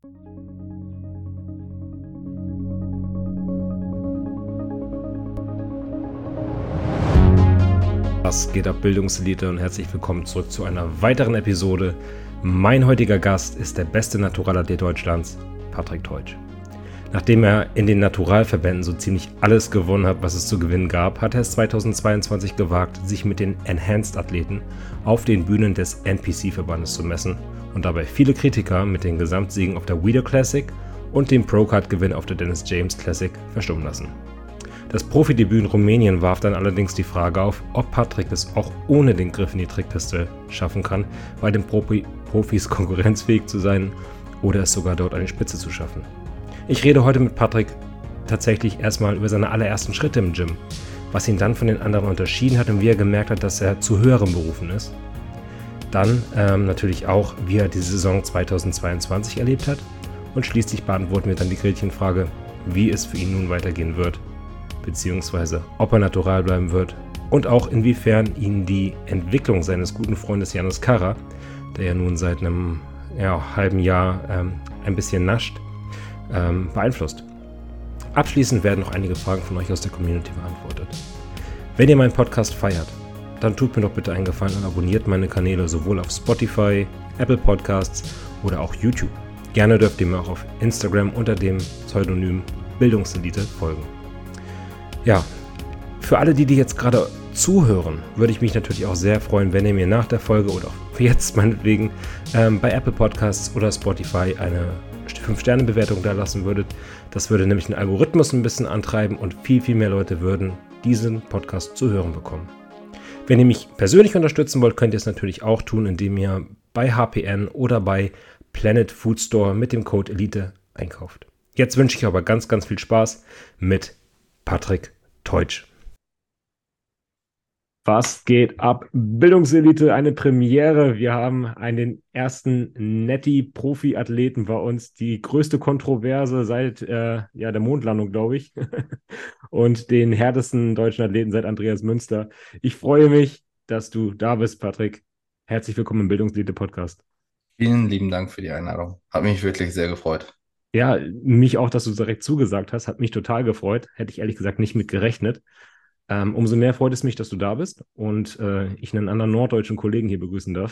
Was geht ab, Bildungselite, und herzlich willkommen zurück zu einer weiteren Episode. Mein heutiger Gast ist der beste Naturalathlet Deutschlands, Patrick Teutsch. Nachdem er in den Naturalverbänden so ziemlich alles gewonnen hat, was es zu gewinnen gab, hat er es 2022 gewagt, sich mit den Enhanced-Athleten auf den Bühnen des NPC-Verbandes zu messen und dabei viele Kritiker mit den Gesamtsiegen auf der Wieder Classic und dem Pro-Card-Gewinn auf der Dennis James Classic verstummen lassen. Das Profidebüt in Rumänien warf dann allerdings die Frage auf, ob Patrick es auch ohne den Griff in die Trickkiste schaffen kann, bei den Profis konkurrenzfähig zu sein oder es sogar dort an die Spitze zu schaffen. Ich rede heute mit Patrick tatsächlich erstmal über seine allerersten Schritte im Gym, was ihn dann von den anderen unterschieden hat und wie er gemerkt hat, dass er zu höheren Berufen ist. Dann natürlich auch, wie er die Saison 2022 erlebt hat, und schließlich beantworten wir dann die Gretchenfrage, wie es für ihn nun weitergehen wird, beziehungsweise ob er natural bleiben wird und auch inwiefern ihn die Entwicklung seines guten Freundes Janis Kara, der ja nun seit einem halben Jahr ein bisschen nascht, beeinflusst. Abschließend werden noch einige Fragen von euch aus der Community beantwortet. Wenn ihr meinen Podcast feiert, dann tut mir doch bitte einen Gefallen und abonniert meine Kanäle sowohl auf Spotify, Apple Podcasts oder auch YouTube. Gerne dürft ihr mir auch auf Instagram unter dem Pseudonym Bildungselite folgen. Ja, für alle, die jetzt gerade zuhören, würde ich mich natürlich auch sehr freuen, wenn ihr mir nach der Folge oder auch jetzt meinetwegen bei Apple Podcasts oder Spotify eine 5-Sterne-Bewertung da lassen würdet. Das würde nämlich den Algorithmus ein bisschen antreiben und viel, viel mehr Leute würden diesen Podcast zu hören bekommen. Wenn ihr mich persönlich unterstützen wollt, könnt ihr es natürlich auch tun, indem ihr bei HPN oder bei Planet Food Store mit dem Code ELITE einkauft. Jetzt wünsche ich aber ganz, ganz viel Spaß mit Patrick Teutsch. Was geht ab, Bildungselite? Eine Premiere. Wir haben einen ersten Netti-Profi-Athleten bei uns. Die größte Kontroverse seit der Mondlandung, glaube ich. Und den härtesten deutschen Athleten seit Andreas Münster. Ich freue mich, dass du da bist, Patrick. Herzlich willkommen im Bildungselite-Podcast. Vielen lieben Dank für die Einladung. Hat mich wirklich sehr gefreut. Ja, mich auch, dass du direkt zugesagt hast. Hat mich total gefreut. Hätte ich ehrlich gesagt nicht mit gerechnet. Umso mehr freut es mich, dass du da bist und ich einen anderen norddeutschen Kollegen hier begrüßen darf.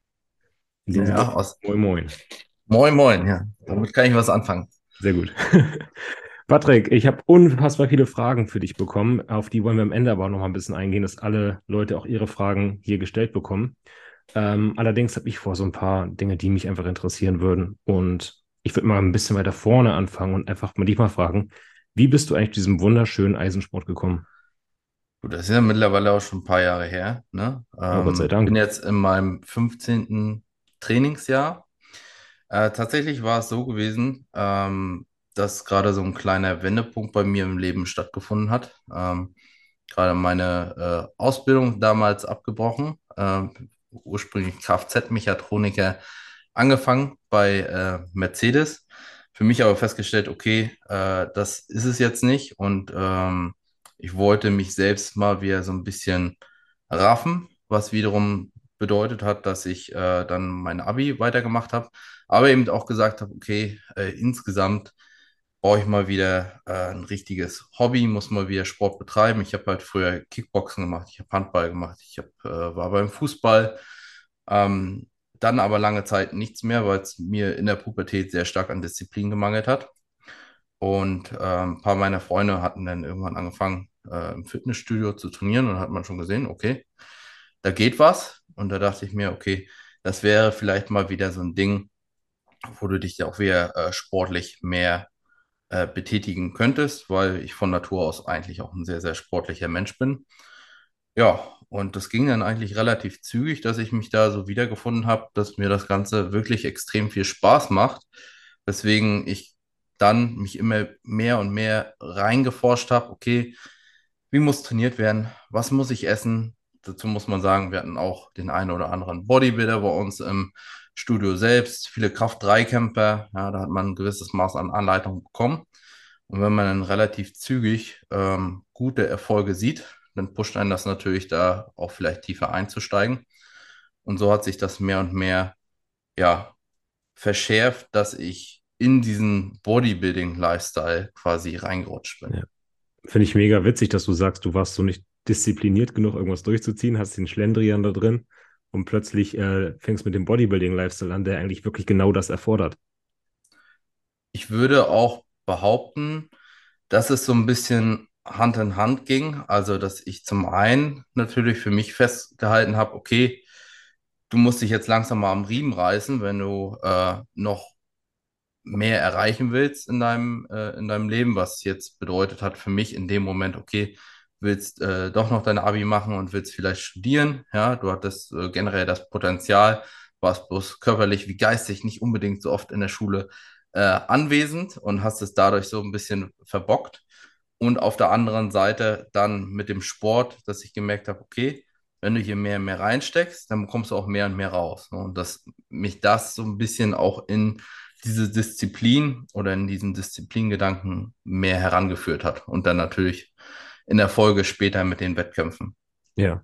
In dem Sinne, moin moin. Moin moin, ja. Damit kann ich was anfangen. Sehr gut. Patrick, ich habe unfassbar viele Fragen für dich bekommen. Auf die wollen wir am Ende aber auch noch mal ein bisschen eingehen, dass alle Leute auch ihre Fragen hier gestellt bekommen. Allerdings habe ich vor so ein paar Dinge, die mich einfach interessieren würden. Und ich würde mal ein bisschen weiter vorne anfangen und einfach mal dich mal fragen, wie bist du eigentlich zu diesem wunderschönen Eisensport gekommen? Gut, das ist ja mittlerweile auch schon ein paar Jahre her, ne? Oh, Gott sei Dank. Bin jetzt in meinem 15. Trainingsjahr. Tatsächlich war es so gewesen, dass gerade so ein kleiner Wendepunkt bei mir im Leben stattgefunden hat. Gerade meine Ausbildung damals abgebrochen, ursprünglich Kfz-Mechatroniker angefangen bei Mercedes. Für mich aber festgestellt, okay, das ist es jetzt nicht, und ich wollte mich selbst mal wieder so ein bisschen raffen, was wiederum bedeutet hat, dass ich dann mein Abi weitergemacht habe, aber eben auch gesagt habe, okay, insgesamt brauche ich mal wieder ein richtiges Hobby, muss mal wieder Sport betreiben. Ich habe halt früher Kickboxen gemacht, ich habe Handball gemacht, war beim Fußball, ähm, dann aber lange Zeit nichts mehr, weil es mir in der Pubertät sehr stark an Disziplin gemangelt hat. Und ein paar meiner Freunde hatten dann irgendwann angefangen, im Fitnessstudio zu trainieren, und hat man schon gesehen, okay, da geht was. Und da dachte ich mir, okay, das wäre vielleicht mal wieder so ein Ding, wo du dich ja auch wieder sportlich mehr betätigen könntest, weil ich von Natur aus eigentlich auch ein sehr, sehr sportlicher Mensch bin. Ja, und das ging dann eigentlich relativ zügig, dass ich mich da so wiedergefunden habe, dass mir das Ganze wirklich extrem viel Spaß macht, weswegen ich dann mich immer mehr und mehr reingeforscht habe, okay, wie muss trainiert werden, was muss ich essen? Dazu muss man sagen, wir hatten auch den einen oder anderen Bodybuilder bei uns im Studio selbst, viele Kraft-3-Kämpfer, ja, da hat man ein gewisses Maß an Anleitung bekommen. Und wenn man dann relativ zügig gute Erfolge sieht, dann pusht einen das natürlich, da auch vielleicht tiefer einzusteigen. Und so hat sich das mehr und mehr, ja, verschärft, dass ich in diesen Bodybuilding-Lifestyle quasi reingerutscht bin. Ja. Finde ich mega witzig, dass du sagst, du warst so nicht diszipliniert genug, irgendwas durchzuziehen, hast den Schlendrian da drin und plötzlich fängst mit dem Bodybuilding-Lifestyle an, der eigentlich wirklich genau das erfordert. Ich würde auch behaupten, dass es so ein bisschen Hand in Hand ging. Also, dass ich zum einen natürlich für mich festgehalten habe, okay, du musst dich jetzt langsam mal am Riemen reißen, wenn du noch mehr erreichen willst in deinem Leben, was jetzt bedeutet hat für mich in dem Moment, okay, willst doch noch dein Abi machen und willst vielleicht studieren, ja, du hattest generell das Potenzial, warst bloß körperlich wie geistig nicht unbedingt so oft in der Schule anwesend und hast es dadurch so ein bisschen verbockt. Und auf der anderen Seite dann mit dem Sport, dass ich gemerkt habe, okay, wenn du hier mehr und mehr reinsteckst, dann bekommst du auch mehr und mehr raus. Ne? Und dass mich das so ein bisschen auch in diese Disziplin oder in diesen Disziplingedanken mehr herangeführt hat. Und dann natürlich in der Folge später mit den Wettkämpfen. Ja.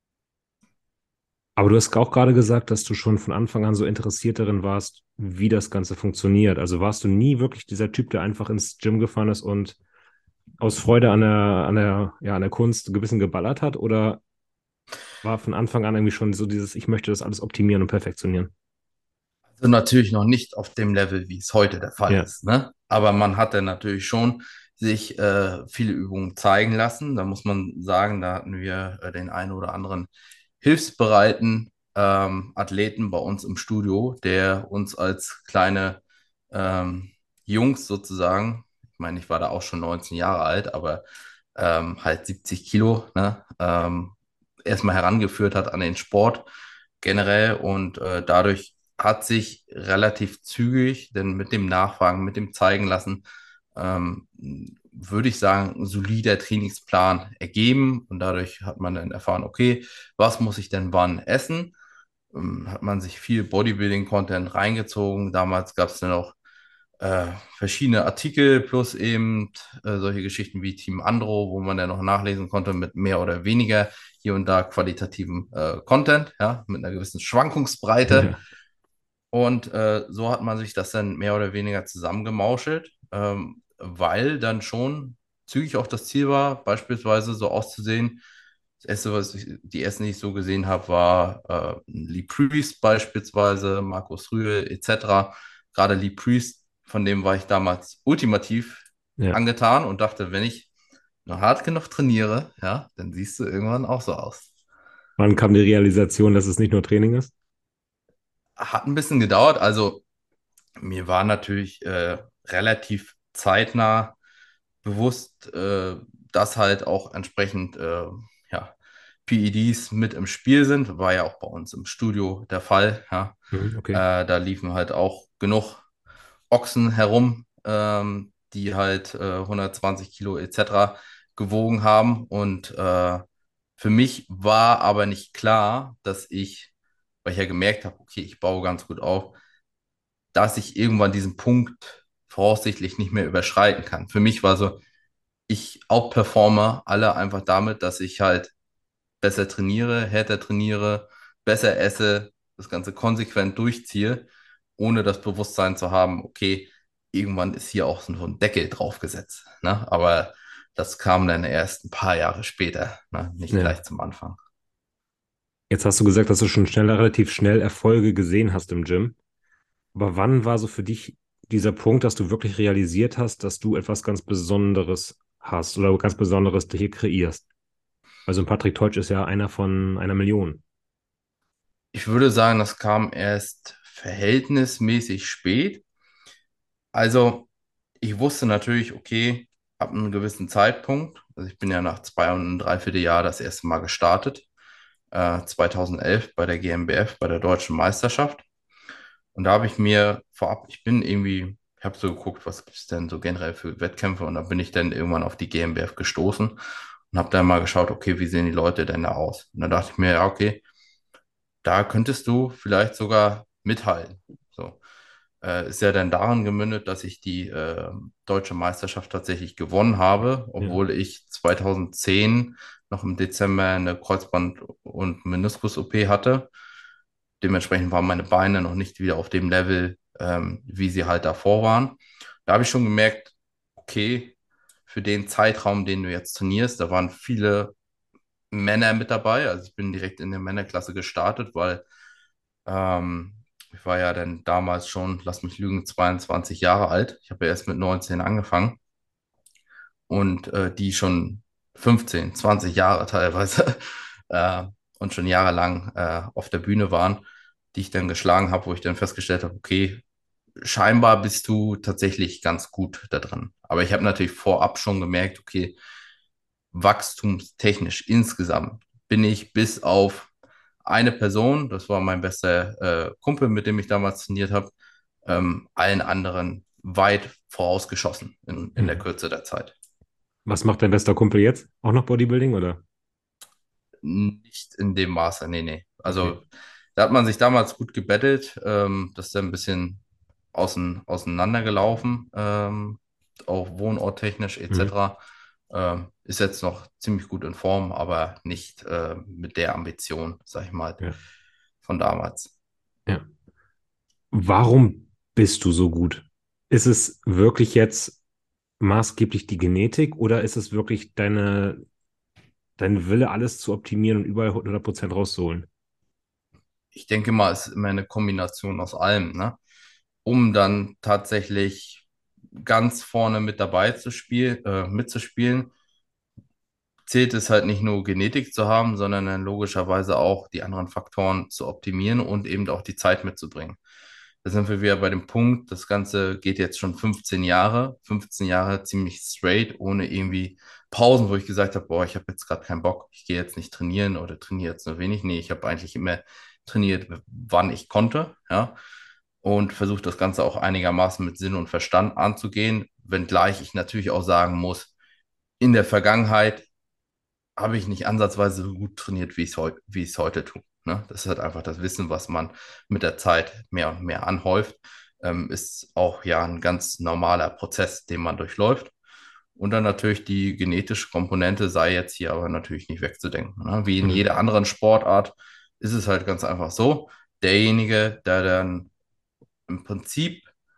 Aber du hast auch gerade gesagt, dass du schon von Anfang an so interessiert darin warst, wie das Ganze funktioniert. Also warst du nie wirklich dieser Typ, der einfach ins Gym gefahren ist und aus Freude ja, an der Kunst ein bisschen geballert hat? Oder war von Anfang an irgendwie schon so dieses, ich möchte das alles optimieren und perfektionieren? Also natürlich noch nicht auf dem Level, wie es heute der Fall Ja, ist, ne? Aber man hat dann natürlich schon sich viele Übungen zeigen lassen. Da muss man sagen, da hatten wir den einen oder anderen hilfsbereiten Athleten bei uns im Studio, der uns als kleine ähm, Jungs sozusagen, ich meine, ich war da auch schon 19 Jahre alt, aber halt 70 Kilo, ne, erstmal herangeführt hat an den Sport generell und dadurch hat sich relativ zügig, denn mit dem Nachfragen, mit dem Zeigen lassen, würde ich sagen, ein solider Trainingsplan ergeben und dadurch hat man dann erfahren, okay, was muss ich denn wann essen? Hat man sich viel Bodybuilding-Content reingezogen. Damals gab es dann auch verschiedene Artikel plus eben solche Geschichten wie Team Andro, wo man dann noch nachlesen konnte mit mehr oder weniger hier und da qualitativen Content, ja, mit einer gewissen Schwankungsbreite. ja, Und so hat man sich das dann mehr oder weniger zusammengemauschelt, weil dann schon zügig auch das Ziel war, beispielsweise so auszusehen. Das erste, die ersten, die ich so gesehen habe, war Lee Priest beispielsweise, Markus Rühl etc. Gerade Lee Priest, von dem war ich damals ultimativ ja. angetan und dachte, wenn ich nur hart genug trainiere, ja, dann siehst du irgendwann auch so aus. Wann kam die Realisation, dass es nicht nur Training ist? Hat ein bisschen gedauert, also mir war natürlich relativ zeitnah bewusst, dass halt auch entsprechend ja, PEDs mit im Spiel sind. War ja auch bei uns im Studio der Fall. Ja. Mhm, okay. Da liefen halt auch genug Ochsen herum, die halt 120 Kilo etc. gewogen haben. Und für mich war aber nicht klar, dass ich, weil ich ja gemerkt habe, okay, ich baue ganz gut auf, dass ich irgendwann diesen Punkt voraussichtlich nicht mehr überschreiten kann. Für mich war so, ich outperforme alle einfach damit, dass ich halt besser trainiere, härter trainiere, besser esse, das Ganze konsequent durchziehe, ohne das Bewusstsein zu haben, okay, irgendwann ist hier auch so ein Deckel draufgesetzt. Ne? Aber das kam dann erst ein paar Jahre später, ne? Nicht Ja. gleich zum Anfang. Jetzt hast du gesagt, dass du schon relativ schnell Erfolge gesehen hast im Gym. Aber wann war so für dich dieser Punkt, dass du wirklich realisiert hast, dass du etwas ganz Besonderes hast oder ganz Besonderes hier kreierst? Also ein Patrick Teutsch ist ja einer von einer Million. Ich würde sagen, das kam erst verhältnismäßig spät. Also, ich wusste natürlich, okay, ab einem gewissen Zeitpunkt, also ich bin ja nach 2,75 Jahren das erste Mal gestartet, 2011 bei der GmbF, bei der Deutschen Meisterschaft. Und da habe ich mir vorab, ich habe so geguckt, was gibt es denn so generell für Wettkämpfe und da bin ich dann irgendwann auf die GmbF gestoßen und habe dann mal geschaut, okay, wie sehen die Leute denn da aus? Und da dachte ich mir, ja, okay, da könntest du vielleicht sogar mithalten. So. Ist ja dann daran gemündet, dass ich die deutsche Meisterschaft tatsächlich gewonnen habe, Ja. obwohl ich 2010 noch im Dezember eine Kreuzband- und Meniskus-OP hatte. Dementsprechend waren meine Beine noch nicht wieder auf dem Level, wie sie halt davor waren. Da habe ich schon gemerkt, okay, für den Zeitraum, den du jetzt trainierst, da waren viele Männer mit dabei. Also ich bin direkt in der Männerklasse gestartet, weil ähm, ich war ja dann damals schon, lass mich lügen, 22 Jahre alt. Ich habe ja erst mit 19 angefangen und die schon 15, 20 Jahre teilweise äh, und schon jahrelang auf der Bühne waren, die ich dann geschlagen habe, wo ich dann festgestellt habe, okay, scheinbar bist du tatsächlich ganz gut da drin. Aber ich habe natürlich vorab schon gemerkt, okay, wachstumstechnisch insgesamt bin ich bis auf eine Person, das war mein bester Kumpel, mit dem ich damals trainiert habe, allen anderen weit vorausgeschossen in der Mhm. Kürze der Zeit. Was macht dein bester Kumpel jetzt? Auch noch Bodybuilding oder? Nicht in dem Maße, nee, nee. Okay. Also da hat man sich damals gut gebettelt, das ist dann ein bisschen auseinandergelaufen, auch wohnorttechnisch Mhm. etc. Ist jetzt noch ziemlich gut in Form, aber nicht mit der Ambition, sag ich mal, Ja. von damals. Ja. Warum bist du so gut? Ist es wirklich jetzt maßgeblich die Genetik oder ist es wirklich dein Wille, alles zu optimieren und überall 100% rauszuholen? Ich denke mal, es ist immer eine Kombination aus allem, ne? Um dann tatsächlich ganz vorne mit dabei mitzuspielen, zählt es halt nicht nur Genetik zu haben, sondern dann logischerweise auch die anderen Faktoren zu optimieren und eben auch die Zeit mitzubringen. Da sind wir wieder bei dem Punkt, das Ganze geht jetzt schon 15 Jahre ziemlich straight, ohne irgendwie Pausen, wo ich gesagt habe, boah, ich habe jetzt gerade keinen Bock, ich gehe jetzt nicht trainieren oder trainiere jetzt nur wenig. Nee, ich habe eigentlich immer trainiert, wann ich konnte, ja, und versucht das Ganze auch einigermaßen mit Sinn und Verstand anzugehen, wenngleich ich natürlich auch sagen muss, in der Vergangenheit habe ich nicht ansatzweise so gut trainiert, wie ich es heute tue. Ne? Das ist halt einfach das Wissen, was man mit der Zeit mehr und mehr anhäuft. Ist auch ja ein ganz normaler Prozess, den man durchläuft. Und dann natürlich die genetische Komponente sei jetzt hier aber natürlich nicht wegzudenken. Ne? Wie in Mhm. jeder anderen Sportart ist es halt ganz einfach so. Derjenige, der dann im Prinzip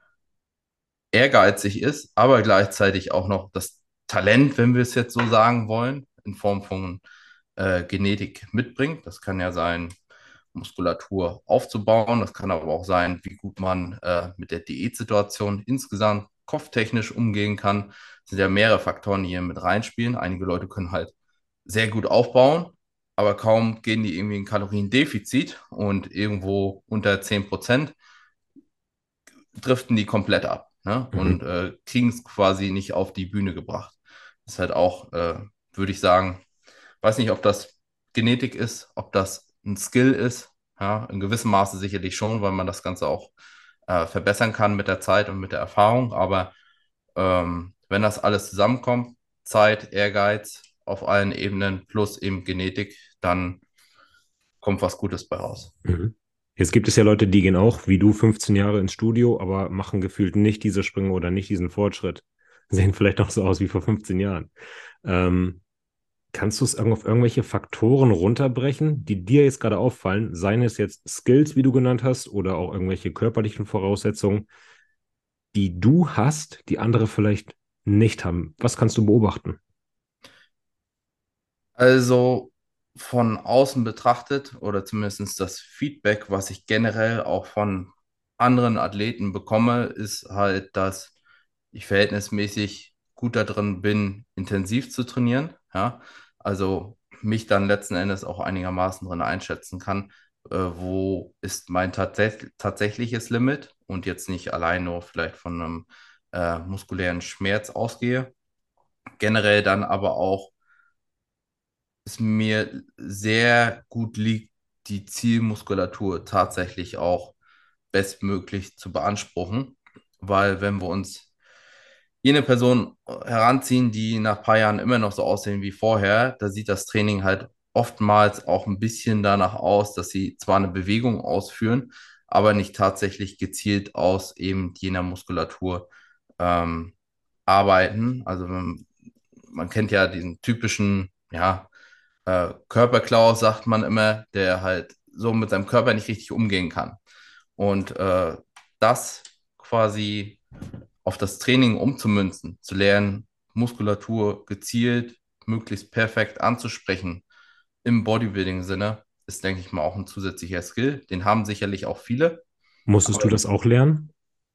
ehrgeizig ist, aber gleichzeitig auch noch das Talent, wenn wir es jetzt so sagen wollen, in Form von Genetik mitbringt. Das kann ja sein, Muskulatur aufzubauen. Das kann aber auch sein, wie gut man mit der Diätsituation insgesamt kopftechnisch umgehen kann. Das sind ja mehrere Faktoren, die hier mit reinspielen. Einige Leute können halt sehr gut aufbauen, aber kaum gehen die irgendwie in Kaloriendefizit und irgendwo unter 10% driften die komplett ab, ne? Und Mhm. kriegen es quasi nicht auf die Bühne gebracht. Das ist halt auch, würde ich sagen, weiß nicht, ob das Genetik ist, ob das ein Skill ist. Ja, in gewissem Maße sicherlich schon, weil man das Ganze auch verbessern kann mit der Zeit und mit der Erfahrung. Aber wenn das alles zusammenkommt, Zeit, Ehrgeiz auf allen Ebenen plus eben Genetik, dann kommt was Gutes bei raus. Mhm. Jetzt gibt es ja Leute, die gehen auch, wie du, 15 Jahre ins Studio, aber machen gefühlt nicht diese Sprünge oder nicht diesen Fortschritt. Sehen vielleicht noch so aus wie vor 15 Jahren. Ähm, Kannst du es auf irgendwelche Faktoren runterbrechen, die dir jetzt gerade auffallen? Seien es jetzt Skills, wie du genannt hast, oder auch irgendwelche körperlichen Voraussetzungen, die du hast, die andere vielleicht nicht haben? Was kannst du beobachten? Also von außen betrachtet oder zumindest das Feedback, was ich generell auch von anderen Athleten bekomme, ist halt, dass ich verhältnismäßig gut da drin bin, intensiv zu trainieren. Ja, also mich dann letzten Endes auch einigermaßen drin einschätzen kann, wo ist mein tatsächliches Limit und jetzt nicht allein nur vielleicht von einem muskulären Schmerz ausgehe. Generell dann aber auch es mir sehr gut liegt, die Zielmuskulatur tatsächlich auch bestmöglich zu beanspruchen. Weil wenn wir uns jene Person heranziehen, die nach ein paar Jahren immer noch so aussehen wie vorher, da sieht das Training halt oftmals auch ein bisschen danach aus, dass sie zwar eine Bewegung ausführen, aber nicht tatsächlich gezielt aus eben jener Muskulatur ähm, arbeiten. Also man kennt ja diesen typischen, ja, Körperklaus, sagt man immer, der halt so mit seinem Körper nicht richtig umgehen kann. Und das quasi auf das Training umzumünzen, zu lernen, Muskulatur gezielt, möglichst perfekt anzusprechen im Bodybuilding-Sinne, ist, denke ich mal, auch ein zusätzlicher Skill. Den haben sicherlich auch viele. Musstest Aber du das auch lernen?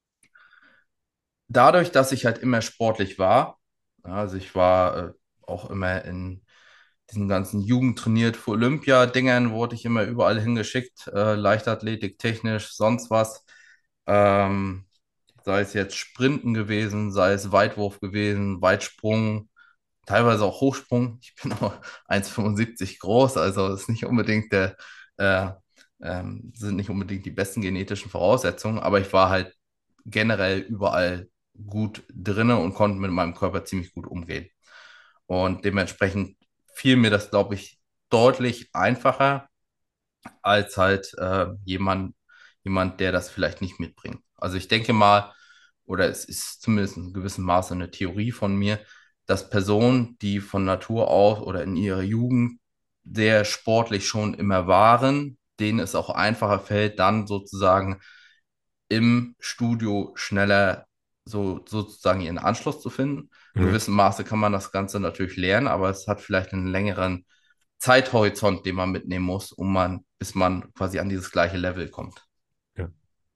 dadurch, dass ich halt immer sportlich war, ja, also ich war auch immer in diesen ganzen Jugend trainiert für Olympia-Dingern, wurde ich immer überall hingeschickt, Leichtathletik, technisch, sonst was. Ähm, sei es jetzt Sprinten gewesen, sei es Weitwurf gewesen, Weitsprung, teilweise auch Hochsprung. Ich bin auch 1,75 groß, also ist nicht unbedingt äh, sind nicht unbedingt die besten genetischen Voraussetzungen, aber ich war halt generell überall gut drinne und konnte mit meinem Körper ziemlich gut umgehen. Und dementsprechend fiel mir das, glaube ich, deutlich einfacher als halt jemand, der das vielleicht nicht mitbringt. Also ich denke mal, oder es ist zumindest in gewissem Maße eine Theorie von mir, dass Personen, die von Natur aus oder in ihrer Jugend sehr sportlich schon immer waren, denen es auch einfacher fällt, dann sozusagen im Studio schneller sozusagen ihren Anschluss zu finden. In Mhm. gewissem Maße kann man das Ganze natürlich lernen, aber es hat vielleicht einen längeren Zeithorizont, den man mitnehmen muss, bis man quasi an dieses gleiche Level kommt. Ja.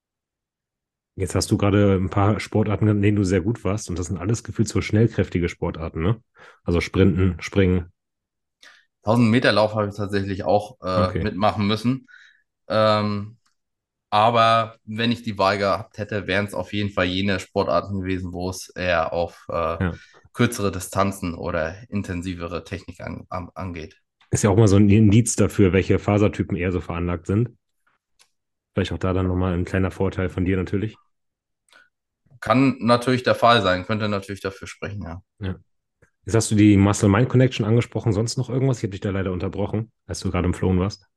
Jetzt hast du gerade ein paar Sportarten, in denen du sehr gut warst, und das sind alles gefühlt so schnellkräftige Sportarten, ne? Also Sprinten, Springen. 1000 Meter Lauf habe ich tatsächlich auch Okay. mitmachen müssen. Ähm, aber wenn ich die Wahl gehabt hätte, wären es auf jeden Fall jene Sportarten gewesen, wo es eher auf Ja. kürzere Distanzen oder intensivere Technik angeht. Ist ja auch mal so ein Indiz dafür, welche Fasertypen eher so veranlagt sind. Vielleicht auch da dann nochmal ein kleiner Vorteil von dir natürlich. Kann natürlich der Fall sein, könnte natürlich dafür sprechen, ja. Ja. Jetzt hast du die Muscle-Mind-Connection angesprochen. Sonst noch irgendwas? Ich habe dich da leider unterbrochen, als du gerade im Flown warst.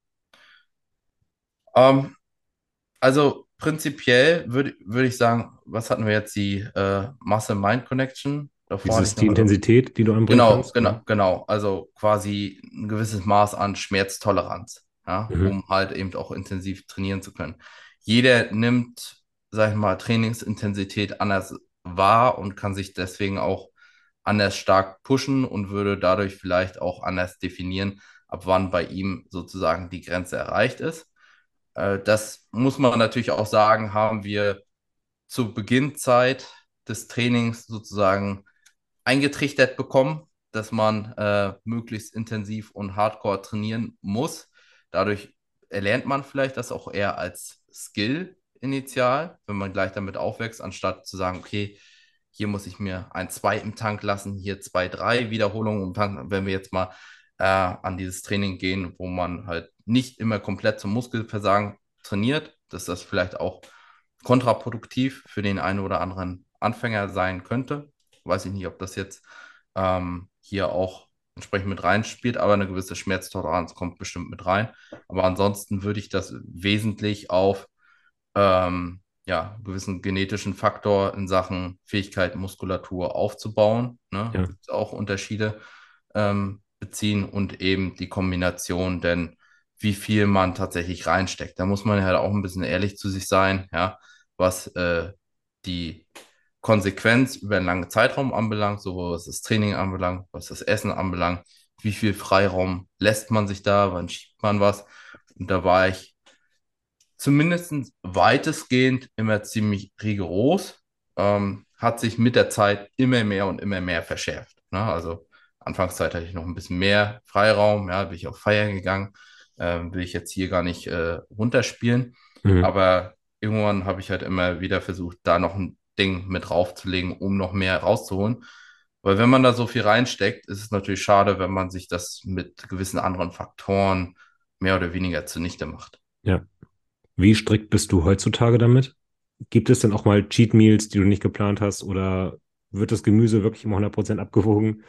Ähm, Also prinzipiell würde ich sagen, was hatten wir jetzt? Die Muscle-Mind-Connection. Davor Diese hatte ich ist die noch irgendwas. Intensität, die du anbringen Genau, kannst. genau, Mhm. genau. Also quasi ein gewisses Maß an Schmerztoleranz, ja, Mhm. um halt eben auch intensiv trainieren zu können. Jeder nimmt, sag ich mal, Trainingsintensität anders wahr und kann sich deswegen auch anders stark pushen und würde dadurch vielleicht auch anders definieren, ab wann bei ihm sozusagen die Grenze erreicht ist. Das muss man natürlich auch sagen, haben wir zur Beginnzeit des Trainings sozusagen eingetrichtert bekommen, dass man möglichst intensiv und hardcore trainieren muss. Dadurch erlernt man vielleicht das auch eher als Skill initial, wenn man gleich damit aufwächst, anstatt zu sagen, okay, hier muss ich mir ein 2 im Tank lassen, hier 2, 3 Wiederholungen im Tank. Wenn wir jetzt mal an dieses Training gehen, wo man halt nicht immer komplett zum Muskelversagen trainiert, dass das vielleicht auch kontraproduktiv für den einen oder anderen Anfänger sein könnte. Weiß ich nicht, ob das jetzt hier auch entsprechend mit reinspielt, aber eine gewisse Schmerztoleranz kommt bestimmt mit rein. Aber ansonsten würde ich das wesentlich auf ja, gewissen genetischen Faktor in Sachen Fähigkeit, Muskulatur aufzubauen. Ne? Ja. Gibt es auch Unterschiede beziehen und eben die Kombination, denn wie viel man tatsächlich reinsteckt. Da muss man halt auch ein bisschen ehrlich zu sich sein, ja, was die Konsequenz über einen langen Zeitraum anbelangt, sowohl was das Training anbelangt, was das Essen anbelangt, wie viel Freiraum lässt man sich da, wann schiebt man was. Und da war ich zumindest weitestgehend immer ziemlich rigoros, hat sich mit der Zeit immer mehr und immer mehr verschärft. Ne? Also Anfangszeit hatte ich noch ein bisschen mehr Freiraum, ja, bin ich auf Feiern gegangen, will ich jetzt hier gar nicht runterspielen, Mhm. aber irgendwann habe ich halt immer wieder versucht, da noch ein Ding mit draufzulegen, um noch mehr rauszuholen. Weil wenn man da so viel reinsteckt, ist es natürlich schade, wenn man sich das mit gewissen anderen Faktoren mehr oder weniger zunichte macht. Ja. Wie strikt bist du heutzutage damit? Gibt es denn auch mal Cheat Meals, die du nicht geplant hast, oder wird das Gemüse wirklich immer 100% abgewogen?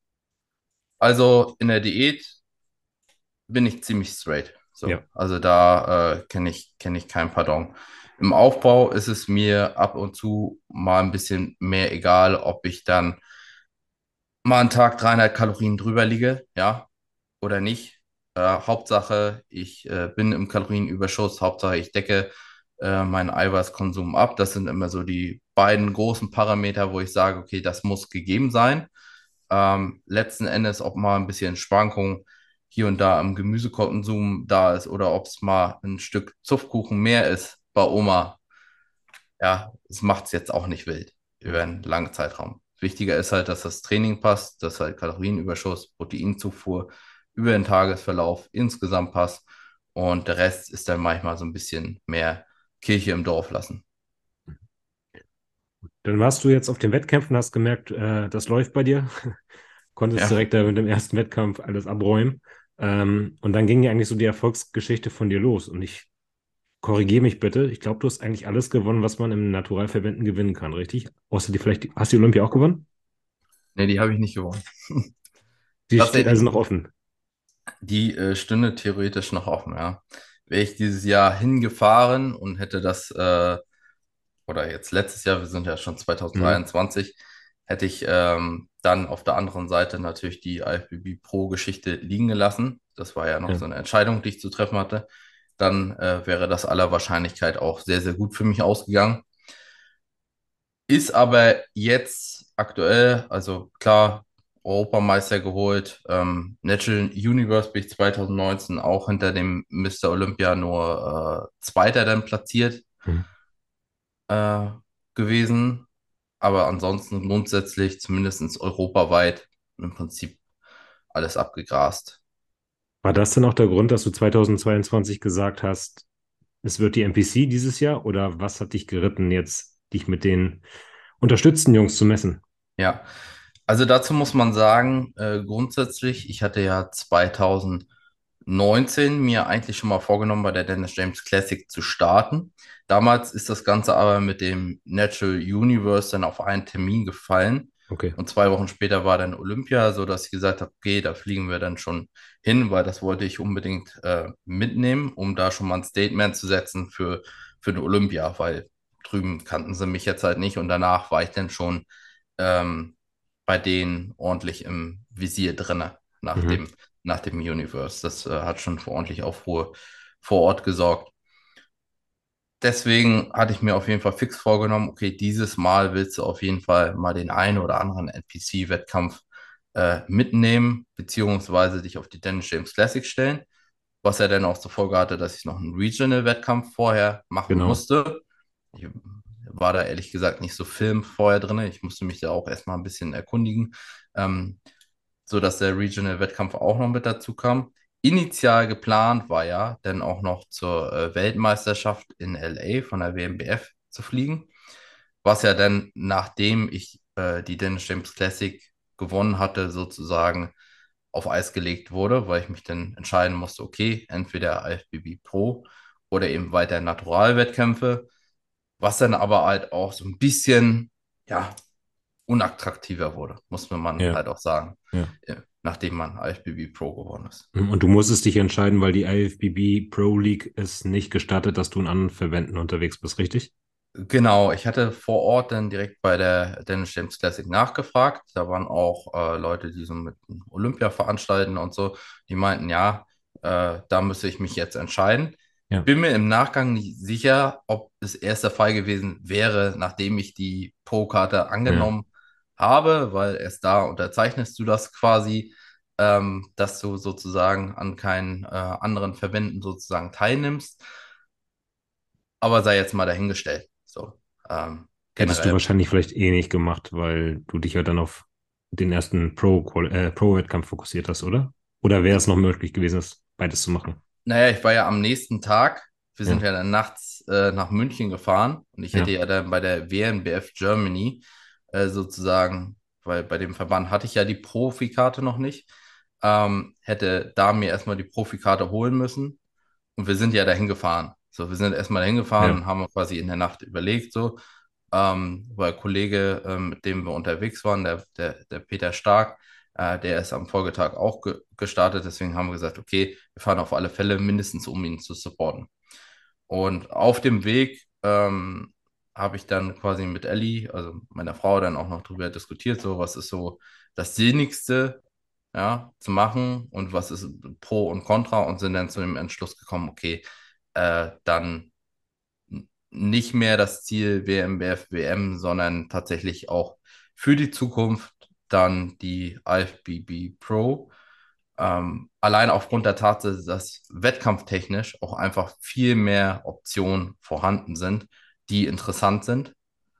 Also in der Diät bin ich ziemlich straight. Ja. So, also da kenne ich kein Pardon. Im Aufbau ist es mir ab und zu mal ein bisschen mehr egal, ob ich dann mal einen Tag 300 Kalorien drüber liege, ja, oder nicht. Hauptsache, ich bin im Kalorienüberschuss, Hauptsache, ich decke meinen Eiweißkonsum ab. Das sind immer so die beiden großen Parameter, wo ich sage, okay, das muss gegeben sein. Letzten Endes, ob mal ein bisschen Schwankung hier und da im Gemüsekonsum da ist oder ob es mal ein Stück Zuffkuchen mehr ist bei Oma, ja, es macht es jetzt auch nicht wild über Mhm. einen langen Zeitraum. Wichtiger ist halt, dass das Training passt, dass halt Kalorienüberschuss, Proteinzufuhr über den Tagesverlauf insgesamt passt und der Rest ist dann manchmal so ein bisschen mehr Kirche im Dorf lassen. Dann warst du jetzt auf den Wettkämpfen, hast gemerkt, das läuft bei dir, konntest Ja. direkt da mit dem ersten Wettkampf alles abräumen. Und dann ging ja eigentlich so die Erfolgsgeschichte von dir los. Und ich korrigiere mich bitte, ich glaube, du hast eigentlich alles gewonnen, was man im Naturalverbänden gewinnen kann, richtig? Außer die vielleicht, hast du die Olympia auch gewonnen? Nee, die habe ich nicht gewonnen. Die steht also Tatsächlich, noch offen. die stünde theoretisch noch offen, ja. Wäre ich dieses Jahr hingefahren und hätte das oder jetzt letztes Jahr, wir sind ja schon Mhm. 2023, hätte ich dann auf der anderen Seite natürlich die IFBB Pro-Geschichte liegen gelassen. Das war ja noch Ja. so eine Entscheidung, die ich zu treffen hatte. Dann wäre das aller Wahrscheinlichkeit auch sehr, sehr gut für mich ausgegangen. Ist aber jetzt aktuell, also klar, Europameister geholt. Natural Universe bin ich 2019 auch hinter dem Mr. Olympia nur Zweiter dann platziert Mhm. äh, gewesen. Aber ansonsten grundsätzlich, zumindest europaweit, im Prinzip alles abgegrast. War das denn auch der Grund, dass du 2022 gesagt hast, es wird die NPC dieses Jahr? Oder was hat dich geritten, jetzt dich mit den unterstützten Jungs zu messen? Ja, also dazu muss man sagen, grundsätzlich, ich hatte ja 2019 mir eigentlich schon mal vorgenommen, bei der Dennis James Classic zu starten. Damals ist das Ganze aber mit dem Natural Universe dann auf einen Termin gefallen. Okay. Und 2 Wochen später war dann Olympia, so dass ich gesagt habe, okay, da fliegen wir dann schon hin, weil das wollte ich unbedingt mitnehmen, um da schon mal ein Statement zu setzen für eine Olympia, weil drüben kannten sie mich jetzt halt nicht und danach war ich dann schon ähm, bei denen ordentlich im Visier drinne Mhm. nach dem Universe. Das hat schon für ordentlich Aufruhr vor Ort gesorgt. Deswegen hatte ich mir auf jeden Fall fix vorgenommen, okay, dieses Mal willst du auf jeden Fall mal den einen oder anderen NPC-Wettkampf mitnehmen, beziehungsweise dich auf die Dennis James Classic stellen, was ja dann auch zur Folge hatte, dass ich noch einen Regional-Wettkampf vorher machen Genau. musste. Ich war da ehrlich gesagt nicht so film vorher drin. Ich musste mich da auch erstmal ein bisschen erkundigen, ähm, sodass der Regional-Wettkampf auch noch mit dazu kam. Initial geplant war ja dann auch noch zur Weltmeisterschaft in LA von der WMBF zu fliegen, was ja dann, nachdem ich die Dennis James Classic gewonnen hatte, sozusagen auf Eis gelegt wurde, weil ich mich dann entscheiden musste, okay, entweder IFBB Pro oder eben weiter Naturalwettkämpfe, was dann aber halt auch so ein bisschen, ja, unattraktiver wurde, muss man Ja, halt auch sagen, ja. nachdem man IFBB Pro geworden ist. Und du musstest dich entscheiden, weil die IFBB Pro League es nicht gestattet, dass du in anderen Verbänden unterwegs bist, richtig? Genau, ich hatte vor Ort dann direkt bei der Dennis James Classic nachgefragt. Da waren auch Leute, die so mit Olympia veranstalten und so, die meinten, ja, da müsste ich mich jetzt entscheiden. Ja, Bin mir im Nachgang nicht sicher, ob es erst der Fall gewesen wäre, nachdem ich die Pro-Karte ja. angenommen habe, weil erst da unterzeichnest du das quasi, dass du sozusagen an keinen anderen Verbänden sozusagen teilnimmst. Aber sei jetzt mal dahingestellt. So, Hättest du generell. wahrscheinlich vielleicht eh nicht gemacht, weil du dich ja dann auf den ersten Pro-Wettkampf fokussiert hast, oder? Oder wäre es noch möglich gewesen, das beides zu machen? Naja, ich war ja am nächsten Tag, wir sind Ja, ja dann nachts nach München gefahren und ich hätte ja, ja dann bei der WNBF Germany sozusagen, weil bei dem Verband hatte ich ja die Profikarte noch nicht, hätte da mir erstmal die Profikarte holen müssen und wir sind ja dahin gefahren. So, wir sind erstmal dahin gefahren ja. und haben quasi in der Nacht überlegt, so, weil ein Kollege, mit dem wir unterwegs waren, der Peter Stark, der ist am Folgetag auch gestartet. Deswegen haben wir gesagt, okay, wir fahren auf alle Fälle mindestens, um ihn zu supporten. Und auf dem Weg habe ich dann quasi mit Ellie, also meiner Frau, dann auch noch drüber diskutiert, so was ist so das Sinnigste, ja, zu machen und was ist Pro und Contra und sind dann zu dem Entschluss gekommen, okay, dann nicht mehr das Ziel WMBF, WM, sondern tatsächlich auch für die Zukunft dann die IFBB Pro. Allein aufgrund der Tatsache, dass wettkampftechnisch auch einfach viel mehr Optionen vorhanden sind, die interessant sind,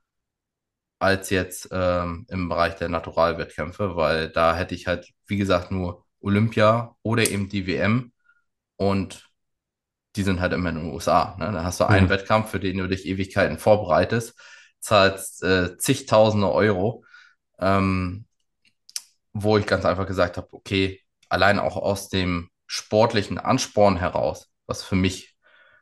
als jetzt im Bereich der Naturalwettkämpfe, weil da hätte ich halt, wie gesagt, nur Olympia oder eben die WM und die sind halt immer in den USA. Ne? Da hast du einen Ja, Wettkampf, für den du dich Ewigkeiten vorbereitest, zahlst zigtausende Euro, ähm, wo ich ganz einfach gesagt habe, okay, allein auch aus dem sportlichen Ansporn heraus, was für mich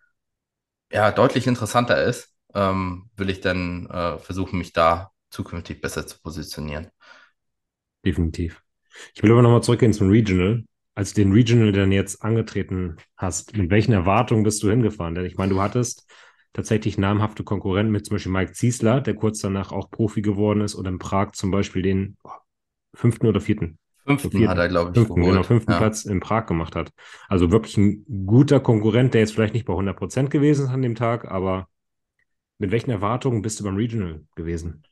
ja deutlich interessanter ist, will ich dann versuchen, mich da zukünftig besser zu positionieren. definitiv. Ich will aber nochmal zurückgehen zum Regional. Als du den Regional dann jetzt angetreten hast, mit welchen Erwartungen bist du hingefahren? Denn ich meine, du hattest tatsächlich namhafte Konkurrenten mit zum Beispiel Mike Ziesler, der kurz danach auch Profi geworden ist, oder in Prag zum Beispiel den fünften oder vierten, so Fünften hat er, glaube ich, genau, geholt. fünften Ja. Platz in Prag gemacht hat. Also wirklich ein guter Konkurrent, der jetzt vielleicht nicht bei 100% gewesen ist an dem Tag, aber mit welchen Erwartungen bist du beim Regional gewesen?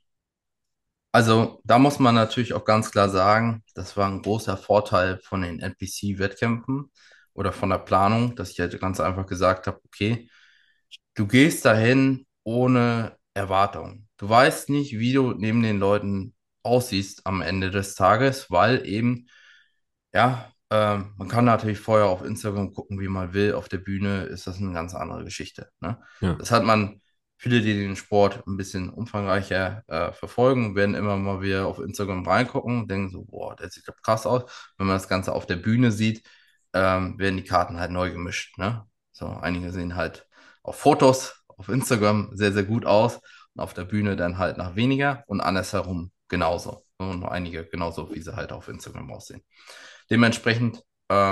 Also da muss man natürlich auch ganz klar sagen, das war ein großer Vorteil von den NPC-Wettkämpfen oder von der Planung, dass ich halt ganz einfach gesagt habe, okay, du gehst dahin ohne Erwartung. Du weißt nicht, wie du neben den Leuten aussiehst am Ende des Tages, weil eben ja, man kann natürlich vorher auf Instagram gucken, wie man will. Auf der Bühne ist das eine ganz andere Geschichte. Ne? Ja, Das hat man, viele, die den Sport ein bisschen umfangreicher verfolgen, werden immer mal wieder auf Instagram reingucken, denken so, boah, der sieht doch krass aus. Wenn man das Ganze auf der Bühne sieht, werden die Karten halt neu gemischt. Ne? So, einige sehen halt auf Fotos auf Instagram sehr, sehr gut aus und auf der Bühne dann halt nach weniger und andersherum genauso. Und einige genauso, wie sie halt auf Instagram aussehen. Dementsprechend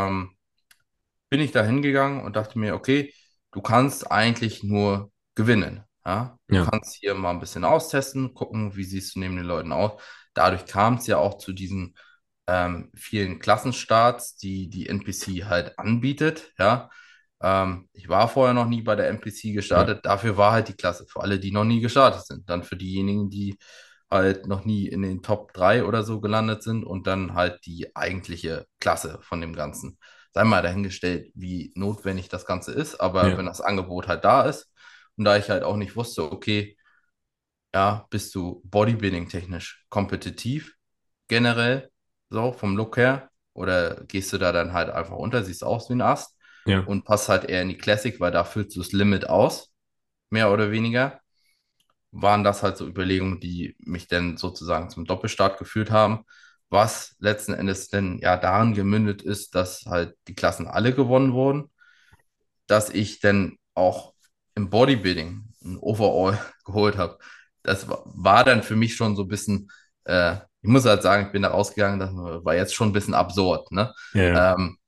bin ich da hingegangen und dachte mir, okay, du kannst eigentlich nur gewinnen. Ja? Du ja, kannst hier mal ein bisschen austesten, gucken, wie siehst du neben den Leuten aus. Dadurch kam es ja auch zu diesen vielen Klassenstarts, die die NPC halt anbietet. Ja? Ich war vorher noch nie bei der NPC ja, gestartet. Dafür war halt die Klasse für alle, die noch nie gestartet sind. Dann für diejenigen, die halt noch nie in den Top 3 oder so gelandet sind und dann halt die eigentliche Klasse von dem Ganzen. Sei mal dahingestellt, wie notwendig das Ganze ist, aber ja, wenn das Angebot halt da ist und da ich halt auch nicht wusste, okay, ja, bist du Bodybuilding-technisch kompetitiv generell, so vom Look her, oder gehst du da dann halt einfach unter, siehst aus wie ein Ast ja, und passt halt eher in die Classic, weil da füllst du das Limit aus, mehr oder weniger, waren das halt so Überlegungen, die mich dann sozusagen zum Doppelstart geführt haben, was letzten Endes dann ja darin gemündet ist, dass halt die Klassen alle gewonnen wurden, dass ich dann auch im Bodybuilding ein Overall geholt habe. Das war dann für mich schon so ein bisschen, ich muss halt sagen, ich bin da rausgegangen, das war jetzt schon ein bisschen absurd, ne? ja, Ähm,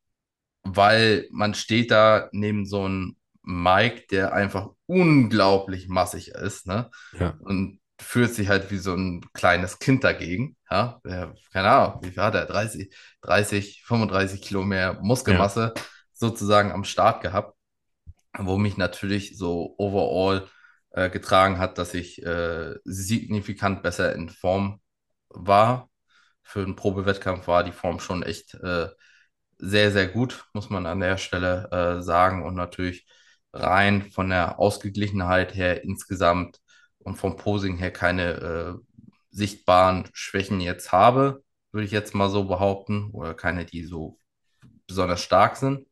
weil man steht da neben so einem Mike, der einfach unglaublich massig ist, ne? ja, Und fühlt sich halt wie so ein kleines Kind dagegen, ja? Keine Ahnung, wie viel hat er? 30, 35 Kilo mehr ja, Muskelmasse sozusagen am Start gehabt, wo mich natürlich so overall getragen hat, dass ich signifikant besser in Form war. Für einen Probewettkampf war die Form schon echt sehr, sehr gut, muss man an der Stelle sagen. Und natürlich rein von der Ausgeglichenheit her insgesamt und vom Posing her keine sichtbaren Schwächen jetzt habe, würde ich jetzt mal so behaupten, oder keine, die so besonders stark sind.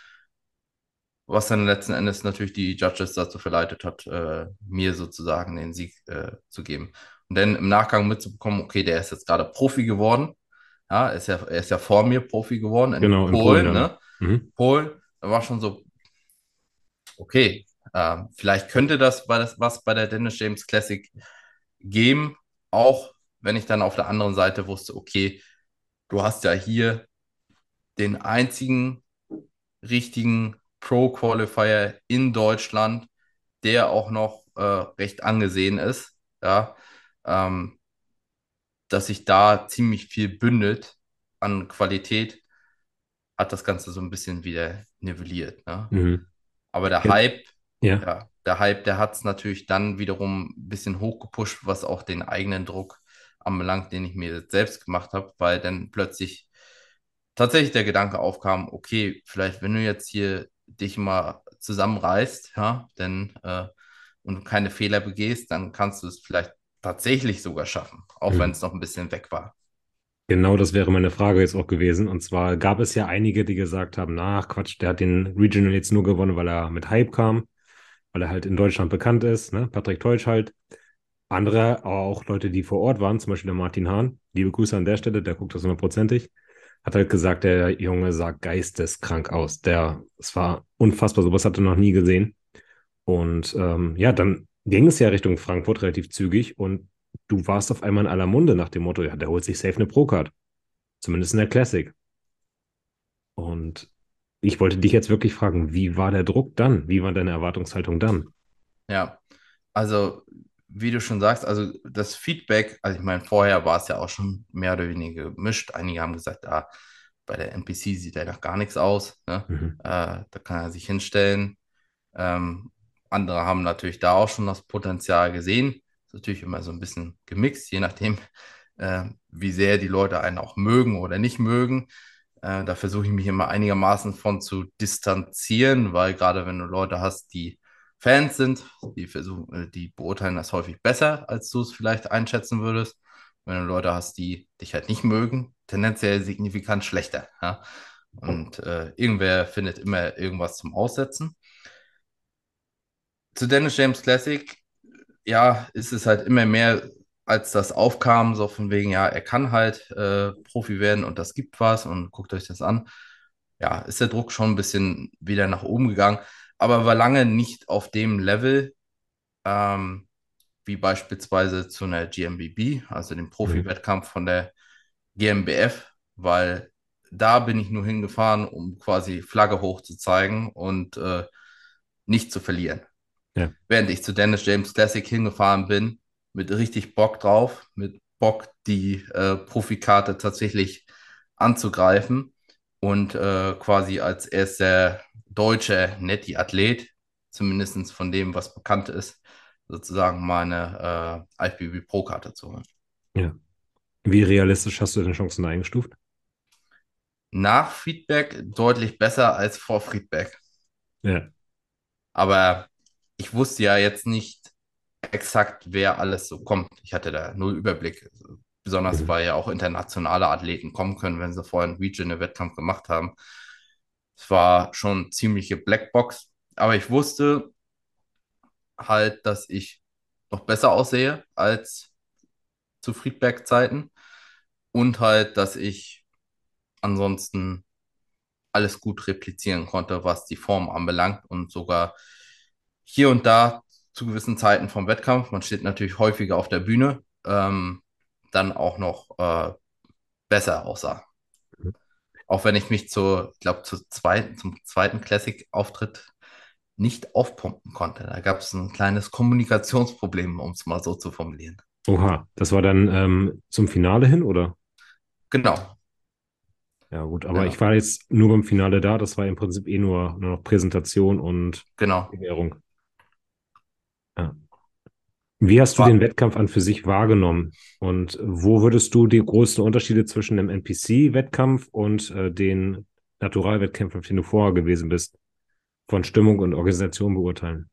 Was dann letzten Endes natürlich die Judges dazu verleitet hat, mir sozusagen den Sieg zu geben. Und dann im Nachgang mitzubekommen, okay, der ist jetzt gerade Profi geworden. Ja, er ist ja vor mir Profi geworden in genau, in Polen Polen, dann. ne? Mhm. Polen, da war schon so, okay, vielleicht könnte das was bei der Dennis James Classic geben, auch wenn ich dann auf der anderen Seite wusste, okay, du hast ja hier den einzigen richtigen Pro-Qualifier in Deutschland, der auch noch recht angesehen ist, ja, ähm, dass sich da ziemlich viel bündelt an Qualität, hat das Ganze so ein bisschen wieder nivelliert. Ne? Mhm. Aber der Ja, Hype Ja. Ja, der Hype, der hat es natürlich dann wiederum ein bisschen hochgepusht, was auch den eigenen Druck anbelangt, den ich mir selbst gemacht habe, weil dann plötzlich tatsächlich der Gedanke aufkam, okay, vielleicht wenn du jetzt hier dich mal zusammenreißt, ja, und keine Fehler begehst, dann kannst du es vielleicht tatsächlich sogar schaffen, auch wenn Mhm. es noch ein bisschen weg war. Genau, das wäre meine Frage jetzt auch gewesen. Und zwar gab es ja einige, die gesagt haben, na Quatsch, der hat den Regional jetzt nur gewonnen, weil er mit Hype kam, weil er halt in Deutschland bekannt ist, ne? Patrick Teutsch halt. Andere, aber auch Leute, die vor Ort waren, zum Beispiel der Martin Hahn, liebe Grüße an der Stelle, der guckt das 100%ig, hat halt gesagt, der Junge sah geisteskrank aus. Es war unfassbar, sowas hat er noch nie gesehen. Und ja, dann ging es ja Richtung Frankfurt relativ zügig und du warst auf einmal in aller Munde nach dem Motto, ja, der holt sich safe eine Pro-Card, zumindest in der Classic. Und ich wollte dich jetzt wirklich fragen, wie war der Druck dann? Wie war deine Erwartungshaltung dann? Ja, also wie du schon sagst, also das Feedback, also ich meine, vorher war es ja auch schon mehr oder weniger gemischt. Einige haben gesagt, bei der NPC sieht er noch gar nichts aus, ne? Mhm. Da kann er sich hinstellen. Ähm, Andere haben natürlich da auch schon das Potenzial gesehen. Ist natürlich immer so ein bisschen gemixt, je nachdem, wie sehr die Leute einen auch mögen oder nicht mögen. Da versuche ich mich immer einigermaßen von zu distanzieren, weil gerade wenn du Leute hast, die Fans sind, die beurteilen das häufig besser, als du es vielleicht einschätzen würdest. Wenn du Leute hast, die dich halt nicht mögen, tendenziell signifikant schlechter. Ja? Und irgendwer findet immer irgendwas zum Aussetzen. Zu Dennis James Classic, ja, ist es halt immer mehr, als das aufkam, so von wegen, ja, er kann halt Profi werden und das gibt was und guckt euch das an. Ja, ist der Druck schon ein bisschen wieder nach oben gegangen, aber war lange nicht auf dem Level, ähm, wie beispielsweise zu einer GmbB, also dem Mhm. Profi-Wettkampf von der GmbF, weil da bin ich nur hingefahren, um quasi Flagge hochzuzeigen und nicht zu verlieren. Ja. Während ich zu Dennis James Classic hingefahren bin, mit richtig Bock drauf, mit Bock die Profikarte tatsächlich anzugreifen und quasi als erster deutscher Netti-Athlet, zumindest von dem, was bekannt ist, sozusagen meine IFBB Pro-Karte zu holen. Ja. Wie realistisch hast du deine Chancen eingestuft? Nach Feedback deutlich besser als vor Feedback. Ja. Aber ich wusste ja jetzt nicht exakt, wer alles so kommt. Ich hatte da null Überblick. Besonders Mhm. weil ja auch internationale Athleten kommen können, wenn sie vorher einen Regional-Wettkampf gemacht haben. Es war schon ziemliche Blackbox. Aber ich wusste halt, dass ich noch besser aussehe als zu Friedberg-Zeiten. Und halt, dass ich ansonsten alles gut replizieren konnte, was die Form anbelangt und sogar hier und da zu gewissen Zeiten vom Wettkampf, man steht natürlich häufiger auf der Bühne, dann auch noch besser aussah. Auch wenn ich mich ich glaube, zum zweiten Classic-Auftritt nicht aufpumpen konnte. Da gab es ein kleines Kommunikationsproblem, um es mal so zu formulieren. Oha, das war dann zum Finale hin, oder? Genau, Ja, gut, aber ich genau, war jetzt nur beim Finale da. Das war im Prinzip nur noch Präsentation und genau. Ehrung. Ja. Wie hast du den War, Wettkampf an für sich wahrgenommen? Und wo würdest du die größten Unterschiede zwischen dem NPC-Wettkampf und den Naturalwettkämpfen, auf denen du vorher gewesen bist, von Stimmung und Organisation beurteilen?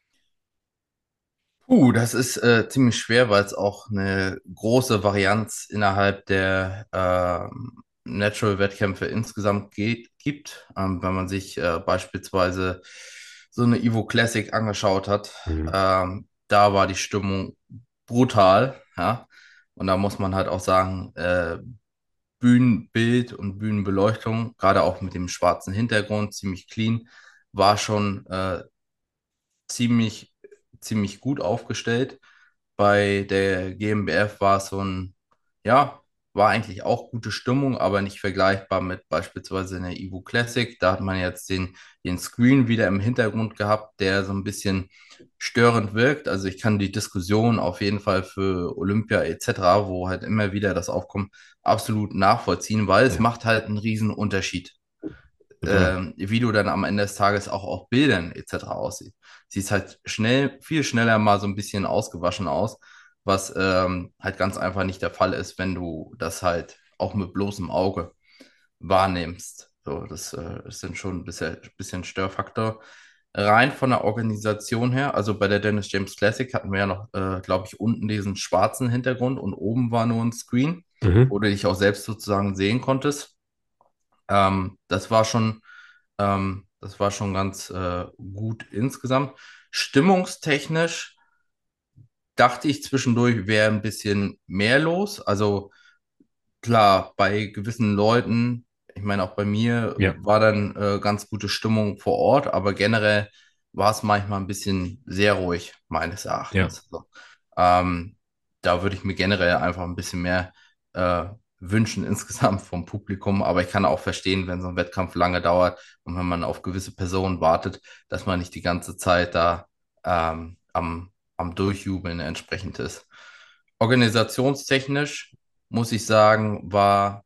Das ist ziemlich schwer, weil es auch eine große Varianz innerhalb der Natural-Wettkämpfe insgesamt gibt. Wenn man sich beispielsweise so eine Evo Classic angeschaut hat, Mhm. da war die Stimmung brutal, ja. Und da muss man halt auch sagen, Bühnenbild und Bühnenbeleuchtung, gerade auch mit dem schwarzen Hintergrund, ziemlich clean, war schon ziemlich, ziemlich gut aufgestellt. Bei der GmbF war es ja, war eigentlich auch gute Stimmung, aber nicht vergleichbar mit beispielsweise in der Evo Classic. Da hat man jetzt den Screen wieder im Hintergrund gehabt, der so ein bisschen störend wirkt. Also ich kann die Diskussion auf jeden Fall für Olympia etc., wo halt immer wieder das aufkommt, absolut nachvollziehen, weil es Ja. macht halt einen riesen Unterschied. Total. wie du dann am Ende des Tages auch auf Bildern etc. aussieht. Siehst halt viel schneller mal so ein bisschen ausgewaschen aus, was halt ganz einfach nicht der Fall ist, wenn du das halt auch mit bloßem Auge wahrnimmst. So, das ist dann schon ein bisschen Störfaktor. Rein von der Organisation her, also bei der Dennis James Classic hatten wir ja noch, glaube ich, unten diesen schwarzen Hintergrund und oben war nur ein Screen, wo Mhm. du dich auch selbst sozusagen sehen konntest. Das war schon ganz gut insgesamt. Stimmungstechnisch dachte ich zwischendurch, wäre ein bisschen mehr los. Also klar, bei gewissen Leuten, ich meine auch bei mir, Ja, war dann ganz gute Stimmung vor Ort, aber generell war es manchmal ein bisschen sehr ruhig, meines ja, Erachtens. So. Ähm, Da würde ich mir generell einfach ein bisschen mehr äh, wünschen insgesamt vom Publikum, aber ich kann auch verstehen, wenn so ein Wettkampf lange dauert und wenn man auf gewisse Personen wartet, dass man nicht die ganze Zeit da am Durchjubeln entsprechend ist. Organisationstechnisch muss ich sagen, war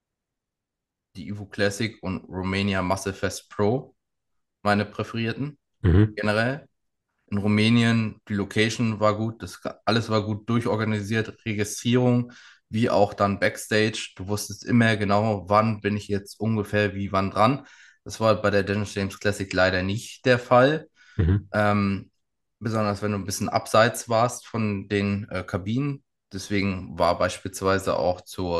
die Evo Classic und Romania Muscle Fest Pro meine präferierten mhm. generell. In Rumänien, die Location war gut, alles war gut durchorganisiert, Registrierung, wie auch dann Backstage. Du wusstest immer genau, wann bin ich jetzt ungefähr wie wann dran. Das war bei der Dennis James Classic leider nicht der Fall. Mhm. Ähm, Besonders wenn du ein bisschen abseits warst von den Kabinen. Deswegen war beispielsweise auch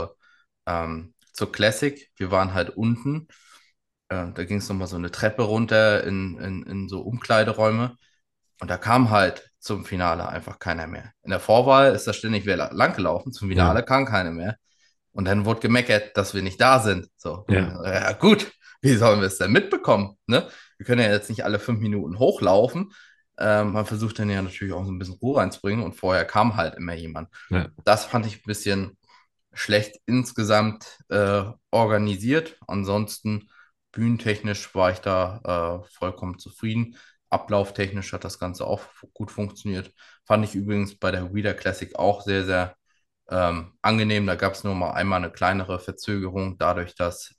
zur Classic, wir waren halt unten. Da ging es nochmal so eine Treppe runter in so Umkleideräume. Und da kam halt zum Finale einfach keiner mehr. In der Vorwahl ist da ständig wer lang gelaufen, zum Ja, Finale kam keiner mehr. Und dann wurde gemeckert, dass wir nicht da sind. So, und, ja, ja gut, wie sollen wir es denn mitbekommen? Ne? Wir können ja jetzt nicht alle 5 Minuten hochlaufen. Man versucht dann ja natürlich auch so ein bisschen Ruhe reinzubringen und vorher kam halt immer jemand. ja, Das fand ich ein bisschen schlecht insgesamt organisiert. Ansonsten bühnentechnisch war ich da vollkommen zufrieden. Ablauftechnisch hat das Ganze auch gut funktioniert. Fand ich übrigens bei der Wieder Classic auch sehr, sehr angenehm. Da gab es nur mal einmal eine kleinere Verzögerung, dadurch, dass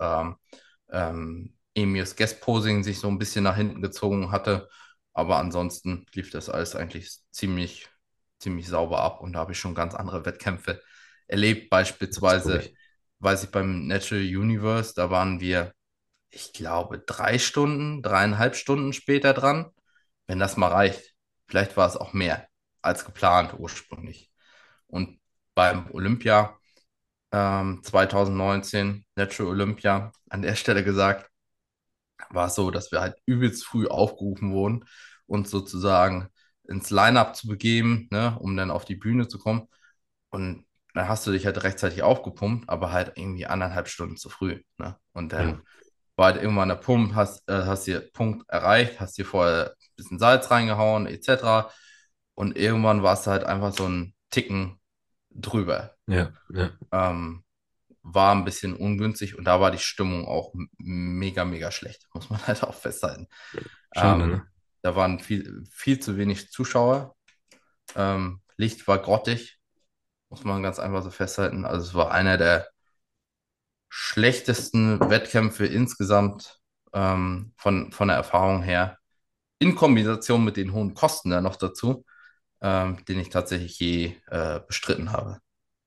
Emirs Guest Posing sich so ein bisschen nach hinten gezogen hatte. Aber ansonsten lief das alles eigentlich ziemlich sauber ab und da habe ich schon ganz andere Wettkämpfe erlebt. das glaube Beispielsweise, ich. weiß ich, beim Natural Universe, da waren wir, ich glaube, 3 Stunden, 3,5 Stunden später dran, wenn das mal reicht. Vielleicht war es auch mehr als geplant ursprünglich. Und beim Olympia 2019, Natural Olympia, an der Stelle gesagt, war es so, dass wir halt übelst früh aufgerufen wurden, uns sozusagen ins Line-Up zu begeben, ne, um dann auf die Bühne zu kommen. Und dann hast du dich halt rechtzeitig aufgepumpt, aber halt irgendwie 1,5 Stunden zu früh. Ne? Und Ja, dann war halt irgendwann der Punkt, hast dir Punkt erreicht, hast dir vorher ein bisschen Salz reingehauen, etc. Und irgendwann war es halt einfach so ein Ticken drüber. ja, ja. Ähm, war ein bisschen ungünstig und da war die Stimmung auch mega, mega schlecht, muss man halt auch festhalten. Schade, Ähm, ne? Da waren viel zu wenig Zuschauer. Licht war grottig, muss man ganz einfach so festhalten. Also es war einer der schlechtesten Wettkämpfe insgesamt von der Erfahrung her. In Kombination mit den hohen Kosten dann noch dazu, den ich tatsächlich je bestritten habe.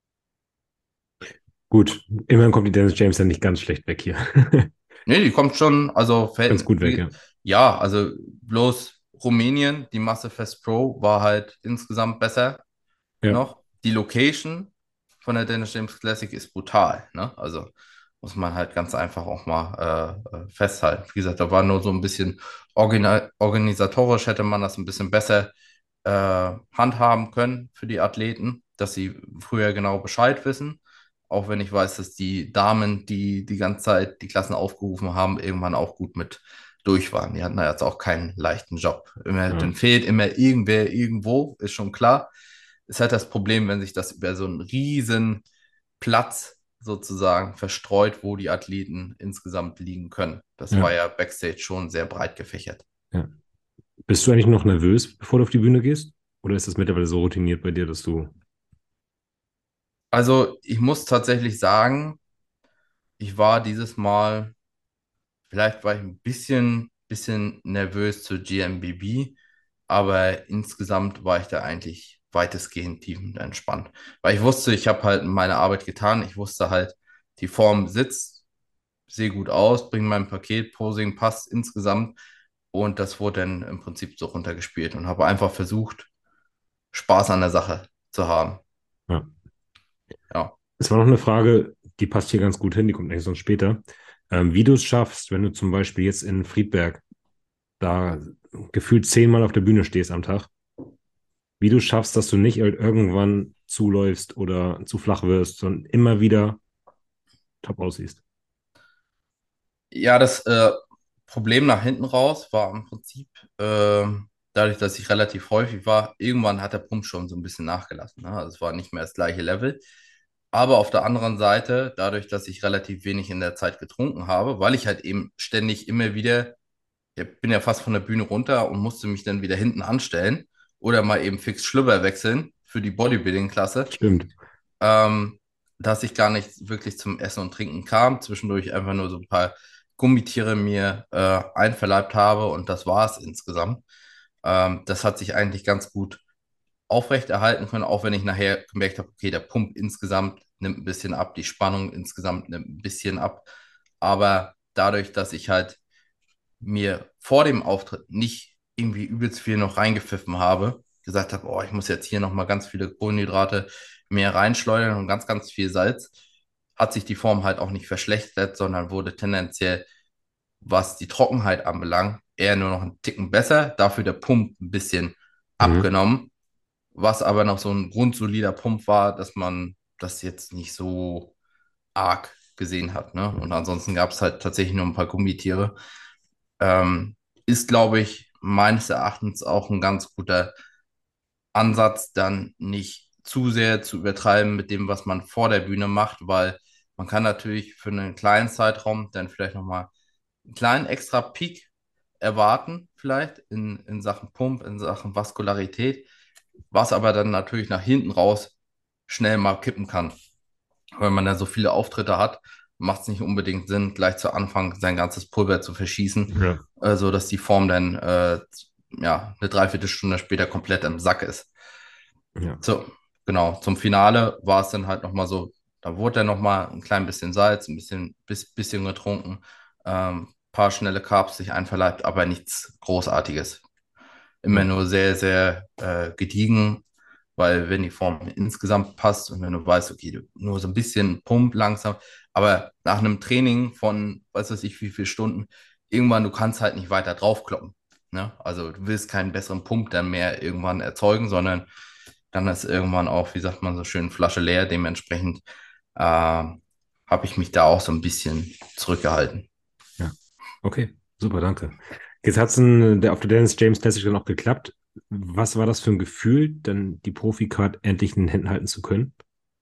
Gut, immerhin kommt die Dennis James ja nicht ganz schlecht weg hier. Nee, die kommt schon, also Ganz gut weg, ja. ja, also bloß Rumänien, die Masse Fest Pro war halt insgesamt besser Ja, noch. Die Location von der Dennis James Classic ist brutal, ne? Also muss man halt ganz einfach auch mal festhalten. Wie gesagt, da war nur so ein bisschen organisatorisch hätte man das ein bisschen besser handhaben können für die Athleten, dass sie früher genau Bescheid wissen. Auch wenn ich weiß, dass die Damen, die die ganze Zeit die Klassen aufgerufen haben, irgendwann auch gut mit durch waren. Die hatten da jetzt auch keinen leichten Job. Immer, ja, dann fehlt immer irgendwer irgendwo, ist schon klar. Ist halt das Problem, wenn sich das über so einen riesen Platz sozusagen verstreut, wo die Athleten insgesamt liegen können. Das war ja, ja Backstage schon sehr breit gefächert. ja. Bist du eigentlich noch nervös, bevor du auf die Bühne gehst? Oder ist das mittlerweile so routiniert bei dir, dass du. Also ich muss tatsächlich sagen, ich war dieses Mal Vielleicht war ich ein bisschen nervös zu GmbB, aber insgesamt war ich da eigentlich weitestgehend tiefenentspannt. Weil ich wusste, ich habe halt meine Arbeit getan. Ich wusste halt, die Form sitzt, sehe gut aus, bringe mein Paket, Posing passt insgesamt. Und das wurde dann im Prinzip so runtergespielt und habe einfach versucht, Spaß an der Sache zu haben. Ja. Ja. Es war noch eine Frage, die passt hier ganz gut hin, die kommt eigentlich sonst später. Wie du es schaffst, wenn du zum Beispiel jetzt in Friedberg da gefühlt 10-mal auf der Bühne stehst am Tag, wie du schaffst, dass du nicht halt irgendwann zuläufst oder zu flach wirst, sondern immer wieder top aussiehst. Ja, das Problem nach hinten raus war im Prinzip, dadurch, dass ich relativ häufig war, irgendwann hat der Pump schon so ein bisschen nachgelassen. Ne? Also es war nicht mehr das gleiche Level. Aber auf der anderen Seite, dadurch, dass ich relativ wenig in der Zeit getrunken habe, weil ich halt eben ständig immer wieder, ich bin ja fast von der Bühne runter und musste mich dann wieder hinten anstellen oder mal eben fix Schlüpper wechseln für die Bodybuilding-Klasse, Stimmt. ähm, dass ich gar nicht wirklich zum Essen und Trinken kam, zwischendurch einfach nur so ein paar Gummitiere mir einverleibt habe und das war es insgesamt. Das hat sich eigentlich ganz gut aufrechterhalten können, auch wenn ich nachher gemerkt habe, okay, der Pump insgesamt nimmt ein bisschen ab, die Spannung insgesamt nimmt ein bisschen ab. Aber dadurch, dass ich halt mir vor dem Auftritt nicht irgendwie übelst viel noch reingepfiffen habe, gesagt habe, oh, ich muss jetzt hier nochmal ganz viele Kohlenhydrate mehr reinschleudern und ganz, ganz viel Salz, hat sich die Form halt auch nicht verschlechtert, sondern wurde tendenziell, was die Trockenheit anbelangt, eher nur noch einen Ticken besser, dafür der Pump ein bisschen Mhm. abgenommen, was aber noch so ein grundsolider Pump war, dass man das jetzt nicht so arg gesehen hat. Ne? Und ansonsten gab es halt tatsächlich nur ein paar Gummitiere. Ähm, Ist, glaube ich, meines Erachtens auch ein ganz guter Ansatz, dann nicht zu sehr zu übertreiben mit dem, was man vor der Bühne macht, weil man kann natürlich für einen kleinen Zeitraum dann vielleicht nochmal einen kleinen extra Peak erwarten, vielleicht in Sachen Pump, in Sachen Vaskularität, was aber dann natürlich nach hinten raus schnell mal kippen kann. Wenn man da so viele Auftritte hat, macht es nicht unbedingt Sinn, gleich zu Anfang sein ganzes Pulver zu verschießen, Ja, so dass die Form dann ja, eine Dreiviertelstunde später komplett im Sack ist. ja, So, genau, zum Finale war es dann halt nochmal so, da wurde dann nochmal ein klein bisschen Salz, ein bisschen getrunken, paar schnelle Carbs sich einverleibt, aber nichts Großartiges. Immer ja. nur sehr, sehr gediegen, weil wenn die Form insgesamt passt und wenn du weißt, okay, du nur so ein bisschen Pump langsam, aber nach einem Training von, weiß ich, wie viele Stunden, irgendwann, du kannst halt nicht weiter draufkloppen. Ne? Also du willst keinen besseren Pump dann mehr irgendwann erzeugen, sondern dann ist irgendwann auch, wie sagt man so schön, Flasche leer. Dementsprechend habe ich mich da auch so ein bisschen zurückgehalten. Ja. Okay, super, danke. Jetzt hat es auf der Dennis James Classic dann auch geklappt. Was war das für ein Gefühl, dann die Profi-Card endlich in den Händen halten zu können?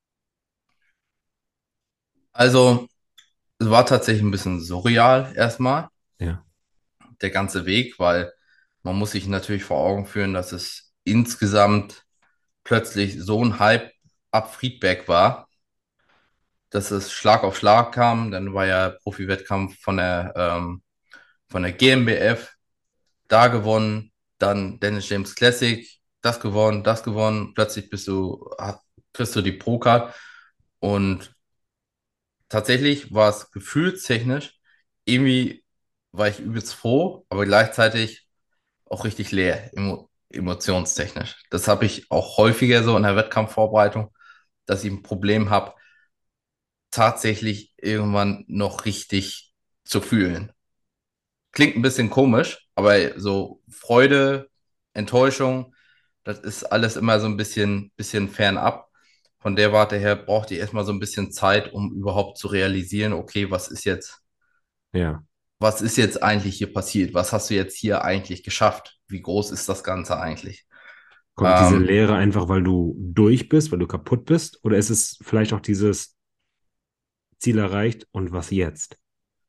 Also, es war tatsächlich ein bisschen surreal erstmal, Ja, der ganze Weg, weil man muss sich natürlich vor Augen führen, dass es insgesamt plötzlich so ein Hype ab Friedberg war, dass es Schlag auf Schlag kam. Dann war ja Profi-Wettkampf von der GmbF da gewonnen, dann Dennis James Classic, das gewonnen. Plötzlich kriegst du die Pro-Card und tatsächlich war es gefühlstechnisch irgendwie war ich übelst froh, aber gleichzeitig auch richtig leer, emotionstechnisch. Das habe ich auch häufiger so in der Wettkampfvorbereitung, dass ich ein Problem habe, tatsächlich irgendwann noch richtig zu fühlen. Klingt ein bisschen komisch, aber so Freude, Enttäuschung, das ist alles immer so ein bisschen fernab. Von der Warte her brauchte ich erstmal so ein bisschen Zeit, um überhaupt zu realisieren, okay, ja. was ist jetzt eigentlich hier passiert? Was hast du jetzt hier eigentlich geschafft? Wie groß ist das Ganze eigentlich? Kommt diese Ähm, Leere einfach, weil du durch bist, weil du kaputt bist? Oder ist es vielleicht auch dieses Ziel erreicht und was jetzt?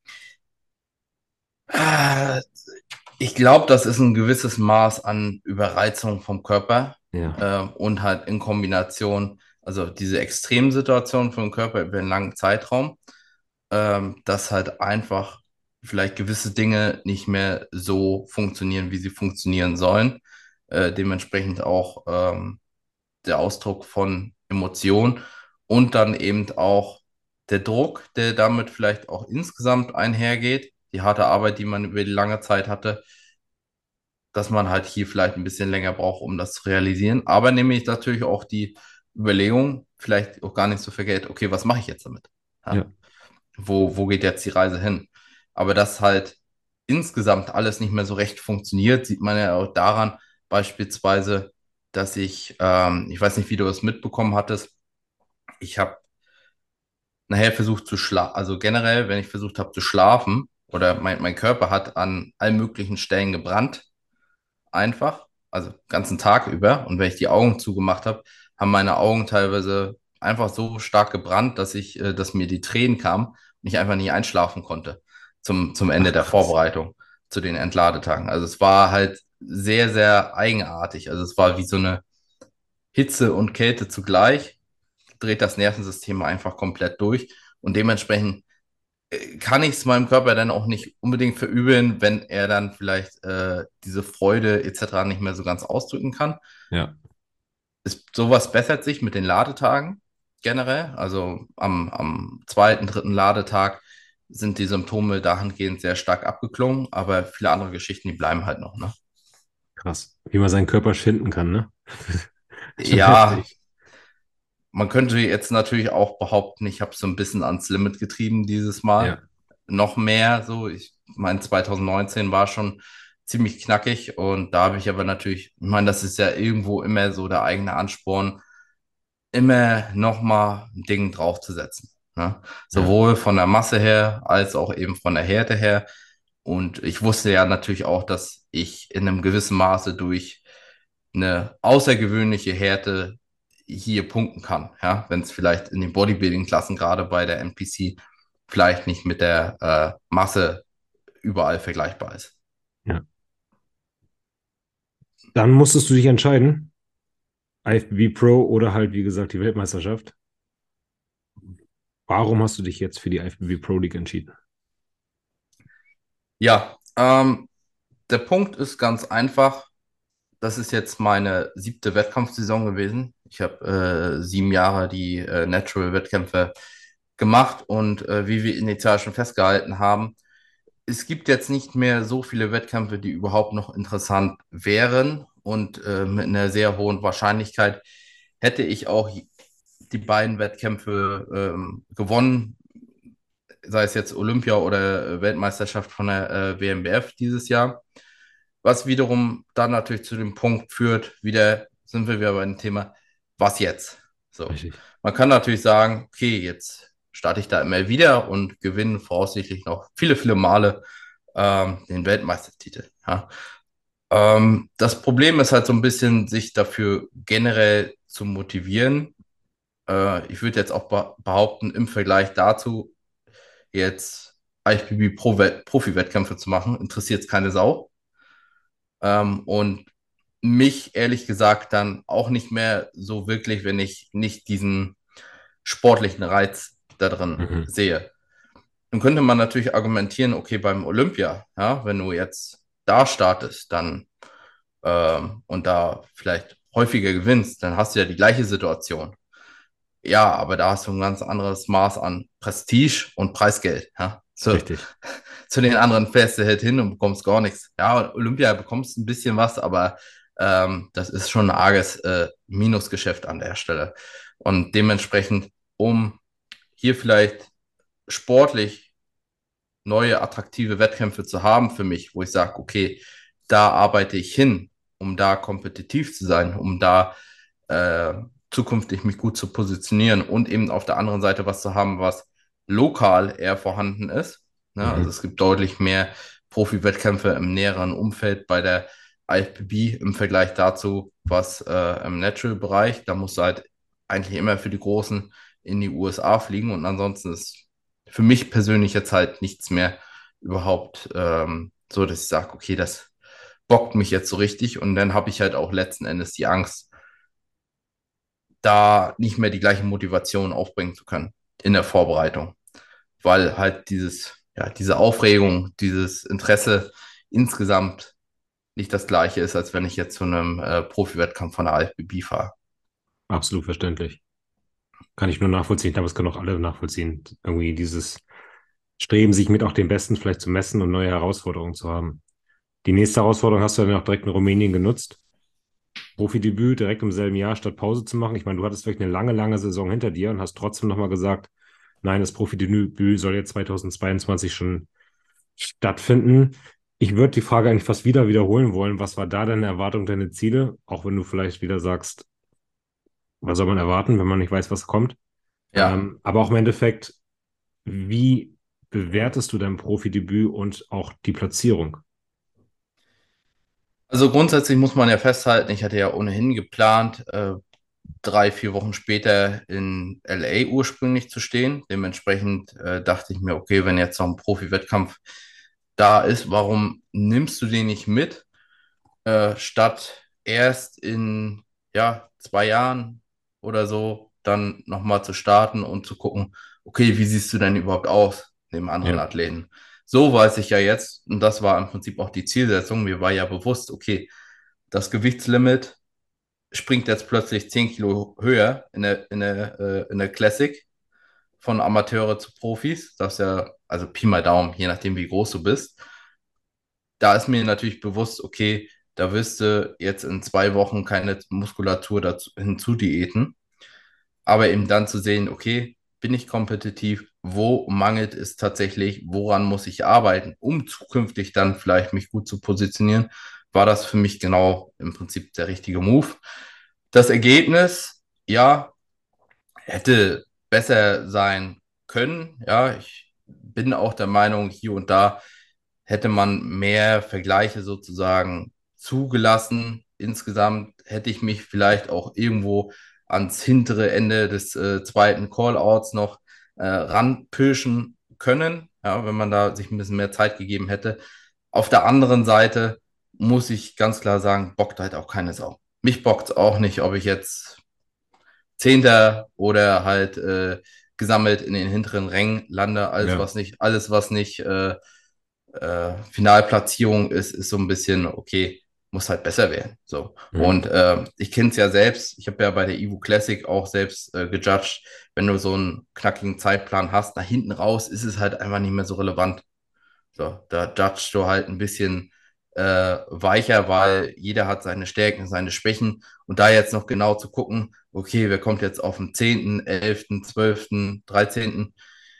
äh, Ich glaube, das ist ein gewisses Maß an Überreizung vom Körper Ja, und halt in Kombination, also diese Extremsituation für den Körper über einen langen Zeitraum, das halt einfach vielleicht gewisse Dinge nicht mehr so funktionieren, wie sie funktionieren sollen. Dementsprechend auch der Ausdruck von Emotionen und dann eben auch der Druck, der damit vielleicht auch insgesamt einhergeht, die harte Arbeit, die man über die lange Zeit hatte, dass man halt hier vielleicht ein bisschen länger braucht, um das zu realisieren. Aber nehme ich natürlich auch die Überlegung, vielleicht auch gar nicht so viel Geld, okay, was mache ich jetzt damit? Ja, Ja? Wo geht jetzt die Reise hin? Aber dass halt insgesamt alles nicht mehr so recht funktioniert, sieht man ja auch daran, beispielsweise, dass ich weiß nicht, wie du das mitbekommen hattest, ich habe nachher versucht zu schlafen, also generell, wenn ich versucht habe zu schlafen oder mein Körper hat an allen möglichen Stellen gebrannt, einfach, also ganzen Tag über. Und wenn ich die Augen zugemacht habe, haben meine Augen teilweise einfach so stark gebrannt, dass mir die Tränen kamen und ich einfach nicht einschlafen konnte zum Ende ach der krass. Vorbereitung zu den Entladetagen. Also es war halt sehr, sehr eigenartig. Also es war wie so eine Hitze und Kälte zugleich, dreht das Nervensystem einfach komplett durch. Und dementsprechend kann ich es meinem Körper dann auch nicht unbedingt verübeln, wenn er dann vielleicht diese Freude etc. nicht mehr so ganz ausdrücken kann. Ja. Sowas bessert sich mit den Ladetagen generell. Also am zweiten, dritten Ladetag sind die Symptome dahingehend sehr stark abgeklungen, aber viele andere Geschichten, die bleiben halt noch, ne? Krass. Wie man seinen Körper schinden kann, ne? Schon Ja, heftig. man könnte jetzt natürlich auch behaupten, ich habe so ein bisschen ans Limit getrieben dieses Mal. Ja, Noch mehr so. Ich meine, 2019 war schon ziemlich knackig und da habe ich aber natürlich, ich meine, das ist ja irgendwo immer so der eigene Ansporn, immer nochmal ein Ding draufzusetzen. Ne? ja, Sowohl von der Masse her als auch eben von der Härte her. Und ich wusste ja natürlich auch, dass ich in einem gewissen Maße durch eine außergewöhnliche Härte hier punkten kann. Ja? Wenn es vielleicht in den Bodybuilding-Klassen, gerade bei der NPC, vielleicht nicht mit der Masse überall vergleichbar ist. ja. Dann musstest du dich entscheiden. IFBB Pro oder halt, wie gesagt, die Weltmeisterschaft. Warum hast du dich jetzt für die IFBB Pro League entschieden? Ja, der Punkt ist ganz einfach. Das ist jetzt meine 7. Wettkampfsaison gewesen. Ich habe 7 Jahre die Natural-Wettkämpfe gemacht und wie wir initial schon festgehalten haben, es gibt jetzt nicht mehr so viele Wettkämpfe, die überhaupt noch interessant wären und mit einer sehr hohen Wahrscheinlichkeit hätte ich auch die beiden Wettkämpfe gewonnen, sei es jetzt Olympia oder Weltmeisterschaft von der WMBF dieses Jahr. Was wiederum dann natürlich zu dem Punkt führt, wieder sind wir wieder beim Thema, was jetzt? So. Richtig. Man kann natürlich sagen, okay, jetzt starte ich da immer wieder und gewinne voraussichtlich noch viele, viele Male den Weltmeistertitel. Ja. Das Problem ist halt so ein bisschen, sich dafür generell zu motivieren. Ich würde jetzt auch behaupten, im Vergleich dazu, jetzt IFBB Profi-Wettkämpfe zu machen, interessiert es keine Sau. Und mich ehrlich gesagt dann auch nicht mehr so wirklich, wenn ich nicht diesen sportlichen Reiz da drin Mhm. sehe. Nun könnte man natürlich argumentieren, okay, beim Olympia, ja, wenn du jetzt da startest, dann und da vielleicht häufiger gewinnst, dann hast du ja die gleiche Situation. Ja, aber da hast du ein ganz anderes Maß an Prestige und Preisgeld. Ja? Richtig. Zu den anderen fährst du halt hin und bekommst gar nichts. Ja, Olympia bekommst ein bisschen was, aber das ist schon ein arges Minusgeschäft an der Stelle. Und dementsprechend, um hier vielleicht sportlich neue, attraktive Wettkämpfe zu haben für mich, wo ich sage, okay, da arbeite ich hin, um da kompetitiv zu sein, um da äh, zukünftig mich gut zu positionieren und eben auf der anderen Seite was zu haben, was lokal eher vorhanden ist. Ne? Also Mhm. es gibt deutlich mehr Profi-Wettkämpfe im näheren Umfeld bei der IFBB im Vergleich dazu, was im Natural-Bereich, da musst du halt eigentlich immer für die Großen in die USA fliegen und ansonsten ist für mich persönlich jetzt halt nichts mehr überhaupt so, dass ich sage, okay, das bockt mich jetzt so richtig und dann habe ich halt auch letzten Endes die Angst, da nicht mehr die gleiche Motivation aufbringen zu können in der Vorbereitung, weil halt dieses ja, diese Aufregung, dieses Interesse insgesamt nicht das gleiche ist, als wenn ich jetzt zu einem Profi-Wettkampf von der IFBB fahre. Absolut verständlich. Kann ich nur nachvollziehen. Ich glaube, es können auch alle nachvollziehen. Irgendwie dieses Streben, sich mit auch den Besten vielleicht zu messen und neue Herausforderungen zu haben. Die nächste Herausforderung hast du dann auch direkt in Rumänien genutzt. Profidebüt direkt im selben Jahr statt Pause zu machen. Ich meine, du hattest vielleicht eine lange, lange Saison hinter dir und hast trotzdem nochmal gesagt, nein, das Profidebüt soll jetzt 2022 schon stattfinden. Ich würde die Frage eigentlich fast wieder wiederholen wollen. Was war da deine Erwartung, deine Ziele? Auch wenn du vielleicht wieder sagst, was soll man erwarten, wenn man nicht weiß, was kommt? Ja, Aber auch im Endeffekt, wie bewertest du dein Profidebüt und auch die Platzierung? also grundsätzlich muss man ja festhalten, ich hatte ja ohnehin geplant, 3, 4 Wochen später in LA ursprünglich zu stehen. Dementsprechend dachte ich mir, okay, wenn jetzt noch ein Profi-Wettkampf da ist, warum nimmst du den nicht mit, statt erst in ja, 2 Jahren oder so dann nochmal zu starten und zu gucken, okay, wie siehst du denn überhaupt aus neben anderen Ja, Athleten? So weiß ich ja jetzt, und das war im Prinzip auch die Zielsetzung, mir war ja bewusst, okay, das Gewichtslimit springt jetzt plötzlich 10 Kilo höher in der Classic von Amateure zu Profis. Das ist ja, also Pi mal Daumen, je nachdem, wie groß du bist. Da ist mir natürlich bewusst, okay, da wirst du jetzt in 2 Wochen keine Muskulatur dazu, hinzudiäten. Aber eben dann zu sehen, okay, bin ich kompetitiv? Wo mangelt es tatsächlich? Woran muss ich arbeiten, um zukünftig dann vielleicht mich gut zu positionieren? War das für mich genau im Prinzip der richtige Move. Das Ergebnis, ja, hätte besser sein können. Ja, ich bin auch der Meinung, hier und da hätte man mehr Vergleiche sozusagen zugelassen. Insgesamt hätte ich mich vielleicht auch irgendwo ans hintere Ende des zweiten Callouts noch ranpirschen können, ja, wenn man da sich ein bisschen mehr Zeit gegeben hätte. Auf der anderen Seite muss ich ganz klar sagen, bockt halt auch keine Sau. Mich bockt es auch nicht, ob ich jetzt Zehnter oder halt gesammelt in den hinteren Rängen lande. ja. Alles, was nicht Finalplatzierung ist, ist so ein bisschen, okay, muss halt besser werden. So. Mhm. Und ich kenne es ja selbst, ich habe ja bei der Evo Classic auch selbst gejudged, wenn du so einen knackigen Zeitplan hast, nach hinten raus ist es halt einfach nicht mehr so relevant. So, da judgst du halt ein bisschen weicher, weil jeder hat seine Stärken, seine Schwächen. Und da jetzt noch genau zu gucken, okay, wer kommt jetzt auf den 10., 11., 12., 13.,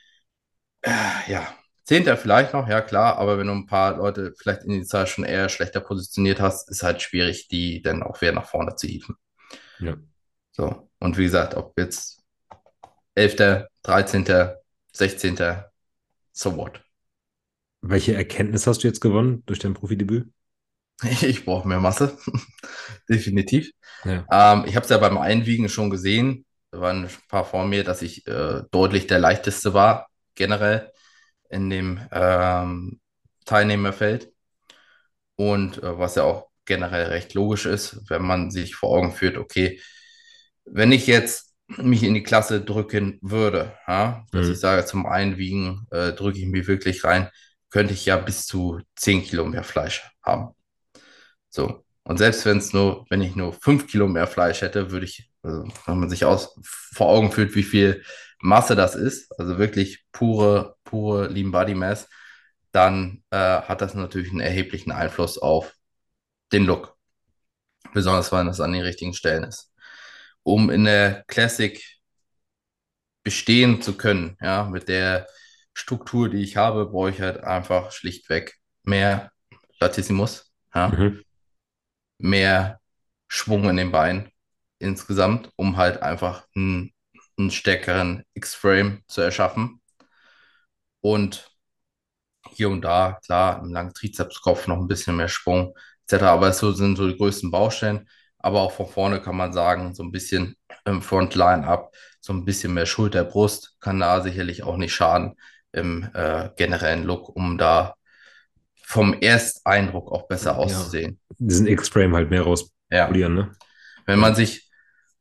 ja, 10. vielleicht noch, ja klar, aber wenn du ein paar Leute vielleicht in die Zahl schon eher schlechter positioniert hast, ist halt schwierig, die dann auch wieder nach vorne zu hieven. Ja. So, und wie gesagt, ob jetzt 11., 13., 16., so what. Welche Erkenntnis hast du jetzt gewonnen durch dein Profidebüt? Ich brauche mehr Masse, definitiv. Ja. Ich habe es ja beim Einwiegen schon gesehen, da waren ein paar vor mir, dass ich deutlich der leichteste war, generell in dem Teilnehmerfeld. Und was ja auch generell recht logisch ist, wenn man sich vor Augen führt, okay, wenn ich jetzt mich in die Klasse drücken würde, ja, dass ich Mhm. sage, zum Einwiegen drücke ich mich wirklich rein, könnte ich ja bis zu 10 Kilo mehr Fleisch haben. So. Und selbst wenn ich nur 5 Kilo mehr Fleisch hätte, würde ich, also wenn man sich vor Augen führt, wie viel Masse das ist, also wirklich pure Lean Body Mass, dann hat das natürlich einen erheblichen Einfluss auf den Look. Besonders wenn das an den richtigen Stellen ist. Um in der Classic bestehen zu können, ja, mit der Struktur, die ich habe, brauche ich halt einfach schlichtweg mehr Latissimus, ja, Mhm. mehr Schwung in den Beinen insgesamt, um halt einfach einen stärkeren X-Frame zu erschaffen. Und hier und da, klar, im langen Trizepskopf noch ein bisschen mehr Schwung, etc. Aber so sind so die größten Baustellen. Aber auch von vorne kann man sagen, so ein bisschen im Frontline-Up, so ein bisschen mehr Schulter, Brust kann da sicherlich auch nicht schaden im generellen Look, um da vom Ersteindruck auch besser Ja. auszusehen. Diesen X-Frame halt mehr Ja, rauspolieren, ne? wenn Ja. man sich,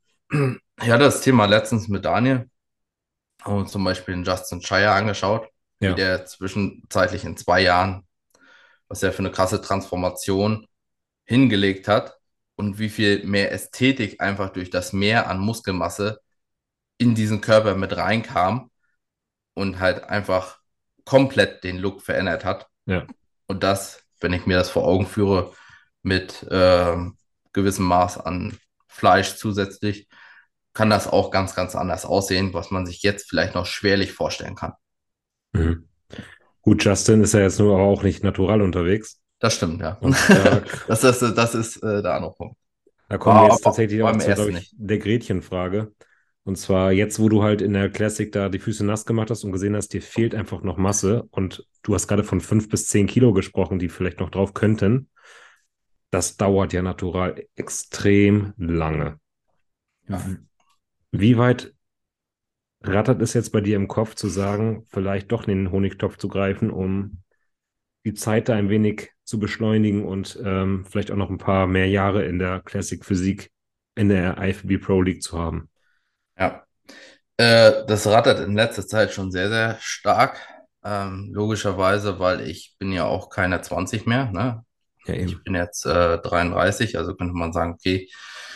ja, das Thema letztens mit Daniel, haben wir uns zum Beispiel den Justin Shire angeschaut. wie Ja. der zwischenzeitlich in 2 Jahren, was er für eine krasse Transformation hingelegt hat und wie viel mehr Ästhetik einfach durch das Mehr an Muskelmasse in diesen Körper mit reinkam und halt einfach komplett den Look verändert hat. Ja. Und das, wenn ich mir das vor Augen führe, mit gewissem Maß an Fleisch zusätzlich, kann das auch ganz, ganz anders aussehen, was man sich jetzt vielleicht noch schwerlich vorstellen kann. Mhm. Gut, Justin ist ja jetzt nur auch nicht natural unterwegs. Das stimmt, ja. Und da, Das ist der andere Punkt. da kommen wir War jetzt aber tatsächlich auch beim zu, glaube ersten ich, nicht. der Gretchenfrage. Und zwar jetzt, wo du halt in der Classic da die Füße nass gemacht hast und gesehen hast, dir fehlt einfach noch Masse. Und du hast gerade von 5 bis 10 Kilo gesprochen, die vielleicht noch drauf könnten. Das dauert ja natural extrem lange. Ja. W- Wie weit rattert es jetzt bei dir im Kopf zu sagen, vielleicht doch in den Honigtopf zu greifen, um die Zeit da ein wenig zu beschleunigen und vielleicht auch noch ein paar mehr Jahre in der Classic Physik in der IFBB Pro League zu haben? Ja. Das rattert in letzter Zeit schon sehr, sehr stark. Logischerweise, weil ich bin ja auch keine 20 mehr, ne? Ja, Ich eben. bin jetzt 33, also könnte man sagen, okay,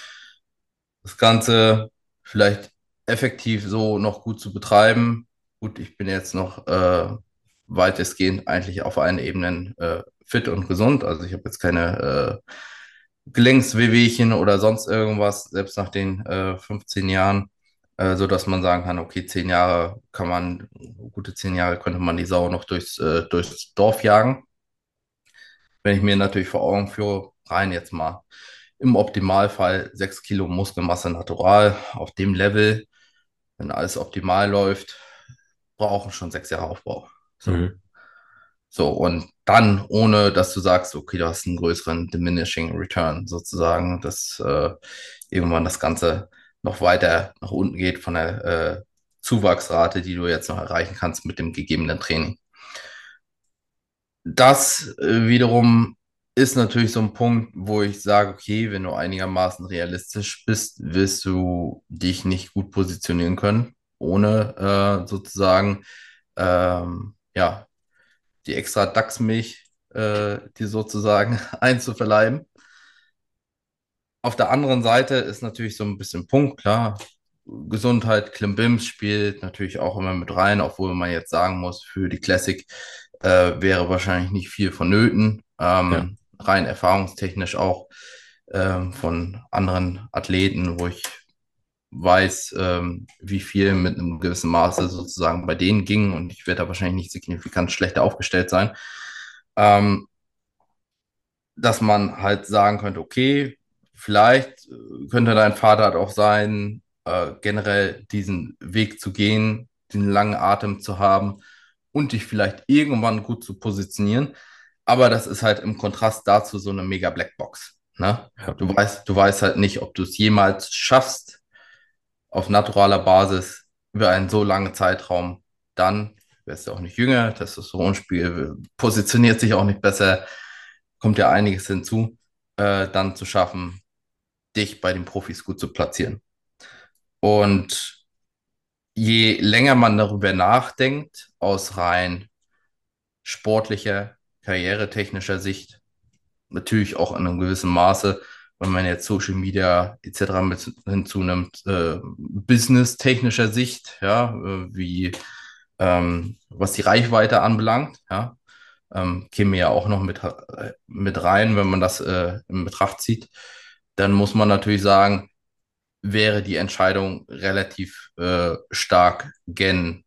das Ganze vielleicht effektiv so noch gut zu betreiben. Gut, ich bin jetzt noch weitestgehend eigentlich auf allen Ebenen fit und gesund. Also ich habe jetzt keine Gelenkswehwehchen oder sonst irgendwas, selbst nach den 15 Jahren, so dass man sagen kann, okay, 10 Jahre kann man, gute 10 Jahre könnte man die Sau noch durchs Dorf jagen. Wenn ich mir natürlich vor Augen führe, rein jetzt mal im Optimalfall 6 Kilo Muskelmasse natural auf dem Level, wenn alles optimal läuft, brauchen schon 6 Jahre Aufbau. So. Mhm. So, und dann, ohne dass du sagst, okay, du hast einen größeren Diminishing Return sozusagen, dass irgendwann das Ganze noch weiter nach unten geht von der Zuwachsrate, die du jetzt noch erreichen kannst mit dem gegebenen Training. Das wiederum ist natürlich so ein Punkt, wo ich sage, okay, wenn du einigermaßen realistisch bist, wirst du dich nicht gut positionieren können, ohne sozusagen ja, die extra Dachsmilch, die sozusagen einzuverleiben. Auf der anderen Seite ist natürlich so ein bisschen Punkt, klar. Gesundheit, Klimbims spielt natürlich auch immer mit rein, obwohl man jetzt sagen muss, für die Classic wäre wahrscheinlich nicht viel vonnöten. Ja. Rein erfahrungstechnisch auch von anderen Athleten, wo ich weiß, wie viel mit einem gewissen Maße sozusagen bei denen ging und ich werde da wahrscheinlich nicht signifikant schlechter aufgestellt sein. Ähm, Dass man halt sagen könnte, okay, vielleicht könnte dein Vater halt auch sein, generell diesen Weg zu gehen, den langen Atem zu haben und dich vielleicht irgendwann gut zu positionieren. Aber das ist halt im Kontrast dazu so eine mega Blackbox. Ne? Ja. Du weißt halt nicht, ob du es jemals schaffst, auf naturaler Basis über einen so langen Zeitraum, dann wirst du auch nicht jünger, Testosteronspiegel positioniert sich auch nicht besser, kommt ja einiges hinzu, dann zu schaffen, dich bei den Profis gut zu platzieren. Und je länger man darüber nachdenkt, aus rein sportlicher, karrieretechnischer Sicht, natürlich auch in einem gewissen Maße, wenn man jetzt Social Media etc. mit hinzunimmt, business-technischer Sicht, ja, wie was die Reichweite anbelangt, ja, käme ja auch noch mit rein, wenn man das in Betracht zieht, dann muss man natürlich sagen, wäre die Entscheidung relativ stark gen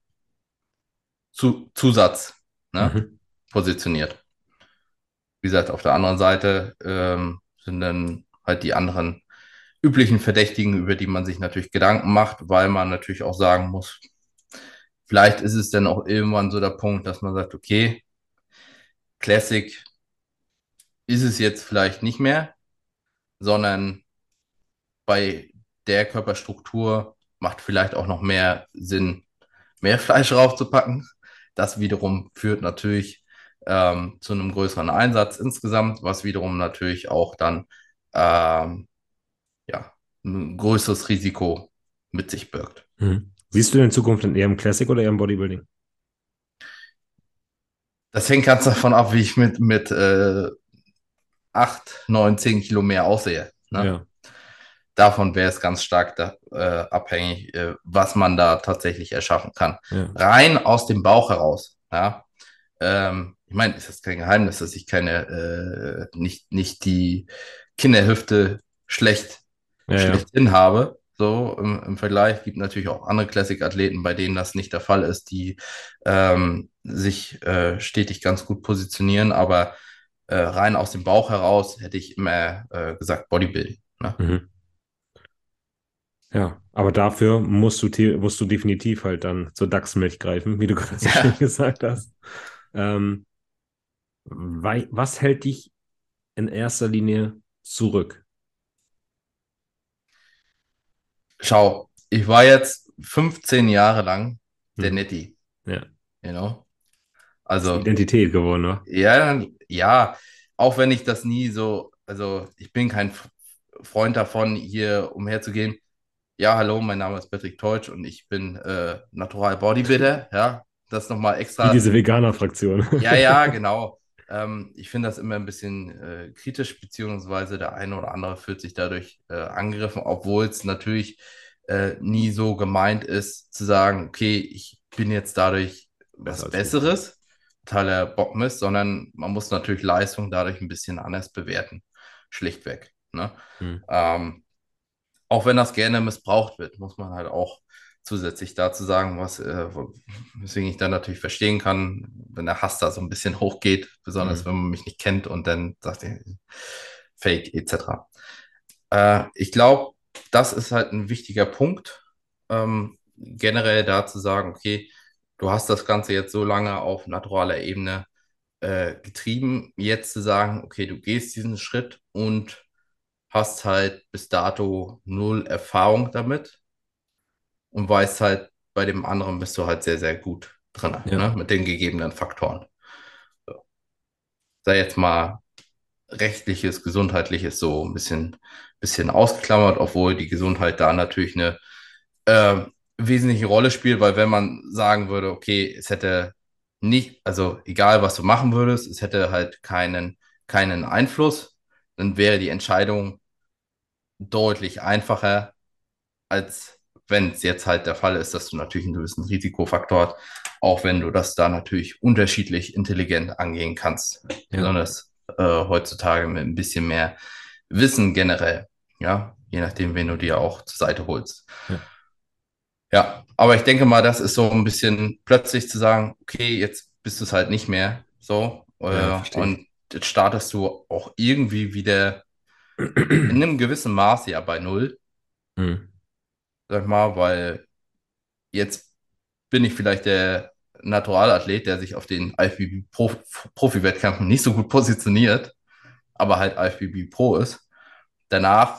Zusatz, ne, Mhm. positioniert. Wie gesagt, auf der anderen Seite sind dann halt die anderen üblichen Verdächtigen, über die man sich natürlich Gedanken macht, weil man natürlich auch sagen muss, vielleicht ist es dann auch irgendwann so der Punkt, dass man sagt, okay, Classic ist es jetzt vielleicht nicht mehr, sondern bei der Körperstruktur macht vielleicht auch noch mehr Sinn, mehr Fleisch raufzupacken. Das wiederum führt natürlich zu einem größeren Einsatz insgesamt, was wiederum natürlich auch dann ähm, ja, ein größeres Risiko mit sich birgt. Mhm. Siehst du in Zukunft in eher im Classic oder eher im Bodybuilding? Das hängt ganz davon ab, wie ich mit 8, 9, 10 Kilo mehr aussehe. Ne? Ja, Davon wäre es ganz stark abhängig, was man da tatsächlich erschaffen kann. ja. Rein aus dem Bauch heraus. Ja? Ich meine, es ist kein Geheimnis, dass ich nicht die Kinderhüfte Ja, ja. schlechthin habe. So im Vergleich gibt natürlich auch andere Classic-Athleten, bei denen das nicht der Fall ist, die sich stetig ganz gut positionieren, aber rein aus dem Bauch heraus hätte ich immer gesagt Bodybuilding. Ne? Mhm. Ja, aber dafür musst du definitiv halt dann zur Dachsmilch greifen, wie du gerade so schön Ja, gesagt hast. Ähm, was hält dich in erster Linie zurück? schau, ich war jetzt 15 Jahre lang der Hm. Netti, Ja, you know? ist eine Also, Identität geworden, wa? ja, ja, auch wenn ich das nie so, also ich bin kein Freund davon, hier umherzugehen. Ja, hallo, mein Name ist Patrick Teutsch und ich bin Natural Bodybuilder, ja, das nochmal Wie extra. diese Veganer-Fraktion. Ja, ja, genau. Ich finde das immer ein bisschen kritisch, beziehungsweise der eine oder andere fühlt sich dadurch angegriffen, obwohl es natürlich nie so gemeint ist, zu sagen, okay, ich bin jetzt dadurch Besser was als du. Besseres, totaler Bockmist, sondern man muss natürlich Leistung dadurch ein bisschen anders bewerten, schlichtweg. Ne? Hm. Ähm, Auch wenn das gerne missbraucht wird, muss man halt auch zusätzlich dazu sagen, weswegen ich dann natürlich verstehen kann, wenn der Hass da so ein bisschen hochgeht, besonders Hm. wenn man mich nicht kennt und dann sagt er Fake etc. Ich glaube, das ist halt ein wichtiger Punkt, generell da zu sagen, okay, du hast das Ganze jetzt so lange auf naturaler Ebene getrieben, jetzt zu sagen, okay, du gehst diesen Schritt und hast halt bis dato null Erfahrung damit und weißt halt, bei dem anderen bist du halt sehr, sehr gut drin, Ja, ne? Mit den gegebenen Faktoren. So. Sei jetzt mal rechtliches, gesundheitliches so ein bisschen ausgeklammert, obwohl die Gesundheit da natürlich eine äh, wesentliche Rolle spielt, weil wenn man sagen würde, okay, es hätte nicht, also egal was du machen würdest, es hätte halt keinen Einfluss, dann wäre die Entscheidung deutlich einfacher, als wenn es jetzt halt der Fall ist, dass du natürlich einen gewissen Risikofaktor hast, auch wenn du das da natürlich unterschiedlich intelligent angehen kannst. ja, Besonders heutzutage mit ein bisschen mehr Wissen generell, ja, je nachdem, wen du dir auch zur Seite holst. ja. Ja, aber ich denke mal, das ist so ein bisschen plötzlich zu sagen, okay, jetzt bist du es halt nicht mehr so Ja, verstehe ich. und jetzt startest du auch irgendwie wieder in einem gewissen Maß ja bei Null, Hm. sag ich mal, weil jetzt bin ich vielleicht der Naturalathlet, der sich auf den IFBB Profi-Wettkämpfen nicht so gut positioniert, aber halt IFBB Pro ist. Danach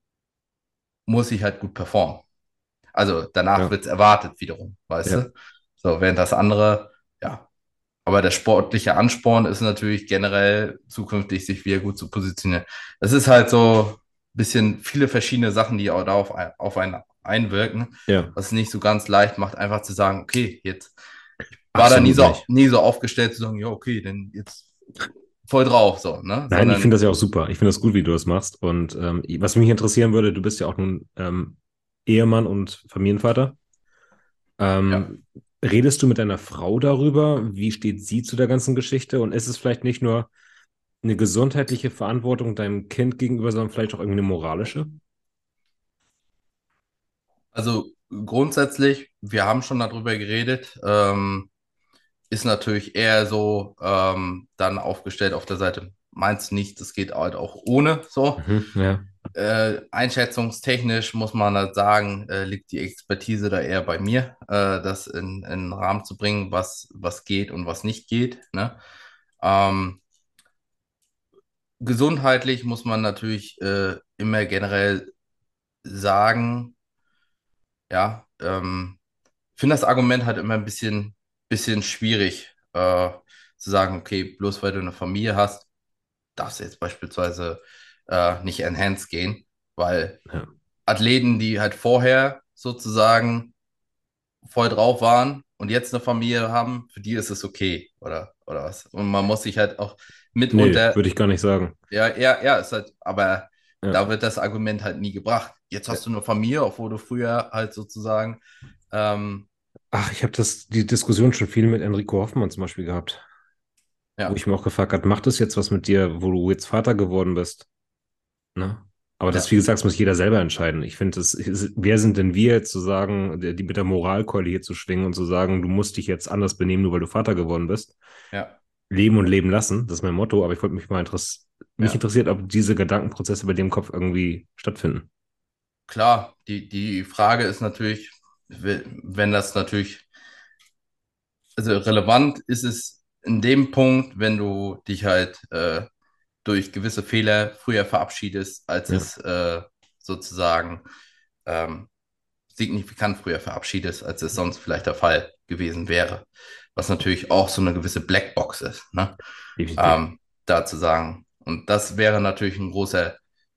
muss ich halt gut performen. Also danach Ja, wird es erwartet wiederum, weißt ja, du? So, während das andere, ja. Aber der sportliche Ansporn ist natürlich generell zukünftig, sich wieder gut zu positionieren. Es ist halt so ein bisschen viele verschiedene Sachen, die auch darauf auf einen einwirken, ja, was es nicht so ganz leicht macht, einfach zu sagen, okay, jetzt war da absolut nicht. nie so aufgestellt zu sagen, ja, okay, dann jetzt voll drauf, so, ne? Nein, ich finde Sondern, das ja auch super. Ich finde das gut, wie du das machst. Und was mich interessieren würde, du bist ja auch nun Ehemann und Familienvater. ja. Ähm, redest du mit deiner Frau darüber? Wie steht sie zu der ganzen Geschichte? Und ist es vielleicht nicht nur eine gesundheitliche Verantwortung deinem Kind gegenüber, sondern vielleicht auch irgendwie eine moralische? Also grundsätzlich, wir haben schon darüber geredet, ist natürlich eher so dann aufgestellt auf der Seite, meinst nicht, das geht halt auch ohne so. Mhm, ja, Einschätzungstechnisch muss man halt sagen, liegt die Expertise da eher bei mir, das in den Rahmen zu bringen, was geht und was nicht geht. Ne? Ähm, Gesundheitlich muss man natürlich immer generell sagen, ja, finde das Argument halt immer ein bisschen schwierig, zu sagen, okay, bloß weil du eine Familie hast, darfst du jetzt beispielsweise nicht enhanced gehen, weil ja, Athleten, die halt vorher sozusagen voll drauf waren und jetzt eine Familie haben, für die ist es okay, oder was? Und man muss sich halt auch Nee, mitunter, würde ich gar nicht sagen. ja, ist halt, aber Ja. da wird das Argument halt nie gebracht. Jetzt Ja. hast du eine Familie, obwohl du früher halt sozusagen, ähm, Ach, ich habe die Diskussion schon viel mit Enrico Hoffmann zum Beispiel gehabt, wo ja, ich mir auch gefragt habe, macht das jetzt was mit dir, wo du jetzt Vater geworden bist? Ne? Aber das, ja, wie gesagt, das muss jeder selber entscheiden. Ich finde, wer sind denn wir jetzt zu sagen, die mit der Moralkeule hier zu schwingen und zu sagen, du musst dich jetzt anders benehmen, nur weil du Vater geworden bist? ja, Leben und leben lassen, das ist mein Motto, aber ich wollte mich ja. interessiert, ob diese Gedankenprozesse bei dir im Kopf irgendwie stattfinden. Klar, die Frage ist natürlich, wenn das natürlich, also relevant ist es in dem Punkt, wenn du dich halt durch gewisse Fehler früher verabschiedest, als Ja, es sozusagen ähm, signifikant früher verabschiedest, als es sonst vielleicht der Fall gewesen wäre. Was natürlich auch so eine gewisse Blackbox ist, ne? definitiv. Da zu sagen. Und das wäre natürlich ein großer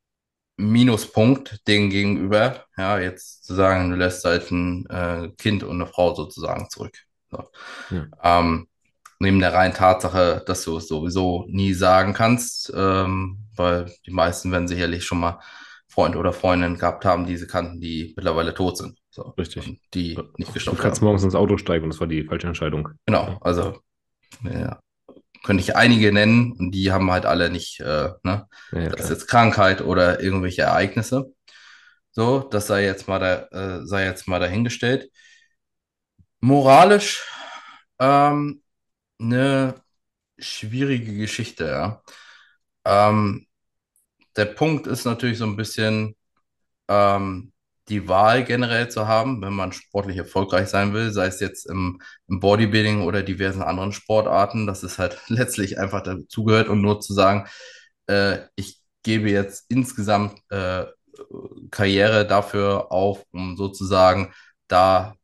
Minuspunkt denen gegenüber, ja, jetzt zu sagen, du lässt halt ein Kind und eine Frau sozusagen zurück. So. Ja, Ähm, neben der reinen Tatsache, dass du es sowieso nie sagen kannst, weil die meisten werden sicherlich schon mal Freund oder Freundin gehabt haben, die sie kannten, die mittlerweile tot sind, so, richtig. und die nicht Du gestoppt kannst haben. morgens ins Auto steigen und das war die falsche Entscheidung. Genau, also ja, könnte ich einige nennen und die haben halt alle nicht, ne, Ja, ja, das ist klar. jetzt Krankheit oder irgendwelche Ereignisse. So, das sei jetzt mal dahingestellt. Moralisch ähm, eine schwierige Geschichte, ja. Ähm, der Punkt ist natürlich so ein bisschen ähm, die Wahl generell zu haben, wenn man sportlich erfolgreich sein will, sei es jetzt im Bodybuilding oder diversen anderen Sportarten, dass es halt letztlich einfach dazugehört und nur zu sagen, ich gebe jetzt insgesamt Karriere dafür auf, um sozusagen da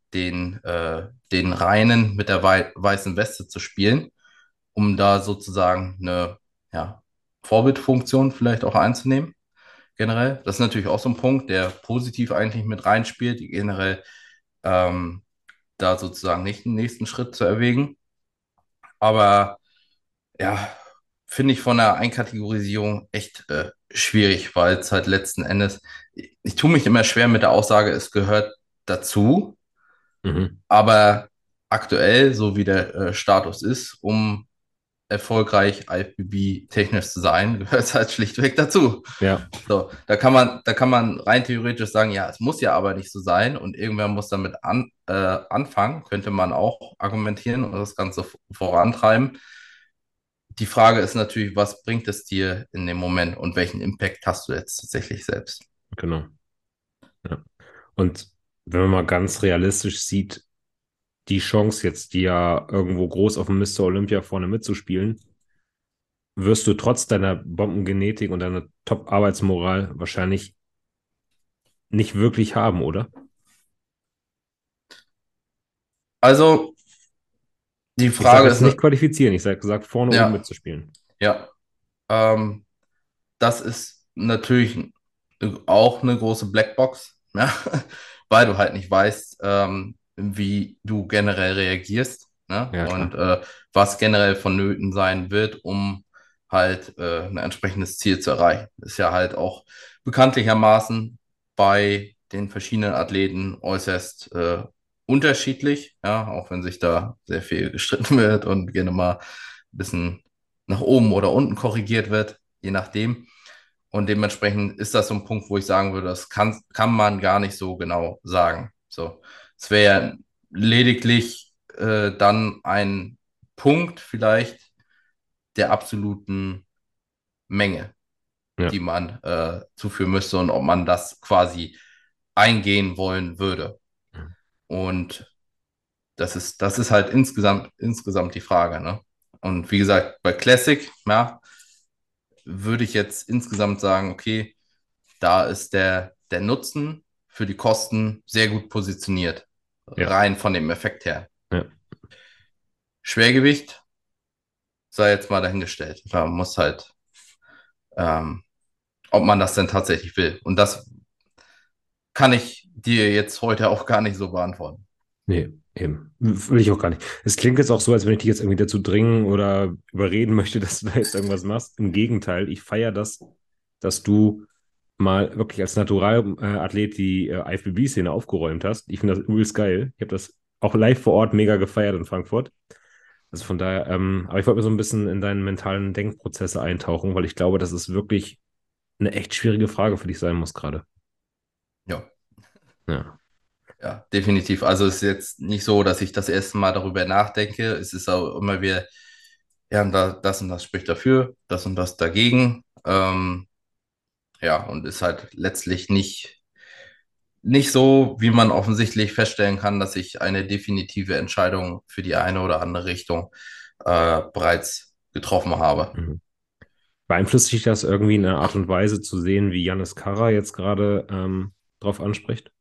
den Reinen mit der weißen Weste zu spielen, um da sozusagen eine ja, Vorbildfunktion vielleicht auch einzunehmen generell. Das ist natürlich auch so ein Punkt, der positiv eigentlich mit reinspielt, generell ähm, da sozusagen nicht den nächsten Schritt zu erwägen. Aber ja, finde ich von der Einkategorisierung echt schwierig, weil es halt letzten Endes, ich tue mich immer schwer mit der Aussage, es gehört dazu, Mhm. aber aktuell, so wie der Status ist, um erfolgreich IFBB-technisch zu sein, gehört es halt schlichtweg dazu. Ja, So, da kann man rein theoretisch sagen, ja, es muss ja aber nicht so sein und irgendwer muss damit anfangen, könnte man auch argumentieren und das Ganze vorantreiben. Die Frage ist natürlich, was bringt es dir in dem Moment und welchen Impact hast du jetzt tatsächlich selbst? genau. Ja. Und wenn man mal ganz realistisch sieht, die Chance jetzt, die ja irgendwo groß auf dem Mr. Olympia vorne mitzuspielen, wirst du trotz deiner Bombengenetik und deiner Top-Arbeitsmoral wahrscheinlich nicht wirklich haben, oder? Also, die Ich sage Frage jetzt ist, nicht qualifizieren, ich sage gesagt, vorne oben ja, mitzuspielen. ja, ähm, das ist natürlich auch eine große Blackbox, ja, weil du halt nicht weißt, wie du generell reagierst, ne? Ja, Und klar. was generell vonnöten sein wird, um halt ein entsprechendes Ziel zu erreichen. Ist ja halt auch bekanntlichermaßen bei den verschiedenen Athleten äußerst unterschiedlich, ja, auch wenn sich da sehr viel gestritten wird und gerne mal ein bisschen nach oben oder unten korrigiert wird, je nachdem. Und dementsprechend ist das so ein Punkt, wo ich sagen würde, kann man gar nicht so genau sagen. So, es wäre ja lediglich dann ein Punkt vielleicht der absoluten Menge, Ja, die man zuführen müsste und ob man das quasi eingehen wollen würde. Und das ist halt insgesamt die Frage, ne? Und wie gesagt, bei Classic, ja, würde ich jetzt insgesamt sagen, okay, da ist der Nutzen für die Kosten sehr gut positioniert, ja, rein von dem Effekt her. ja, Schwergewicht sei jetzt mal dahingestellt. Man muss halt, ähm, ob man das denn tatsächlich will. Und das kann ich dir jetzt heute auch gar nicht so beantworten. nee. Eben. Will ich auch gar nicht. Es klingt jetzt auch so, als wenn ich dich jetzt irgendwie dazu dringen oder überreden möchte, dass du da jetzt irgendwas machst. Im Gegenteil, ich feiere das, dass du mal wirklich als Naturalathlet die IFBB-Szene aufgeräumt hast. Ich finde das übelst geil. Ich habe das auch live vor Ort mega gefeiert in Frankfurt. Also von daher, aber ich wollte mir so ein bisschen in deinen mentalen Denkprozesse eintauchen, weil ich glaube, dass es wirklich eine echt schwierige Frage für dich sein muss gerade. Ja, Ja. ja, definitiv. Also es ist jetzt nicht so, dass ich das erste Mal darüber nachdenke. Es ist auch immer wieder, ja, das und das spricht dafür, das und das dagegen. Ja, und ist halt letztlich nicht so, wie man offensichtlich feststellen kann, dass ich eine definitive Entscheidung für die eine oder andere Richtung bereits getroffen habe. Mhm. Beeinflusst dich das irgendwie in einer Art und Weise zu sehen, wie Jannis Karra jetzt gerade drauf anspricht?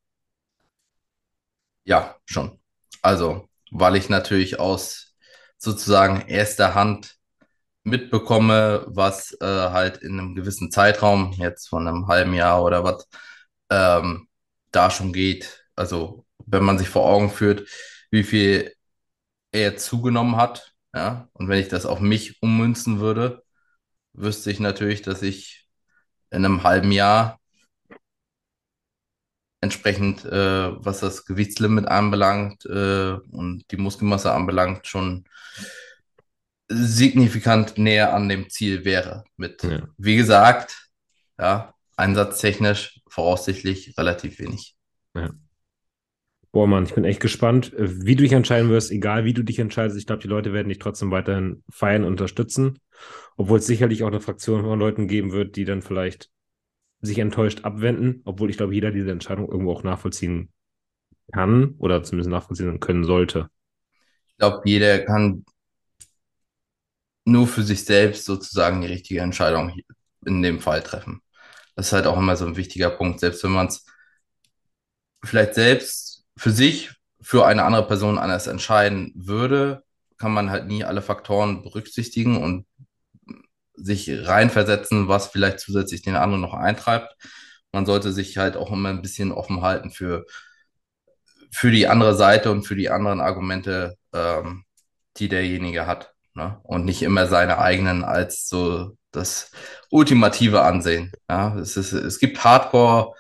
Ja, schon. Also, weil ich natürlich aus sozusagen erster Hand mitbekomme, was halt in einem gewissen Zeitraum, jetzt von einem halben Jahr oder was, ähm, da schon geht. Also, wenn man sich vor Augen führt, wie viel er zugenommen hat, ja, und wenn ich das auf mich ummünzen würde, wüsste ich natürlich, dass ich in einem halben Jahr entsprechend, was das Gewichtslimit anbelangt, und die Muskelmasse anbelangt, schon signifikant näher an dem Ziel wäre. Mit, Ja. wie gesagt, ja, einsatztechnisch voraussichtlich relativ wenig. Ja. Boah, Mann, ich bin echt gespannt, wie du dich entscheiden wirst, egal wie du dich entscheidest. Ich glaube, die Leute werden dich trotzdem weiterhin feiern und unterstützen, obwohl es sicherlich auch eine Fraktion von Leuten geben wird, die dann vielleicht sich enttäuscht abwenden, obwohl ich glaube, jeder diese Entscheidung irgendwo auch nachvollziehen kann oder zumindest nachvollziehen können sollte. Ich glaube, jeder kann nur für sich selbst sozusagen die richtige Entscheidung in dem Fall treffen. Das ist halt auch immer so ein wichtiger Punkt. Selbst wenn man es vielleicht selbst für sich, für eine andere Person anders entscheiden würde, kann man halt nie alle Faktoren berücksichtigen und sich reinversetzen, was vielleicht zusätzlich den anderen noch eintreibt. Man sollte sich halt auch immer ein bisschen offen halten für die andere Seite und für die anderen Argumente, die derjenige hat. Ne? Und nicht immer seine eigenen als so das Ultimative ansehen. Ja? Es gibt Hardcore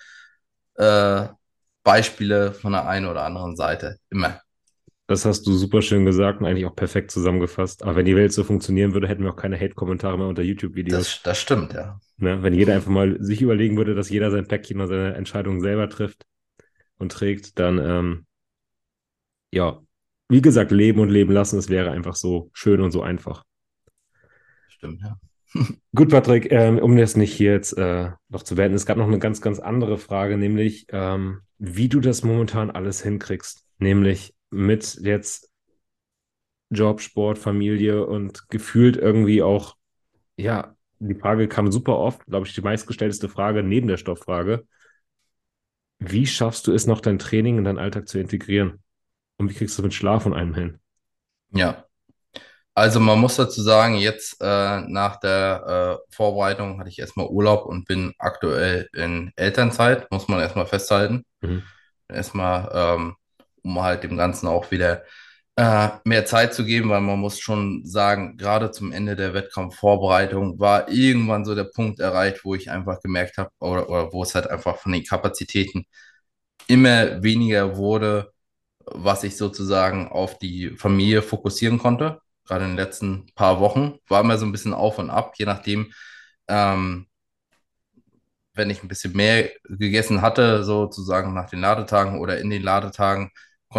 Beispiele von der einen oder anderen Seite. Immer. Das hast du super schön gesagt und eigentlich auch perfekt zusammengefasst. Aber wenn die Welt so funktionieren würde, hätten wir auch keine Hate-Kommentare mehr unter YouTube-Videos. Das stimmt, ja. Ne? Wenn jeder einfach mal sich überlegen würde, dass jeder sein Päckchen und seine Entscheidungen selber trifft und trägt, dann, ja, wie gesagt, leben und leben lassen, es wäre einfach so schön und so einfach. Stimmt, ja. Gut, Patrick, um das nicht hier jetzt noch zu beenden, es gab noch eine ganz, ganz andere Frage, nämlich wie du das momentan alles hinkriegst. Nämlich mit jetzt Job, Sport, Familie und gefühlt irgendwie auch, ja, die Frage kam super oft, glaube ich, die meistgestellteste Frage neben der Stofffrage. Wie schaffst du es noch, dein Training in deinen Alltag zu integrieren? Und wie kriegst du es mit Schlaf und allem hin? Ja. Also man muss dazu sagen, jetzt nach der Vorbereitung hatte ich erstmal Urlaub und bin aktuell in Elternzeit, muss man erstmal festhalten. Mhm. Erstmal, um halt dem Ganzen auch wieder mehr Zeit zu geben, weil man muss schon sagen, gerade zum Ende der Wettkampfvorbereitung war irgendwann so der Punkt erreicht, wo ich einfach gemerkt habe, oder wo es halt einfach von den Kapazitäten immer weniger wurde, was ich sozusagen auf die Familie fokussieren konnte. Gerade in den letzten paar Wochen war immer so ein bisschen auf und ab, je nachdem, ähm, wenn ich ein bisschen mehr gegessen hatte, sozusagen nach den Ladetagen oder in den Ladetagen,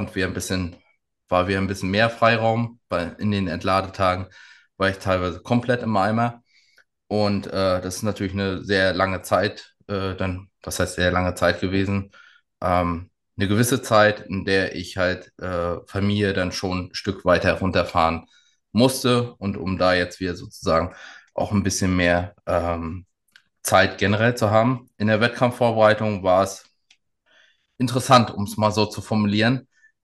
war wieder ein bisschen mehr Freiraum, weil in den Entladetagen war ich teilweise komplett im Eimer. Und das ist natürlich eine sehr lange Zeit, was heißt sehr lange Zeit gewesen? Eine gewisse Zeit, in der ich halt Familie dann schon ein Stück weiter runterfahren musste. Und um da jetzt wieder sozusagen auch ein bisschen mehr Zeit generell zu haben. In der Wettkampfvorbereitung war es interessant, um es mal so zu formulieren.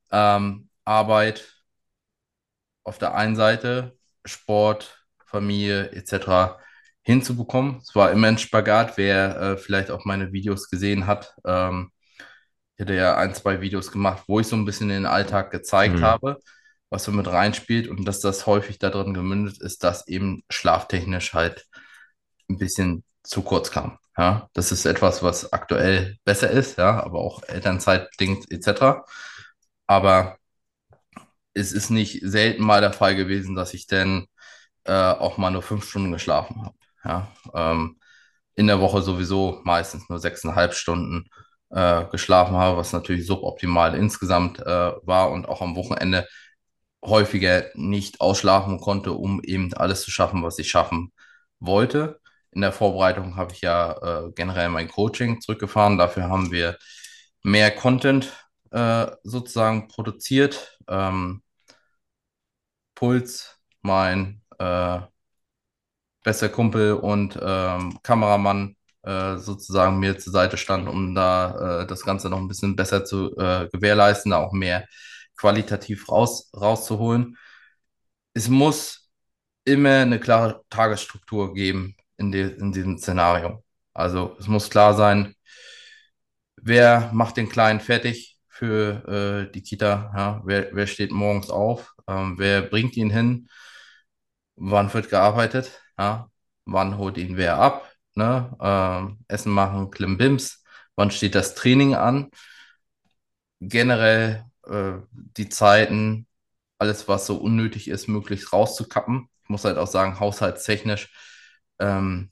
Arbeit auf der einen Seite, Sport, Familie etc. hinzubekommen. Es war immer ein Spagat, wer vielleicht auch meine Videos gesehen hat. Ich hatte ja ein, zwei Videos gemacht, wo ich so ein bisschen den Alltag gezeigt Mhm. habe, was so mit reinspielt und dass das häufig darin gemündet ist, dass eben schlaftechnisch halt ein bisschen zu kurz kam. Ja, das ist etwas, was aktuell besser ist, ja, aber auch Elternzeit bedingt etc. Aber es ist nicht selten mal der Fall gewesen, dass ich dann auch mal nur 5 Stunden geschlafen habe. Ja, in der Woche sowieso meistens nur 6,5 Stunden geschlafen habe, was natürlich suboptimal insgesamt war und auch am Wochenende häufiger nicht ausschlafen konnte, um eben alles zu schaffen, was ich schaffen wollte. In der Vorbereitung habe ich ja generell mein Coaching zurückgefahren. Dafür haben wir mehr Content sozusagen produziert. Puls, mein bester Kumpel und Kameramann sozusagen mir zur Seite stand, um da das Ganze noch ein bisschen besser zu gewährleisten, da auch mehr qualitativ rauszuholen. Es muss immer eine klare Tagesstruktur geben in diesem Szenario. Also es muss klar sein, wer macht den Kleinen fertig für die Kita, ja? Wer steht morgens auf, wer bringt ihn hin, wann wird gearbeitet, ja? Wann holt ihn wer ab, ne? Essen machen, Klimbims, wann steht das Training an, generell die Zeiten, alles, was so unnötig ist, möglichst rauszukappen. Ich muss halt auch sagen, haushaltstechnisch ähm,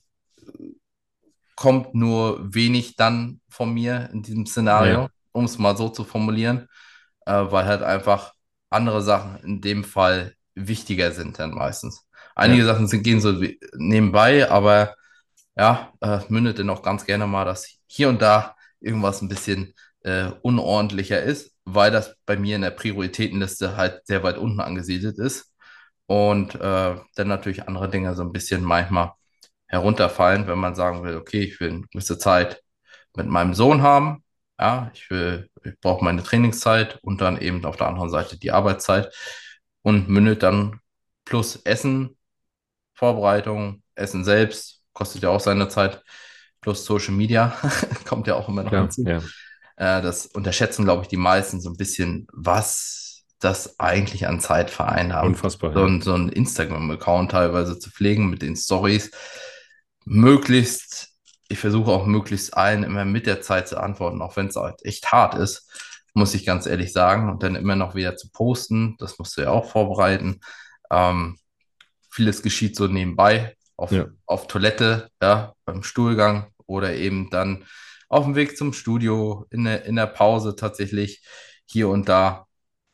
kommt nur wenig dann von mir in diesem Ja, Szenario, um es mal so zu formulieren, weil halt einfach andere Sachen in dem Fall wichtiger sind dann meistens. Einige ja, Sachen gehen so nebenbei, aber ja, mündet dann auch ganz gerne mal, dass hier und da irgendwas ein bisschen unordentlicher ist, weil das bei mir in der Prioritätenliste halt sehr weit unten angesiedelt ist. Und dann natürlich andere Dinge so ein bisschen manchmal herunterfallen, wenn man sagen will, okay, ich will eine gewisse Zeit mit meinem Sohn haben. Ja, ich brauche meine Trainingszeit und dann eben auf der anderen Seite die Arbeitszeit und mündet dann plus Essen, Vorbereitung, Essen selbst, kostet ja auch seine Zeit, plus Social Media, kommt ja auch immer noch klar, hinzu. ja. Das unterschätzen, glaube ich, die meisten so ein bisschen, was das eigentlich an Zeit vereinnahmt. Unfassbar, So ja. so ein Instagram-Account teilweise zu pflegen mit den Stories. Möglichst, ich versuche auch möglichst allen immer mit der Zeit zu antworten, auch wenn es halt echt hart ist, muss ich ganz ehrlich sagen. Und dann immer noch wieder zu posten, das musst du ja auch vorbereiten. Ähm, Vieles geschieht so nebenbei Ja, auf Toilette, ja, beim Stuhlgang oder eben dann auf dem Weg zum Studio, in der Pause tatsächlich hier und da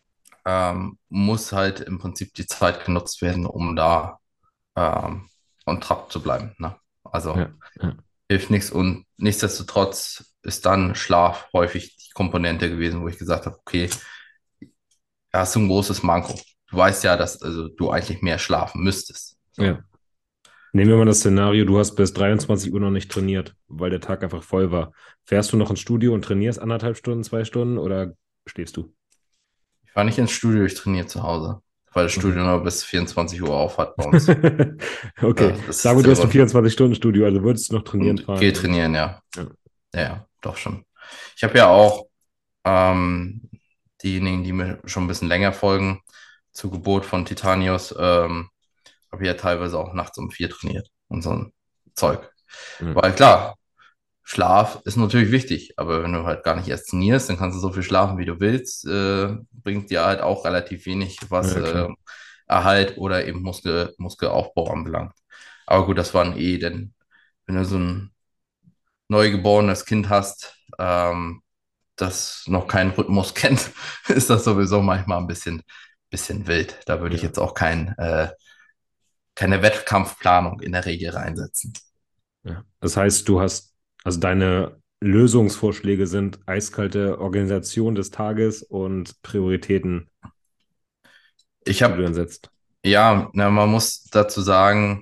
muss halt im Prinzip die Zeit genutzt werden, um da on track zu bleiben. Ne? Also ja, ja. hilft nichts und nichtsdestotrotz ist dann Schlaf häufig die Komponente gewesen, wo ich gesagt habe, okay, da hast du ein großes Manko. Du weißt ja, dass also, du eigentlich mehr schlafen müsstest. So. Ja. Nehmen wir mal das Szenario, du hast bis 23 Uhr noch nicht trainiert, weil der Tag einfach voll war. Fährst du noch ins Studio und trainierst 1,5 Stunden, 2 Stunden oder stehst du? Ich fahre nicht ins Studio, ich trainiere zu Hause, weil das Okay. Studio nur bis 24 Uhr auf hat bei uns. Okay. Das Sagen wir, ist du der hast ein Grund. 24-Stunden-Studio, also würdest du noch trainieren Und fahren gehe und trainieren, ja. ja. Ja, ja, doch schon. Ich habe ja auch ähm, diejenigen, die mir schon ein bisschen länger folgen, zur Geburt von Titanius, habe ich ja teilweise auch nachts um 4 trainiert und so ein Zeug. Ja, Weil klar, Schlaf ist natürlich wichtig, aber wenn du halt gar nicht erst trainierst, dann kannst du so viel schlafen, wie du willst, bringt dir halt auch relativ wenig, was ja, klar. Erhalt oder eben Muskelaufbau anbelangt. Aber gut, das waren denn wenn du so ein neugeborenes Kind hast, das noch keinen Rhythmus kennt, ist das sowieso manchmal ein bisschen wild. Da würde ich Ja, jetzt auch keine Wettkampfplanung in der Regel reinsetzen. ja. Das heißt, du hast, also deine Lösungsvorschläge sind eiskalte Organisation des Tages und Prioritäten, Ich die du habe, dann setzt. ja, na, man muss dazu sagen,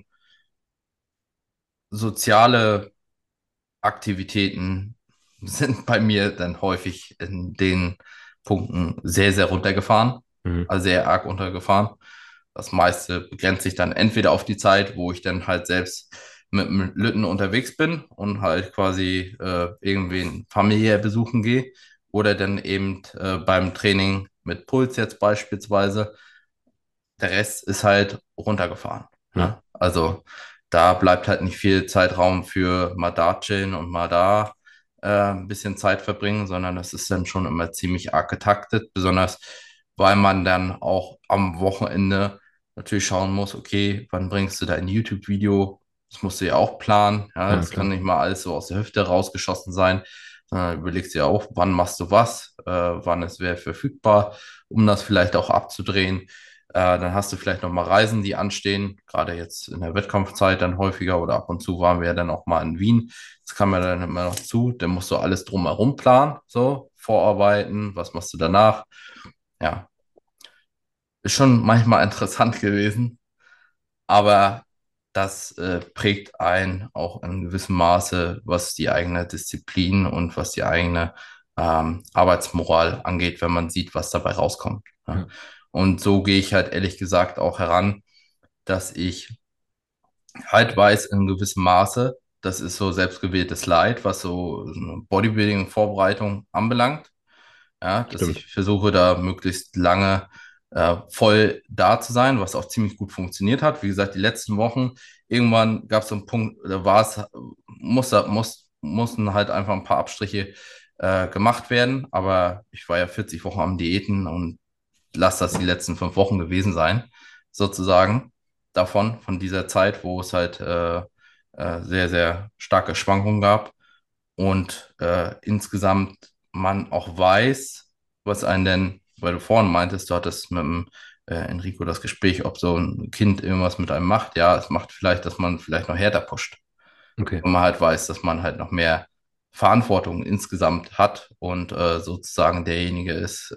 soziale Aktivitäten sind bei mir dann häufig in den Punkten sehr, sehr runtergefahren, Mhm. also sehr arg runtergefahren. Das meiste begrenzt sich dann entweder auf die Zeit, wo ich dann halt selbst mit dem Lütten unterwegs bin und halt quasi irgendwen familiär besuchen gehe oder dann eben beim Training mit Puls jetzt beispielsweise. Der Rest ist halt runtergefahren. Ja, Ne? Also da bleibt halt nicht viel Zeitraum für mal da chillen und mal da ein bisschen Zeit verbringen, sondern das ist dann schon immer ziemlich arg getaktet, besonders weil man dann auch am Wochenende natürlich schauen muss, okay, wann bringst du da ein YouTube-Video? Das musst du ja auch planen. Ja, ja, das kann klar. nicht mal alles so aus der Hüfte rausgeschossen sein, sondern überlegst dir auch, wann machst du was, wann es wäre verfügbar, um das vielleicht auch abzudrehen. Dann hast du vielleicht noch mal Reisen, die anstehen, gerade jetzt in der Wettkampfzeit dann häufiger oder ab und zu waren wir ja dann auch mal in Wien. Das kam ja dann immer noch zu. Dann musst du alles drumherum planen, so vorarbeiten. Was machst du danach? Ja, ist schon manchmal interessant gewesen, aber das prägt einen auch in gewissem Maße, was die eigene Disziplin und was die eigene Arbeitsmoral angeht, wenn man sieht, was dabei rauskommt. Ja. Ja, Und so gehe ich halt ehrlich gesagt auch heran, dass ich halt weiß in gewissem Maße, das ist so selbstgewähltes Leid, was so Bodybuilding-Vorbereitung anbelangt. Ja, dass stimmt. ich versuche, da möglichst lange voll da zu sein, was auch ziemlich gut funktioniert hat. Wie gesagt, die letzten Wochen, irgendwann gab es so einen Punkt, da war es, mussten halt einfach ein paar Abstriche gemacht werden. Aber ich war ja 40 Wochen am Diäten und lass das die letzten 5 Wochen gewesen sein, sozusagen, von dieser Zeit, wo es halt sehr, sehr starke Schwankungen gab und insgesamt man auch weiß, was einen denn, weil du vorhin meintest, du hattest mit dem Enrico das Gespräch, ob so ein Kind irgendwas mit einem macht. Ja, es macht vielleicht, dass man vielleicht noch härter pusht. Okay, Und man halt weiß, dass man halt noch mehr Verantwortung insgesamt hat und sozusagen derjenige ist,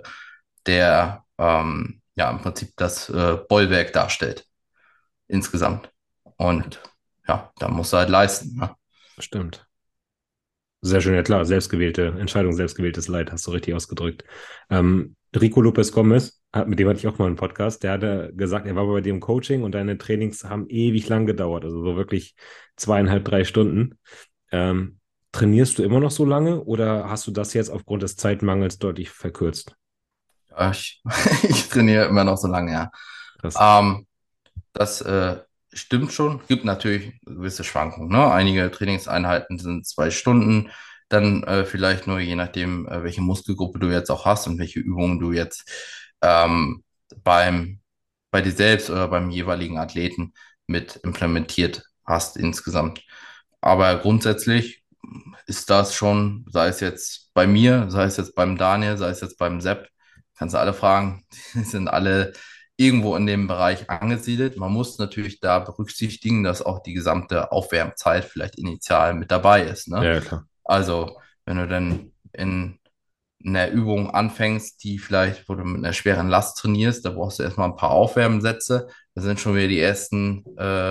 der ja im Prinzip das Bollwerk darstellt, insgesamt. Und ja, da musst du halt leisten. Ne? stimmt. Sehr schön, ja klar, selbstgewählte Entscheidung, selbstgewähltes Leid, hast du richtig ausgedrückt. Rico Lopez Gomez, mit dem hatte ich auch mal einen Podcast, der hatte gesagt, er war bei dir im Coaching und deine Trainings haben ewig lang gedauert, also so wirklich 2,5, 3 Stunden. Ähm, Trainierst du immer noch so lange oder hast du das jetzt aufgrund des Zeitmangels deutlich verkürzt? Ja, ich trainiere immer noch so lange, ja. Krass. Ähm, Das stimmt schon. Gibt natürlich gewisse Schwankungen. Ne? Einige Trainingseinheiten sind 2 Stunden, dann vielleicht nur je nachdem, welche Muskelgruppe du jetzt auch hast und welche Übungen du jetzt ähm, beim, bei dir selbst oder beim jeweiligen Athleten mit implementiert hast insgesamt. Aber grundsätzlich ist das schon, sei es jetzt bei mir, sei es jetzt beim Daniel, sei es jetzt beim Sepp, kannst du alle fragen, die sind alle irgendwo in dem Bereich angesiedelt. Man muss natürlich da berücksichtigen, dass auch die gesamte Aufwärmzeit vielleicht initial mit dabei ist. Ja, Ne? ja, klar. Also, wenn du dann in einer Übung anfängst, die vielleicht, wo du mit einer schweren Last trainierst, da brauchst du erstmal ein paar Aufwärmsätze. Da sind schon wieder die ersten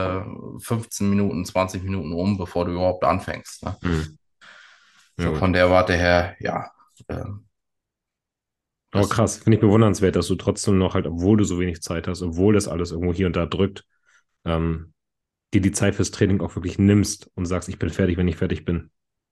15 Minuten, 20 Minuten um, bevor du überhaupt anfängst. Ne? Mhm. Ja, So gut. von der Warte her, ja, ähm, Aber das krass, finde ich bewundernswert, dass du trotzdem noch halt, obwohl du so wenig Zeit hast, obwohl das alles irgendwo hier und da drückt, ähm, dir die Zeit fürs Training auch wirklich nimmst und sagst, ich bin fertig, wenn ich fertig bin.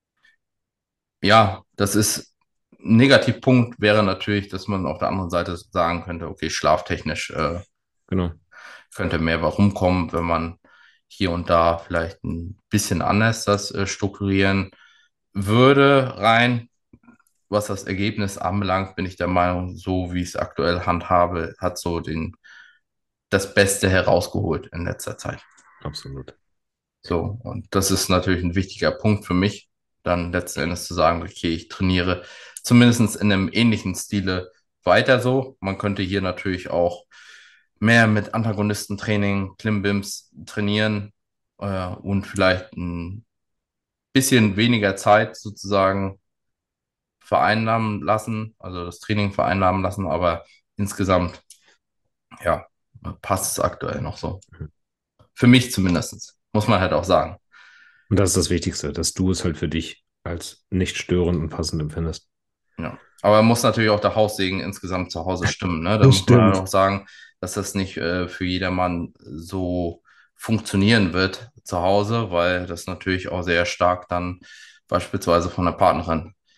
ja, das ist ein Negativpunkt wäre natürlich, dass man auf der anderen Seite sagen könnte, okay, schlaftechnisch Genau. könnte mehr was rumkommen, wenn man hier und da vielleicht ein bisschen anders das strukturieren würde. Rein, was das Ergebnis anbelangt, bin ich der Meinung, so wie ich es aktuell handhabe, hat so das Beste herausgeholt in letzter Zeit. Absolut. So, und das ist natürlich ein wichtiger Punkt für mich, dann letzten Endes zu sagen, okay, ich trainiere zumindest in einem ähnlichen Stile weiter so. Man könnte hier natürlich auch mehr mit Antagonistentraining, Klimbims trainieren und vielleicht ein bisschen weniger Zeit sozusagen vereinnahmen lassen, also das Training vereinnahmen lassen, aber insgesamt, ja, passt es aktuell noch so. Für mich zumindest, muss man halt auch sagen. Und das ist das Wichtigste, dass du es halt für dich als nicht störend und passend empfindest. Ja. Aber muss natürlich auch der Haussegen insgesamt zu Hause stimmen. Ne? Da Das muss man halt stimmt. auch sagen, dass das nicht für jedermann so funktionieren wird zu Hause, weil das natürlich auch sehr stark dann beispielsweise von der Partnerin Ja.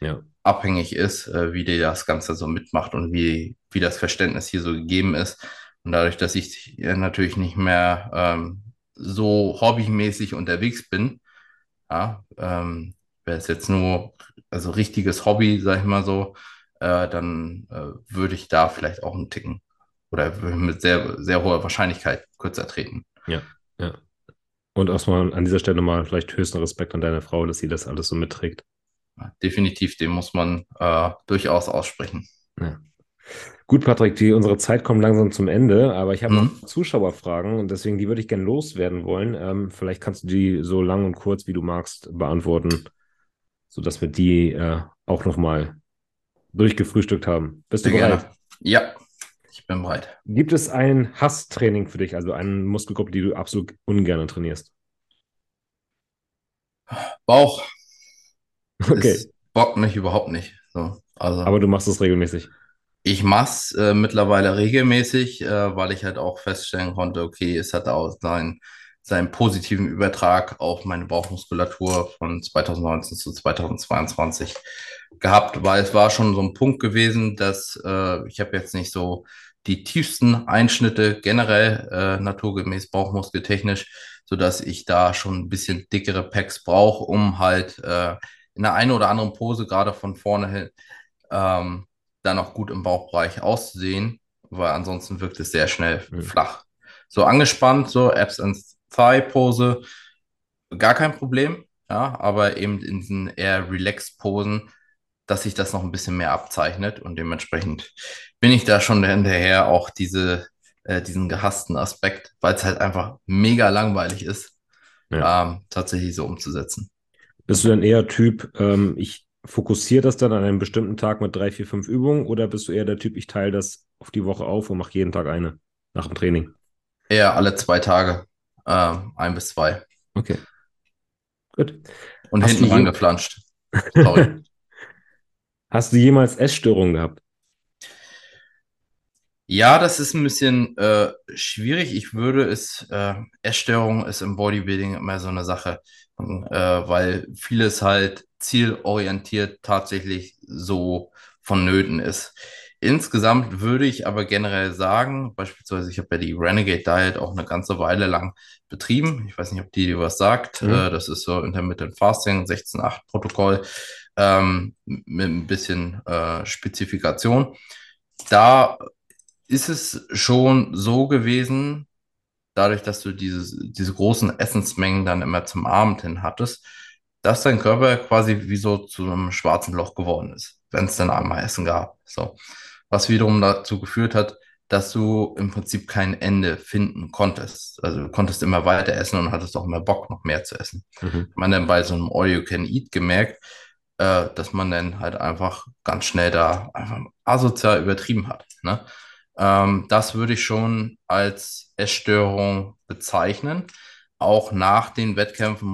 abhängig ist, wie dir das Ganze so mitmacht und wie das Verständnis hier so gegeben ist. Und dadurch, dass ich natürlich nicht mehr so hobbymäßig unterwegs bin, ja, wäre es jetzt nur, also richtiges Hobby, sag ich mal so, dann würde ich da vielleicht auch einen Ticken oder würde mit sehr, sehr hoher Wahrscheinlichkeit kürzer treten. Ja, ja. Und erstmal an dieser Stelle nochmal vielleicht höchsten Respekt an deine Frau, dass sie das alles so mitträgt. Ja, definitiv, den muss man durchaus aussprechen. Ja. Gut, Patrick, unsere Zeit kommt langsam zum Ende, aber ich habe noch Mhm. Zuschauerfragen und deswegen die würde ich gerne loswerden wollen. Vielleicht kannst du die so lang und kurz, wie du magst, beantworten, sodass wir die auch nochmal durchgefrühstückt haben. Bist du Sehr bereit? gerne. Ja, ich bin bereit. Gibt es ein Hasstraining für dich, also eine Muskelgruppe, die du absolut ungern trainierst? Bauch Okay, ist, bockt mich überhaupt nicht. So, also aber du machst es regelmäßig. ich mach's mittlerweile regelmäßig, weil ich halt auch feststellen konnte, okay, es hat auch seinen positiven Übertrag auf meine Bauchmuskulatur von 2019 zu 2022 gehabt, weil es war schon so ein Punkt gewesen, dass ich habe jetzt nicht so die tiefsten Einschnitte generell naturgemäß bauchmuskeltechnisch, sodass ich da schon ein bisschen dickere Packs brauche, um halt in der einen oder anderen Pose gerade von vorne hin ähm, dann auch gut im Bauchbereich auszusehen, weil ansonsten wirkt es sehr schnell Hm. flach. So angespannt, so Abs and Thigh Pose, gar kein Problem, ja, aber eben in diesen eher relaxed Posen, dass sich das noch ein bisschen mehr abzeichnet und dementsprechend bin ich da schon hinterher auch diesen gehassten Aspekt, weil es halt einfach mega langweilig ist, Ja. tatsächlich so umzusetzen. Bist du dann eher Typ, ich fokussiere das dann an einem bestimmten Tag mit 3, 4, 5 Übungen oder bist du eher der Typ, ich teile das auf die Woche auf und mache jeden Tag eine nach dem Training? Eher alle 2 Tage, ein bis zwei. Okay, gut. Und Hast du hinten ran je geflanscht. Sorry. Hast du jemals Essstörungen gehabt? Ja, das ist ein bisschen schwierig. Ich würde Essstörung ist im Bodybuilding immer so eine Sache, weil vieles halt zielorientiert tatsächlich so vonnöten ist. Insgesamt würde ich aber generell sagen, beispielsweise, ich habe ja die Renegade Diet auch eine ganze Weile lang betrieben. Ich weiß nicht, ob die dir was sagt. Mhm. Das ist so Intermittent Fasting, 16:8 Protokoll, mit ein bisschen Spezifikation. Da ist es schon so gewesen, dadurch, dass du diese großen Essensmengen dann immer zum Abend hin hattest, dass dein Körper quasi wie so zu einem schwarzen Loch geworden ist, wenn es dann einmal Essen gab. So. Was wiederum dazu geführt hat, dass du im Prinzip kein Ende finden konntest. Also du konntest immer weiter essen und hattest auch immer Bock, noch mehr zu essen. Mhm. Man dann bei so einem All You Can Eat gemerkt, dass man dann halt einfach ganz schnell da einfach asozial übertrieben hat. Ne? Das würde ich schon als Essstörung bezeichnen. Auch nach den Wettkämpfen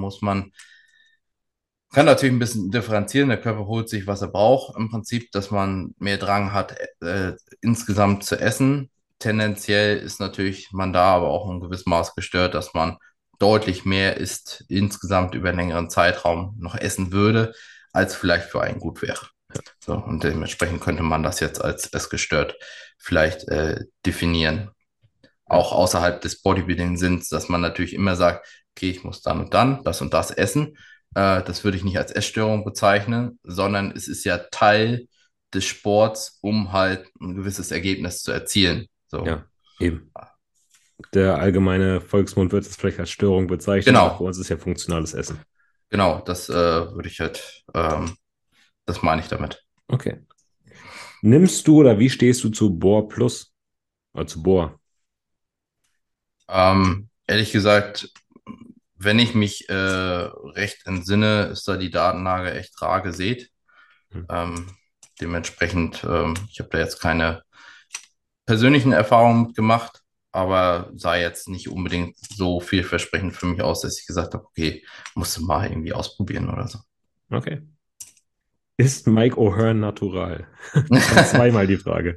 kann natürlich ein bisschen differenzieren. Der Körper holt sich, was er braucht. Im Prinzip, dass man mehr Drang hat, insgesamt zu essen. Tendenziell ist natürlich man da aber auch in gewissem Maß gestört, dass man deutlich mehr isst, insgesamt über einen längeren Zeitraum noch essen würde, als vielleicht für einen gut wäre. So, und dementsprechend könnte man das jetzt als essgestört vielleicht definieren. Ja. Auch außerhalb des Bodybuilding-Sinns, dass man natürlich immer sagt, okay, ich muss dann und das essen. Das würde ich nicht als Essstörung bezeichnen, sondern es ist ja Teil des Sports, um halt ein gewisses Ergebnis zu erzielen. So, Ja, eben. Der allgemeine Volksmund wird es vielleicht als Störung bezeichnen, aber für genau, uns ist ja funktionales Essen. genau, das würde ich halt, das meine ich damit. Okay. Nimmst du oder wie stehst du zu Bohr Plus? Oder zu Bohr? Ehrlich gesagt, wenn ich mich recht entsinne, ist da die Datenlage echt rar gesät. Hm. Ähm, dementsprechend, ich habe da jetzt keine persönlichen Erfahrungen mitgemacht, aber sah jetzt nicht unbedingt so vielversprechend für mich aus, dass ich gesagt habe, okay, musst du mal irgendwie ausprobieren oder so. Okay. Ist Mike O'Hearn natural? Schon zweimal die Frage.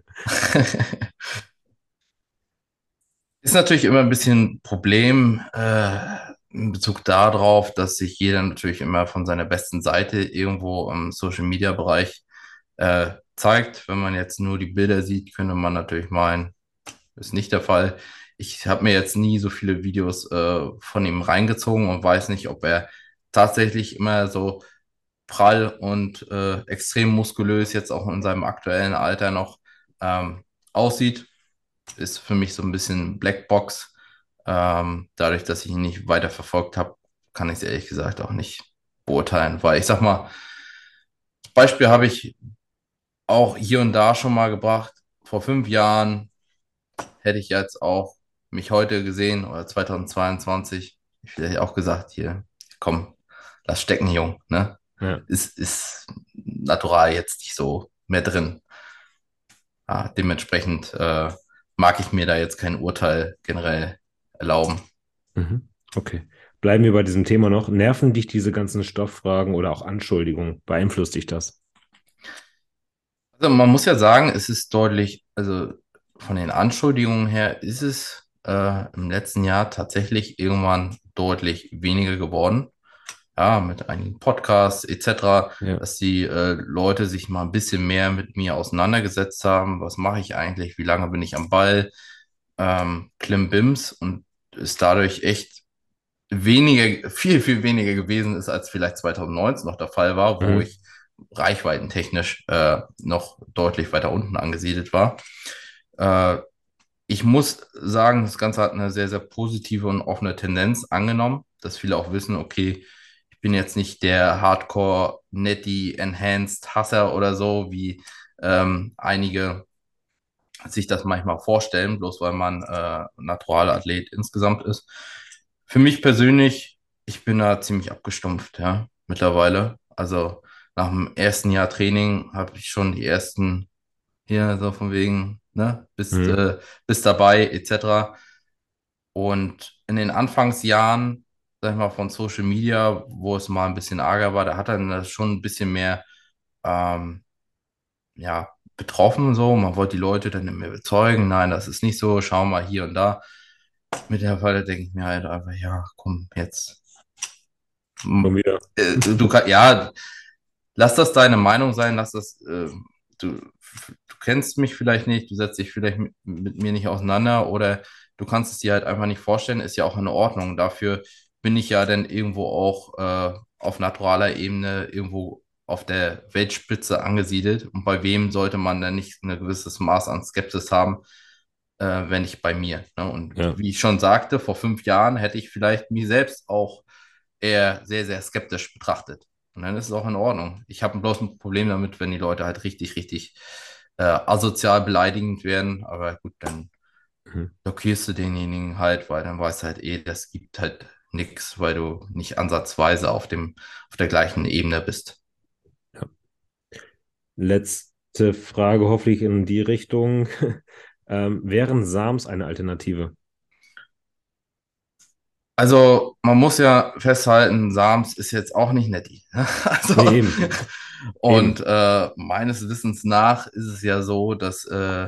Ist natürlich immer ein bisschen ein Problem in Bezug darauf, dass sich jeder natürlich immer von seiner besten Seite irgendwo im Social Media Bereich zeigt. Wenn man jetzt nur die Bilder sieht, könnte man natürlich meinen, ist nicht der Fall. Ich habe mir jetzt nie so viele Videos von ihm reingezogen und weiß nicht, ob er tatsächlich immer so prall und extrem muskulös jetzt auch in seinem aktuellen Alter noch aussieht. Ist für mich so ein bisschen Blackbox. Dadurch, dass ich ihn nicht weiter verfolgt habe, kann ich es ehrlich gesagt auch nicht beurteilen, weil ich sag mal, Beispiel habe ich auch hier und da schon mal gebracht. Vor 5 Jahren hätte ich jetzt auch mich heute gesehen oder 2022, ich hätte auch gesagt, hier, komm, lass stecken, Jung, ne? Ja. Ist natural jetzt nicht so mehr drin. Dementsprechend mag ich mir da jetzt kein Urteil generell erlauben. Mhm. Okay. Bleiben wir bei diesem Thema noch. Nerven dich diese ganzen Stofffragen oder auch Anschuldigungen? Beeinflusst dich das? Also man muss ja sagen, es ist deutlich, also von den Anschuldigungen her ist es im letzten Jahr tatsächlich irgendwann deutlich weniger geworden. Ja, mit einigen Podcasts etc., Ja. dass die Leute sich mal ein bisschen mehr mit mir auseinandergesetzt haben. Was mache ich eigentlich? Wie lange bin ich am Ball? Klimbims und ist dadurch echt weniger, viel, viel weniger gewesen ist, als vielleicht 2019 noch der Fall war, wo Mhm. ich reichweitentechnisch noch deutlich weiter unten angesiedelt war. Äh, Ich muss sagen, das Ganze hat eine sehr, sehr positive und offene Tendenz angenommen, dass viele auch wissen, okay, ich bin jetzt nicht der Hardcore Netty Enhanced Hasser oder so, wie einige sich das manchmal vorstellen, bloß weil man Naturalathlet insgesamt ist. Für mich persönlich, ich bin da ziemlich abgestumpft, ja, mittlerweile. Also nach dem ersten Jahr Training habe ich schon die ersten hier so von wegen, ne, Mhm. bist dabei, etc. Und in den Anfangsjahren, sag ich mal, von Social Media, wo es mal ein bisschen arger war, da hat dann das schon ein bisschen mehr ähm, ja, betroffen so. Man wollte die Leute dann immer überzeugen, nein, das ist nicht so, schau mal hier und da. Mittlerweile denke ich mir halt einfach, ja, komm, jetzt. Schon wieder. Du kannst, ja, lass das deine Meinung sein, du kennst mich vielleicht nicht, du setzt dich vielleicht mit mir nicht auseinander oder du kannst es dir halt einfach nicht vorstellen, ist ja auch in Ordnung. Dafür bin ich ja dann irgendwo auch auf naturaler Ebene irgendwo auf der Weltspitze angesiedelt. Und bei wem sollte man dann nicht ein gewisses Maß an Skepsis haben, wenn nicht bei mir? Ne? Und Ja. wie ich schon sagte, vor 5 Jahren hätte ich vielleicht mich selbst auch eher sehr, sehr skeptisch betrachtet. Und dann ist es auch in Ordnung. Ich habe bloß ein Problem damit, wenn die Leute halt richtig, richtig asozial beleidigend werden. Aber gut, dann Mhm. blockierst du denjenigen halt, weil dann weißt du halt das gibt halt nichts, weil du nicht ansatzweise auf der gleichen Ebene bist. Ja. Letzte Frage, hoffentlich in die Richtung. Wären Sams eine Alternative? Also, man muss ja festhalten, Sams ist jetzt auch nicht nett. Nee, Also, eben. und Eben. meines Wissens nach ist es ja so, dass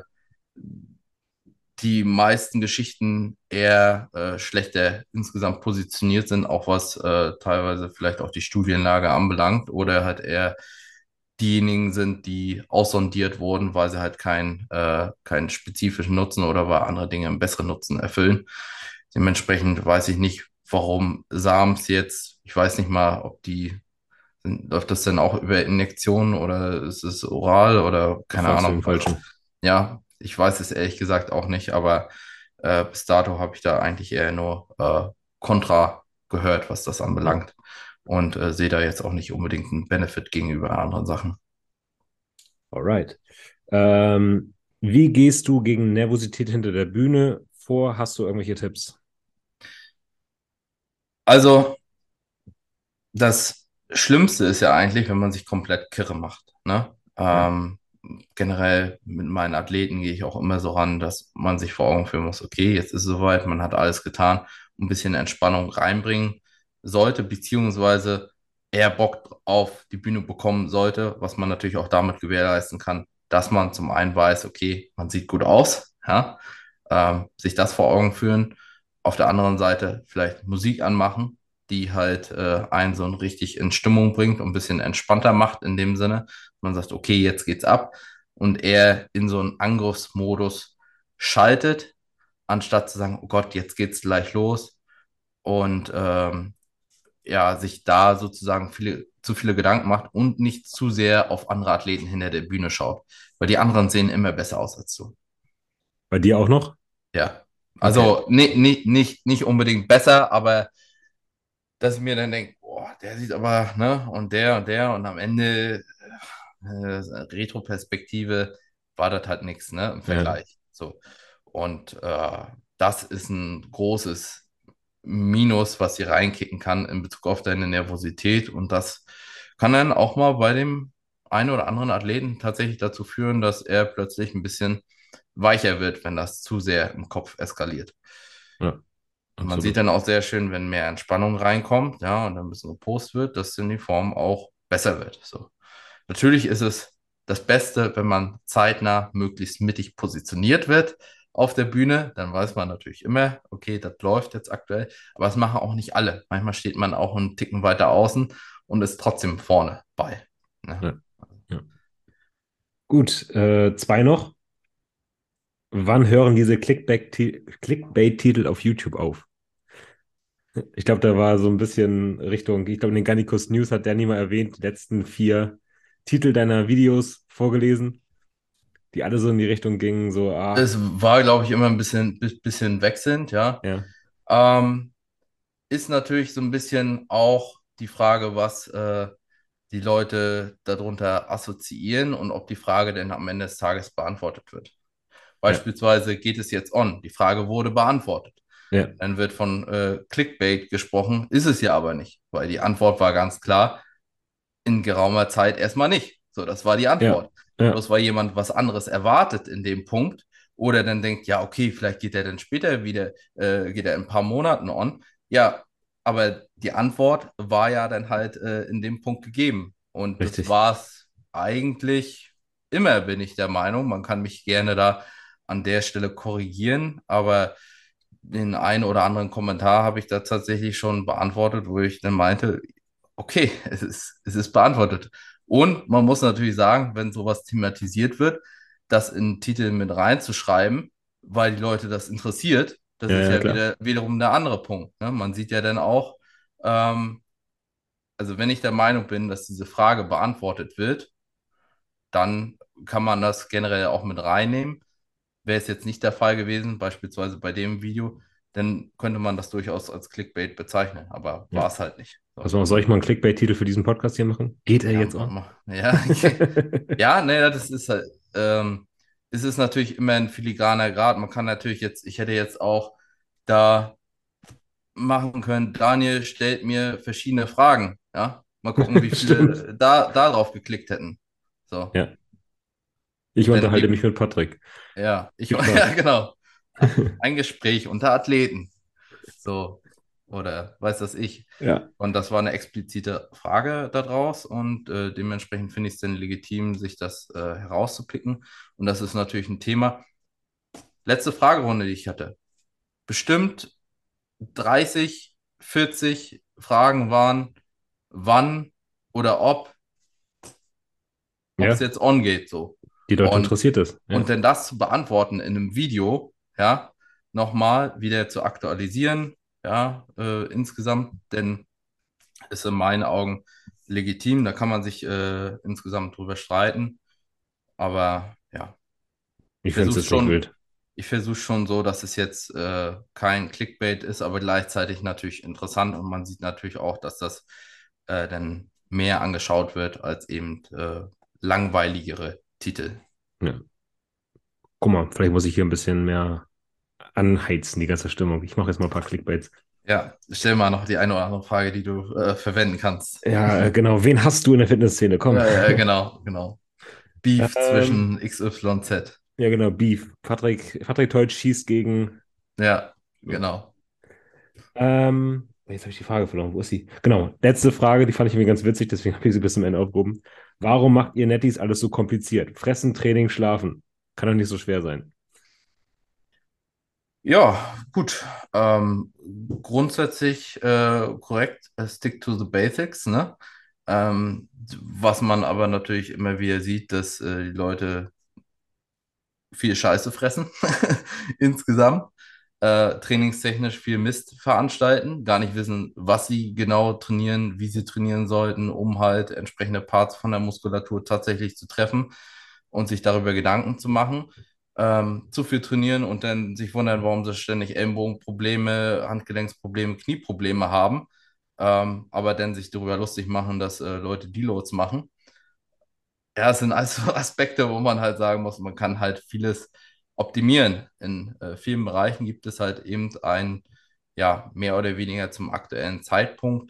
die meisten Geschichten eher schlechter insgesamt positioniert sind, auch was teilweise vielleicht auch die Studienlage anbelangt, oder halt eher diejenigen sind, die aussondiert wurden, weil sie halt keinen spezifischen Nutzen oder weil andere Dinge einen besseren Nutzen erfüllen. Dementsprechend weiß ich nicht, warum Sams jetzt, ich weiß nicht mal, ob die, läuft das denn auch über Injektionen oder ist es oral oder Da keine fragst du Ahnung. den Falschen. Ja, ich weiß es ehrlich gesagt auch nicht, aber bis dato habe ich da eigentlich eher nur Kontra gehört, was das Ja. anbelangt. Und sehe da jetzt auch nicht unbedingt einen Benefit gegenüber anderen Sachen. Alright. Wie gehst du gegen Nervosität hinter der Bühne vor? Hast du irgendwelche Tipps? Also, das Schlimmste ist ja eigentlich, wenn man sich komplett kirre macht, ne? Ja. Generell mit meinen Athleten gehe ich auch immer so ran, dass man sich vor Augen führen muss, okay, jetzt ist es soweit, man hat alles getan, ein bisschen Entspannung reinbringen sollte, beziehungsweise eher Bock auf die Bühne bekommen sollte, was man natürlich auch damit gewährleisten kann, dass man zum einen weiß, okay, man sieht gut aus, ja, sich das vor Augen führen, auf der anderen Seite vielleicht Musik anmachen, die halt einen so richtig in Stimmung bringt und ein bisschen entspannter macht in dem Sinne. Man sagt, okay, jetzt geht's ab und er in so einen Angriffsmodus schaltet, anstatt zu sagen, oh Gott, jetzt geht's gleich los und ja, sich da sozusagen zu viele Gedanken macht und nicht zu sehr auf andere Athleten hinter der Bühne schaut, weil die anderen sehen immer besser aus als du. Bei dir auch noch? Ja. Okay. Also nicht unbedingt besser, aber dass ich mir dann denke, boah, der sieht aber, ne, und der und am Ende Retroperspektive war das halt nichts, ne, im Ja. Vergleich. So. Und das ist ein großes Minus, was sie reinkicken kann in Bezug auf deine Nervosität. Und das kann dann auch mal bei dem einen oder anderen Athleten tatsächlich dazu führen, dass er plötzlich ein bisschen weicher wird, wenn das zu sehr im Kopf eskaliert. Ja, Man sieht absolut. dann auch sehr schön, wenn mehr Entspannung reinkommt, ja, und dann ein bisschen gepost wird, dass dann die Form auch besser wird. So. Natürlich ist es das Beste, wenn man zeitnah möglichst mittig positioniert wird auf der Bühne. Dann weiß man natürlich immer, okay, das läuft jetzt aktuell. Aber das machen auch nicht alle. Manchmal steht man auch einen Ticken weiter außen und ist trotzdem vorne bei. Ne? Ja. Ja. Gut, zwei noch. Wann hören diese Clickbait-Titel auf YouTube auf? Ich glaube, da war so ein bisschen Richtung, ich glaube, in den Gannikus News hat der nie mal erwähnt, die letzten vier Titel deiner Videos vorgelesen, die alle so in die Richtung gingen, so, Es war, glaube ich, immer ein bisschen wechselnd, ja. ja, Ähm, ist natürlich so ein bisschen auch die Frage, was die Leute darunter assoziieren und ob die Frage denn am Ende des Tages beantwortet wird. ja, Beispielsweise geht es jetzt on. Die Frage wurde beantwortet. ja, Dann wird von Clickbait gesprochen, ist es ja aber nicht, weil die Antwort war ganz klar, in geraumer Zeit erstmal nicht. So, das war die ja, Antwort. ja, Bloß weil jemand was anderes erwartet in dem Punkt oder dann denkt, ja, okay, vielleicht geht er dann später wieder, geht er in ein paar Monaten on. Ja, aber die Antwort war ja dann halt in dem Punkt gegeben. Und das richtig. war es eigentlich immer, bin ich der Meinung. Man kann mich gerne da an der Stelle korrigieren, aber den einen oder anderen Kommentar habe ich da tatsächlich schon beantwortet, wo ich dann meinte, okay, es ist beantwortet. Und man muss natürlich sagen, wenn sowas thematisiert wird, das in Titel mit reinzuschreiben, weil die Leute das interessiert, das Ja, ist ja, ja klar. wiederum der andere Punkt. Ne? Man sieht ja dann auch, ähm, also wenn ich der Meinung bin, dass diese Frage beantwortet wird, dann kann man das generell auch mit reinnehmen. Wäre es jetzt nicht der Fall gewesen, beispielsweise bei dem Video, dann könnte man das durchaus als Clickbait bezeichnen, aber Ja. war es halt nicht. So. Also soll ich mal einen Clickbait-Titel für diesen Podcast hier machen? Geht er Ja, jetzt on? ja, ja, nee, das ist halt, es ist natürlich immer ein filigraner Grad. Man kann natürlich jetzt, ich hätte jetzt auch da machen können, Daniel stellt mir verschiedene Fragen, ja. Mal gucken, wie Stimmt. viele da drauf geklickt hätten. So. Ja, ich Denn unterhalte mich mit Patrick. ja, Viel ja, Spaß. genau. Ein Gespräch unter Athleten. So, oder weiß das ich. Ja, Und das war eine explizite Frage daraus und dementsprechend finde ich es dann legitim, sich das herauszupicken. Und das ist natürlich ein Thema. Letzte Fragerunde, die ich hatte. Bestimmt 30, 40 Fragen waren, wann oder ob es ja, jetzt on geht, so. die Leute Und, interessiert es. und Ja, dann das zu beantworten in einem Video, ja, nochmal wieder zu aktualisieren, ja, insgesamt, denn ist in meinen Augen legitim. Da kann man sich insgesamt drüber streiten. Aber ja, ich ich finde es versuche jetzt nicht schon, wild. ich versuche schon so, dass es jetzt kein Clickbait ist, aber gleichzeitig natürlich interessant und man sieht natürlich auch, dass das dann mehr angeschaut wird als eben langweiligere Titel. Ja. Guck mal, vielleicht muss ich hier ein bisschen mehr anheizen, die ganze Stimmung. Ich mache jetzt mal ein paar Clickbaits. Ja, stell mal noch die eine oder andere Frage, die du verwenden kannst. Ja, genau. Wen hast du in der Fitnessszene? Komm. Ja, ja, genau, genau. Beef Ähm, zwischen XYZ. ja, genau, Beef. Patrick Teutsch schießt gegen. Ja, So. genau. Jetzt habe ich die Frage verloren. Wo ist sie? Genau, letzte Frage, die fand ich mir ganz witzig, deswegen habe ich sie bis zum Ende aufgehoben. Warum macht ihr Netties alles so kompliziert? Fressen, Training, Schlafen. Kann doch nicht so schwer sein. Ja, Gut, grundsätzlich korrekt, stick to the basics, ne? Was man aber natürlich immer wieder sieht, dass die Leute viel Scheiße fressen insgesamt, trainingstechnisch viel Mist veranstalten, gar nicht wissen, was sie genau trainieren, wie sie trainieren sollten, um halt entsprechende Parts von der Muskulatur tatsächlich zu treffen und sich darüber Gedanken zu machen. Zu viel trainieren und dann sich wundern, warum sie ständig Ellenbogenprobleme, Handgelenksprobleme, Knieprobleme haben, aber dann sich darüber lustig machen, dass Leute Deloads machen. Ja, es sind also Aspekte, wo man halt sagen muss, man kann halt vieles optimieren. In vielen Bereichen gibt es halt eben einen, ja, mehr oder weniger zum aktuellen Zeitpunkt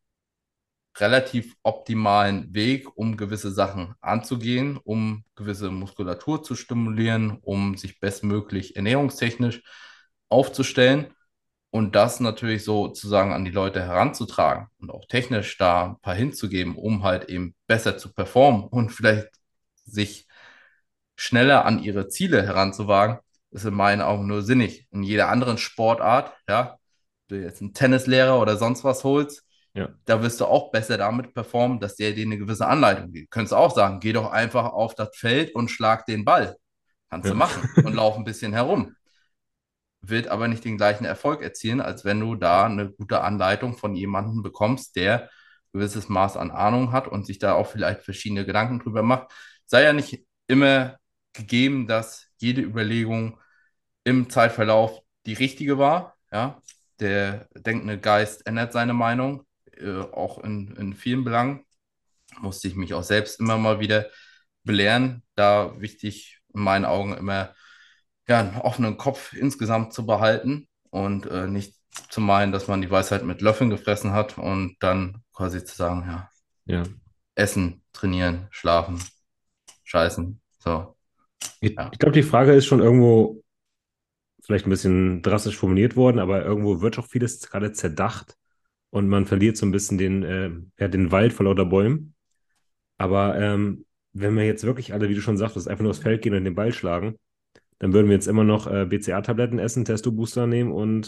relativ optimalen Weg, um gewisse Sachen anzugehen, um gewisse Muskulatur zu stimulieren, um sich bestmöglich ernährungstechnisch aufzustellen und das natürlich sozusagen an die Leute heranzutragen und auch technisch da ein paar hinzugeben, um halt eben besser zu performen und vielleicht sich schneller an ihre Ziele heranzuwagen, ist in meinen Augen nur sinnig. In jeder anderen Sportart, ja, du jetzt einen Tennislehrer oder sonst was holst, Ja, da wirst du auch besser damit performen, dass der dir eine gewisse Anleitung gibt. Könntest du auch sagen, geh doch einfach auf das Feld und schlag den Ball. Kannst du ja, machen und lauf ein bisschen herum. Wird aber nicht den gleichen Erfolg erzielen, als wenn du da eine gute Anleitung von jemandem bekommst, der ein gewisses Maß an Ahnung hat und sich da auch vielleicht verschiedene Gedanken drüber macht. Sei ja nicht immer gegeben, dass jede Überlegung im Zeitverlauf die richtige war. Ja? Der denkende Geist ändert seine Meinung, auch in vielen Belangen. Musste ich mich auch selbst immer mal wieder belehren. Da wichtig in meinen Augen immer ja, einen offenen Kopf insgesamt zu behalten und nicht zu meinen, dass man die Weisheit mit Löffeln gefressen hat und dann quasi zu sagen, ja, ja. essen, trainieren, schlafen, scheißen. So, Ich ja. glaube, die Frage ist schon irgendwo vielleicht ein bisschen drastisch formuliert worden, aber irgendwo wird auch vieles gerade zerdacht und man verliert so ein bisschen ja, den Wald vor lauter Bäumen. Aber wenn wir jetzt wirklich alle, wie du schon sagtest, einfach nur aufs Feld gehen und den Ball schlagen, dann würden wir jetzt immer noch BCA-Tabletten essen, Testo-Booster nehmen und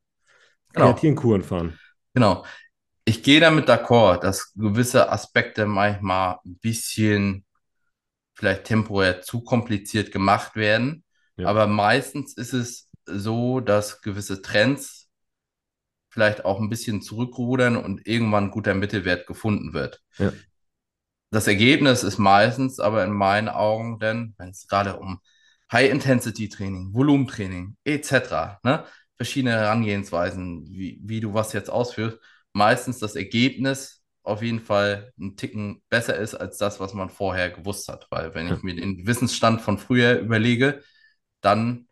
Genau, Kreatinkuren fahren. genau. Ich gehe damit d'accord, dass gewisse Aspekte manchmal ein bisschen vielleicht temporär zu kompliziert gemacht werden. Ja, Aber meistens ist es so, dass gewisse Trends vielleicht auch ein bisschen zurückrudern und irgendwann ein guter Mittelwert gefunden wird. ja, Das Ergebnis ist meistens aber in meinen Augen dann, wenn es gerade um High-Intensity-Training, Volumentraining etc., ne, verschiedene Herangehensweisen, wie du was jetzt ausführst, meistens das Ergebnis auf jeden Fall einen Ticken besser ist als das, was man vorher gewusst hat. Weil wenn ja, ich mir den Wissensstand von früher überlege, dann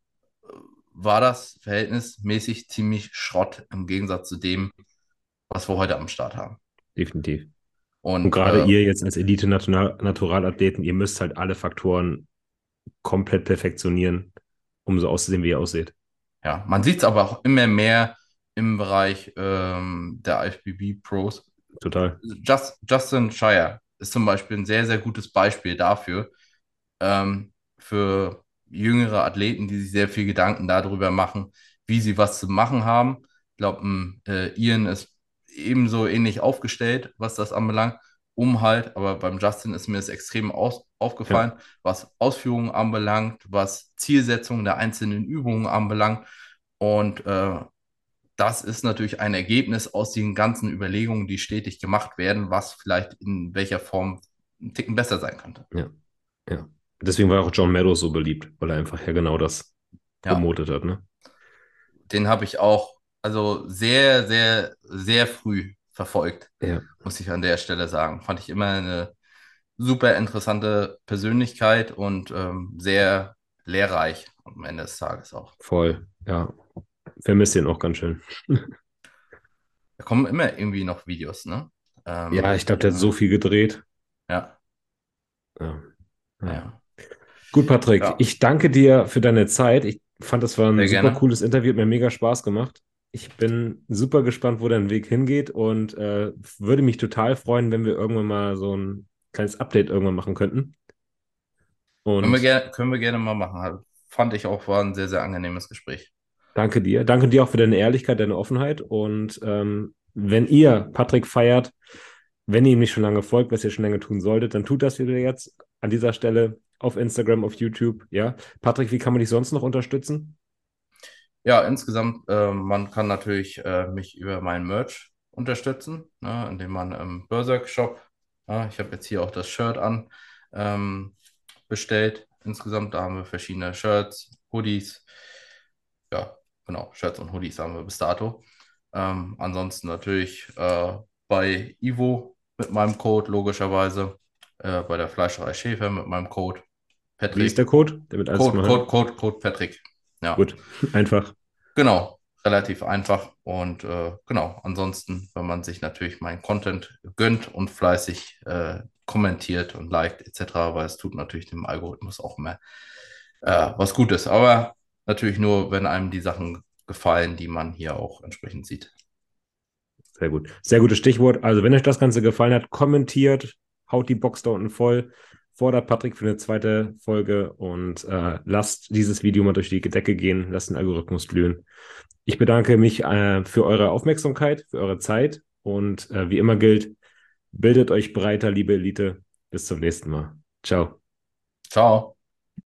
war das verhältnismäßig ziemlich Schrott im Gegensatz zu dem, was wir heute am Start haben. definitiv. Und Und gerade ihr jetzt als Elite-Naturalathleten, ihr müsst halt alle Faktoren komplett perfektionieren, um so auszusehen, wie ihr aussieht. ja, man sieht es aber auch immer mehr im Bereich der IFBB-Pros. Total. Justin Shire ist zum Beispiel ein sehr, sehr gutes Beispiel dafür, für jüngere Athleten, die sich sehr viel Gedanken darüber machen, wie sie was zu machen haben. Ich glaube, Ian ist ebenso ähnlich aufgestellt, was das anbelangt, um halt, aber beim Justin ist mir das extrem Ja, aufgefallen, was Ausführungen anbelangt, was Zielsetzungen der einzelnen Übungen anbelangt. Und das ist natürlich ein Ergebnis aus den ganzen Überlegungen, die stetig gemacht werden, was vielleicht in welcher Form ein Ticken besser sein könnte. ja, ja. Deswegen war auch John Meadows so beliebt, weil er einfach ja genau das Ja, promotet hat, ne? den habe ich auch also sehr, sehr, sehr früh verfolgt, Ja, muss ich an der Stelle sagen. Fand ich immer eine super interessante Persönlichkeit und sehr lehrreich am Ende des Tages auch. voll. Ja, vermisst ihn auch ganz schön. Da kommen immer irgendwie noch Videos, ne? Ja, ich glaube, der hat so Ja, viel gedreht. ja, Ja, ja. ja, Gut, Patrick, ja, ich danke dir für deine Zeit. Ich fand, das war ein sehr super gerne. cooles Interview, hat mir mega Spaß gemacht. Ich bin super gespannt, wo dein Weg hingeht und würde mich total freuen, wenn wir irgendwann mal so ein kleines Update irgendwann machen könnten. Und Können wir gerne mal machen. Fand ich auch, war ein sehr, sehr angenehmes Gespräch. Danke dir. Danke dir auch für deine Ehrlichkeit, deine Offenheit. Und wenn ihr Patrick feiert, wenn ihr ihm nicht schon lange folgt, was ihr schon lange tun solltet, dann tut das wieder jetzt an dieser Stelle auf Instagram, auf YouTube. Ja, Patrick, wie kann man dich sonst noch unterstützen? Ja, insgesamt, man kann natürlich mich über mein Merch unterstützen, ne, indem man im Berserk-Shop, ich habe jetzt hier auch das Shirt an, ähm, bestellt. Insgesamt, da haben wir verschiedene Shirts, Hoodies, ja, genau, Shirts und Hoodies haben wir bis dato. Ansonsten natürlich bei Ivo mit meinem Code, logischerweise, bei der Fleischerei Schäfer mit meinem Code, Wie ist der Patrick, Code, damit alles mal hören? Code Patrick. Ja. Gut, einfach. Genau, relativ einfach. Und genau, ansonsten, wenn man sich natürlich meinen Content gönnt und fleißig kommentiert und liked etc., weil es tut natürlich dem Algorithmus auch mehr was Gutes. Aber natürlich nur, wenn einem die Sachen gefallen, die man hier auch entsprechend sieht. Sehr gut. Sehr gutes Stichwort. Also, wenn euch das Ganze gefallen hat, kommentiert, haut die Box da unten voll, fordert Patrick für eine zweite Folge und lasst dieses Video mal durch die Decke gehen, lasst den Algorithmus glühen. Ich bedanke mich für eure Aufmerksamkeit, für eure Zeit und wie immer gilt, bildet euch breiter, liebe Elite. Bis zum nächsten Mal. Ciao. Ciao.